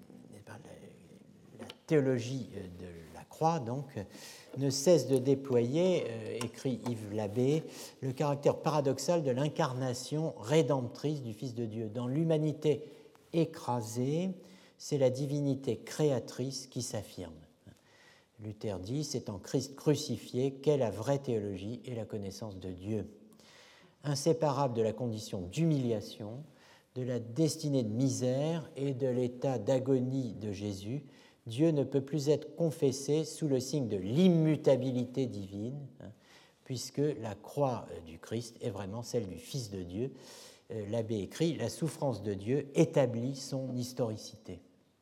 la théologie de la croix, donc, ne cesse de déployer, euh, écrit Yves Labbé, le caractère paradoxal de l'incarnation rédemptrice du Fils de Dieu. Dans l'humanité écrasée, c'est la divinité créatrice qui s'affirme. Luther dit, c'est en Christ crucifié qu'est la vraie théologie et la connaissance de Dieu. Inséparable de la condition d'humiliation, de la destinée de misère et de l'état d'agonie de Jésus, Dieu ne peut plus être confessé sous le signe de l'immutabilité divine, hein, puisque la croix du Christ est vraiment celle du Fils de Dieu. Euh, L'abbé écrit « La souffrance de Dieu établit son historicité ».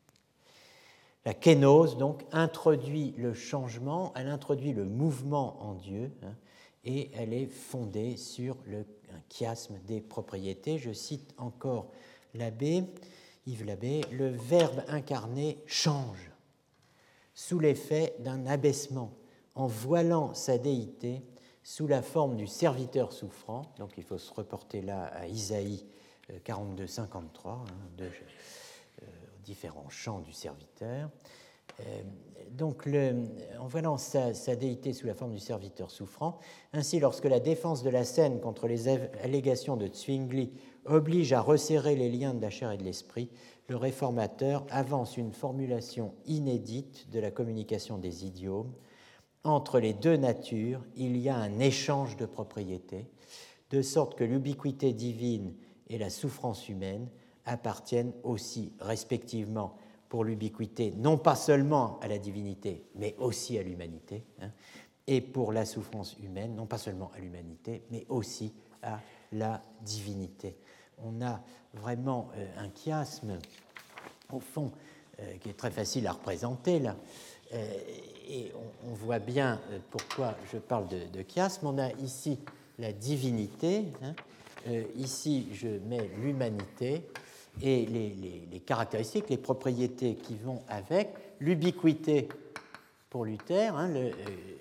La kénose, donc, introduit le changement, elle introduit le mouvement en Dieu, hein, et elle est fondée sur le un chiasme des propriétés. Je cite encore l'abbé, Yves Labbé, « Le Verbe incarné change sous l'effet d'un abaissement, en voilant sa déité sous la forme du serviteur souffrant ». Donc il faut se reporter là à Isaïe quarante-deux cinquante-trois, hein, de, euh, aux différents chants du serviteur. Euh, donc, le, en voilant sa, sa déité sous la forme du serviteur souffrant, ainsi, lorsque la défense de la scène contre les allégations de Zwingli oblige à resserrer les liens de la chair et de l'esprit, le réformateur avance une formulation inédite de la communication des idiomes. Entre les deux natures, il y a un échange de propriétés, de sorte que l'ubiquité divine et la souffrance humaine appartiennent aussi respectivement pour l'ubiquité, non pas seulement à la divinité, mais aussi à l'humanité, hein, et pour la souffrance humaine, non pas seulement à l'humanité, mais aussi à la divinité. On a vraiment euh, un chiasme, au fond, euh, qui est très facile à représenter, là, euh, et on, on voit bien euh, pourquoi je parle de, de chiasme. On a ici la divinité, hein, euh, ici je mets l'humanité, et les, les, les caractéristiques, les propriétés qui vont avec, l'ubiquité pour Luther, hein, le, euh,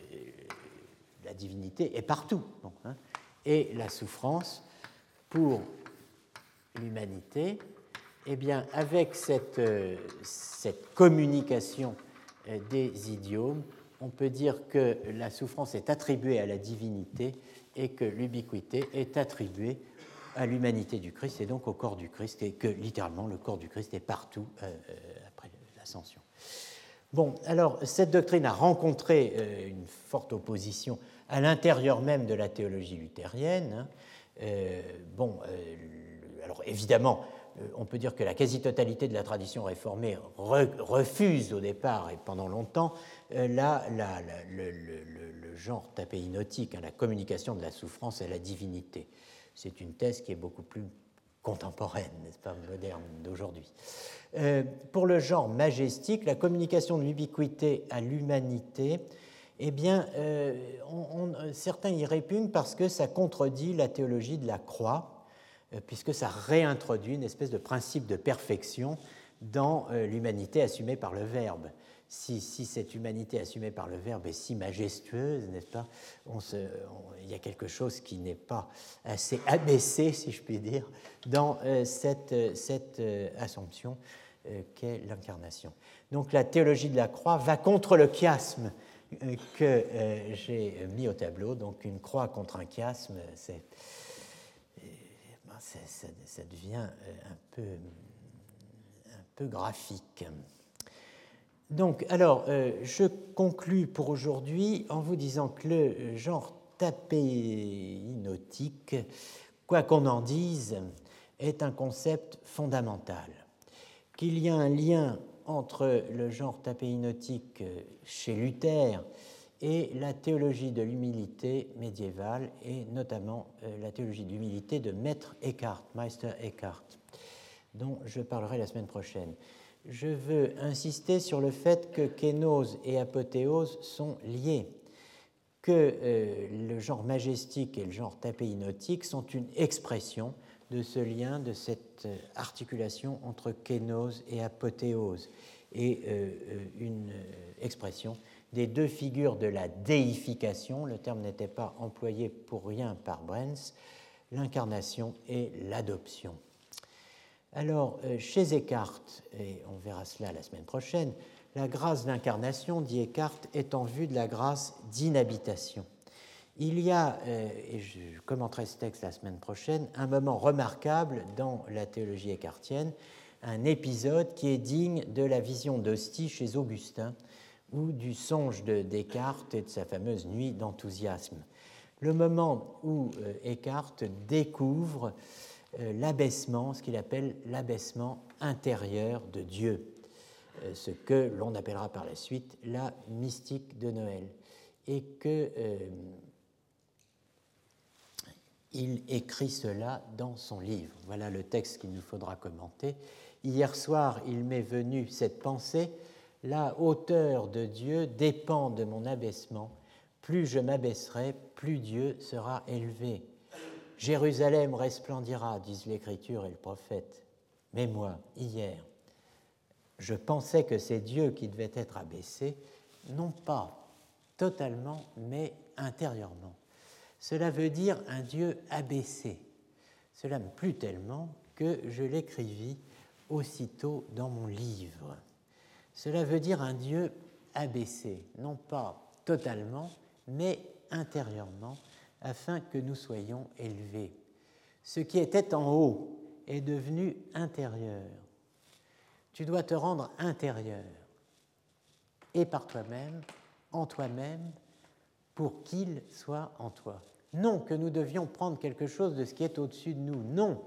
la divinité est partout, donc, hein, et la souffrance pour l'humanité, eh bien, avec cette, euh, cette communication euh, des idiomes, on peut dire que la souffrance est attribuée à la divinité et que l'ubiquité est attribuée à l'humanité du Christ et donc au corps du Christ, et que littéralement le corps du Christ est partout euh, après l'ascension. Bon, alors cette doctrine a rencontré euh, une forte opposition à l'intérieur même de la théologie luthérienne. Hein. Euh, bon, euh, alors évidemment, euh, on peut dire que la quasi-totalité de la tradition réformée re, refuse au départ et pendant longtemps euh, la, la, la, le, le, le, le genre tapéinotique, hein, la communication de la souffrance à la divinité. C'est une thèse qui est beaucoup plus contemporaine, n'est-ce pas, moderne d'aujourd'hui. Euh, pour le genre majestique, la communication de l'ubiquité à l'humanité, eh bien, euh, on, on, certains y répugnent parce que ça contredit la théologie de la croix, euh, puisque ça réintroduit une espèce de principe de perfection dans euh, l'humanité assumée par le Verbe. Si, si cette humanité assumée par le Verbe est si majestueuse, n'est-ce pas, on se, on, il y a quelque chose qui n'est pas assez abaissé, si je puis dire, dans euh, cette, cette euh, assomption euh, qu'est l'incarnation. Donc la théologie de la croix va contre le chiasme euh, que euh, j'ai mis au tableau. Donc une croix contre un chiasme, c'est, euh, ben, c'est, ça, ça devient un peu, un peu graphique. Donc, alors, euh, je conclus pour aujourd'hui en vous disant que le genre tapéinotique, quoi qu'on en dise, est un concept fondamental. Qu'il y a un lien entre le genre tapéinotique chez Luther et la théologie de l'humilité médiévale, et notamment euh, la théologie de l'humilité de Maître Eckhart, Meister Eckhart, dont je parlerai la semaine prochaine. Je veux insister sur le fait que kénose et apothéose sont liés, que euh, le genre majestique et le genre tapéinotique sont une expression de ce lien, de cette articulation entre kénose et apothéose, et euh, une expression des deux figures de la déification, le terme n'était pas employé pour rien par Brenz, l'incarnation et l'adoption. Alors, chez Eckhart, et on verra cela la semaine prochaine, la grâce d'incarnation, dit Eckhart, est en vue de la grâce d'inhabitation. Il y a, et je commenterai ce texte la semaine prochaine, un moment remarquable dans la théologie eckartienne, un épisode qui est digne de la vision d'Ostie chez Augustin ou du songe de Descartes et de sa fameuse nuit d'enthousiasme. Le moment où Eckhart découvre l'abaissement, ce qu'il appelle l'abaissement intérieur de Dieu, ce que l'on appellera par la suite la mystique de Noël, et que euh, il écrit cela dans son livre. Voilà le texte qu'il nous faudra commenter. Hier soir, il m'est venu cette pensée: la hauteur de Dieu dépend de mon abaissement. Plus je m'abaisserai, plus Dieu sera élevé. Jérusalem resplendira, disent l'Écriture et le prophète. Mais moi, hier, je pensais que c'est Dieu qui devait être abaissé, non pas totalement, mais intérieurement. Cela veut dire un Dieu abaissé. Cela me plut tellement que je l'écrivis aussitôt dans mon livre. Cela veut dire un Dieu abaissé, non pas totalement, mais intérieurement, afin que nous soyons élevés. Ce qui était en haut est devenu intérieur. Tu dois te rendre intérieur, et par toi-même, en toi-même, pour qu'il soit en toi. Non que nous devions prendre quelque chose de ce qui est au-dessus de nous, non.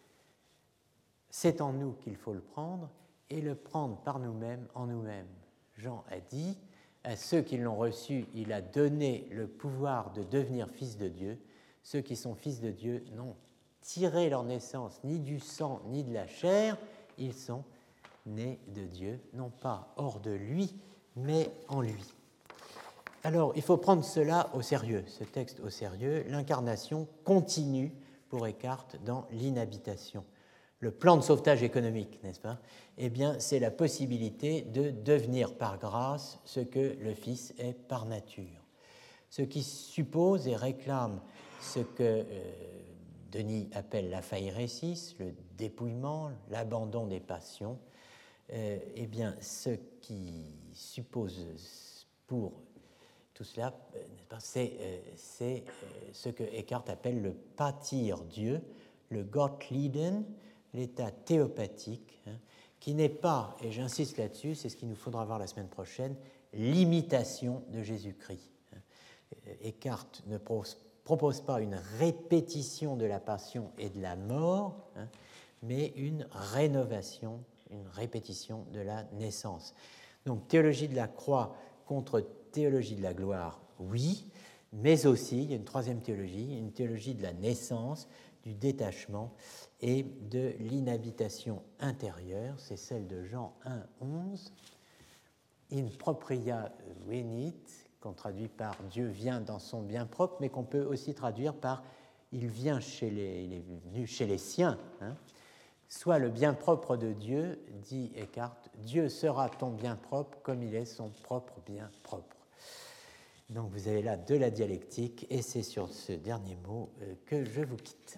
C'est en nous qu'il faut le prendre, et le prendre par nous-mêmes, en nous-mêmes. Jean a dit: à ceux qui l'ont reçu, il a donné le pouvoir de devenir fils de Dieu. Ceux qui sont fils de Dieu n'ont tiré leur naissance ni du sang ni de la chair, ils sont nés de Dieu, non pas hors de lui, mais en lui. Alors, il faut prendre cela au sérieux, ce texte au sérieux. L'incarnation continue pour Eckhart dans l'inhabitation. Le plan de sauvetage économique, n'est-ce pas? Eh bien, c'est la possibilité de devenir par grâce ce que le Fils est par nature. Ce qui suppose et réclame ce que euh, Denis appelle la phairesis, le dépouillement, l'abandon des passions. Euh, eh bien, ce qui suppose pour tout cela, n'est-ce pas, c'est, euh, c'est euh, ce que Eckhart appelle le pâtir Dieu, le Gottlieben, l'état théopathique, hein, qui n'est pas, et j'insiste là-dessus, c'est ce qu'il nous faudra voir la semaine prochaine, l'imitation de Jésus-Christ. Eckhart ne propose pas une répétition de la passion et de la mort, hein, mais une rénovation, une répétition de la naissance. Donc théologie de la croix contre théologie de la gloire, oui, mais aussi, il y a une troisième théologie, une théologie de la naissance, du détachement et de l'inhabitation intérieure, c'est celle de Jean un, onze. In propria venit, qu'on traduit par Dieu vient dans son bien propre, mais qu'on peut aussi traduire par il vient chez les, il est venu chez les siens, hein, soit le bien propre de Dieu, dit Eckhart, Dieu sera ton bien propre comme il est son propre bien propre. Donc vous avez là de la dialectique, et c'est sur ce dernier mot que je vous quitte.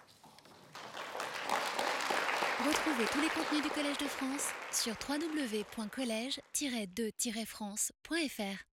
Retrouvez tous les contenus du Collège de France sur w w w point collège tiret de tiret france point f r.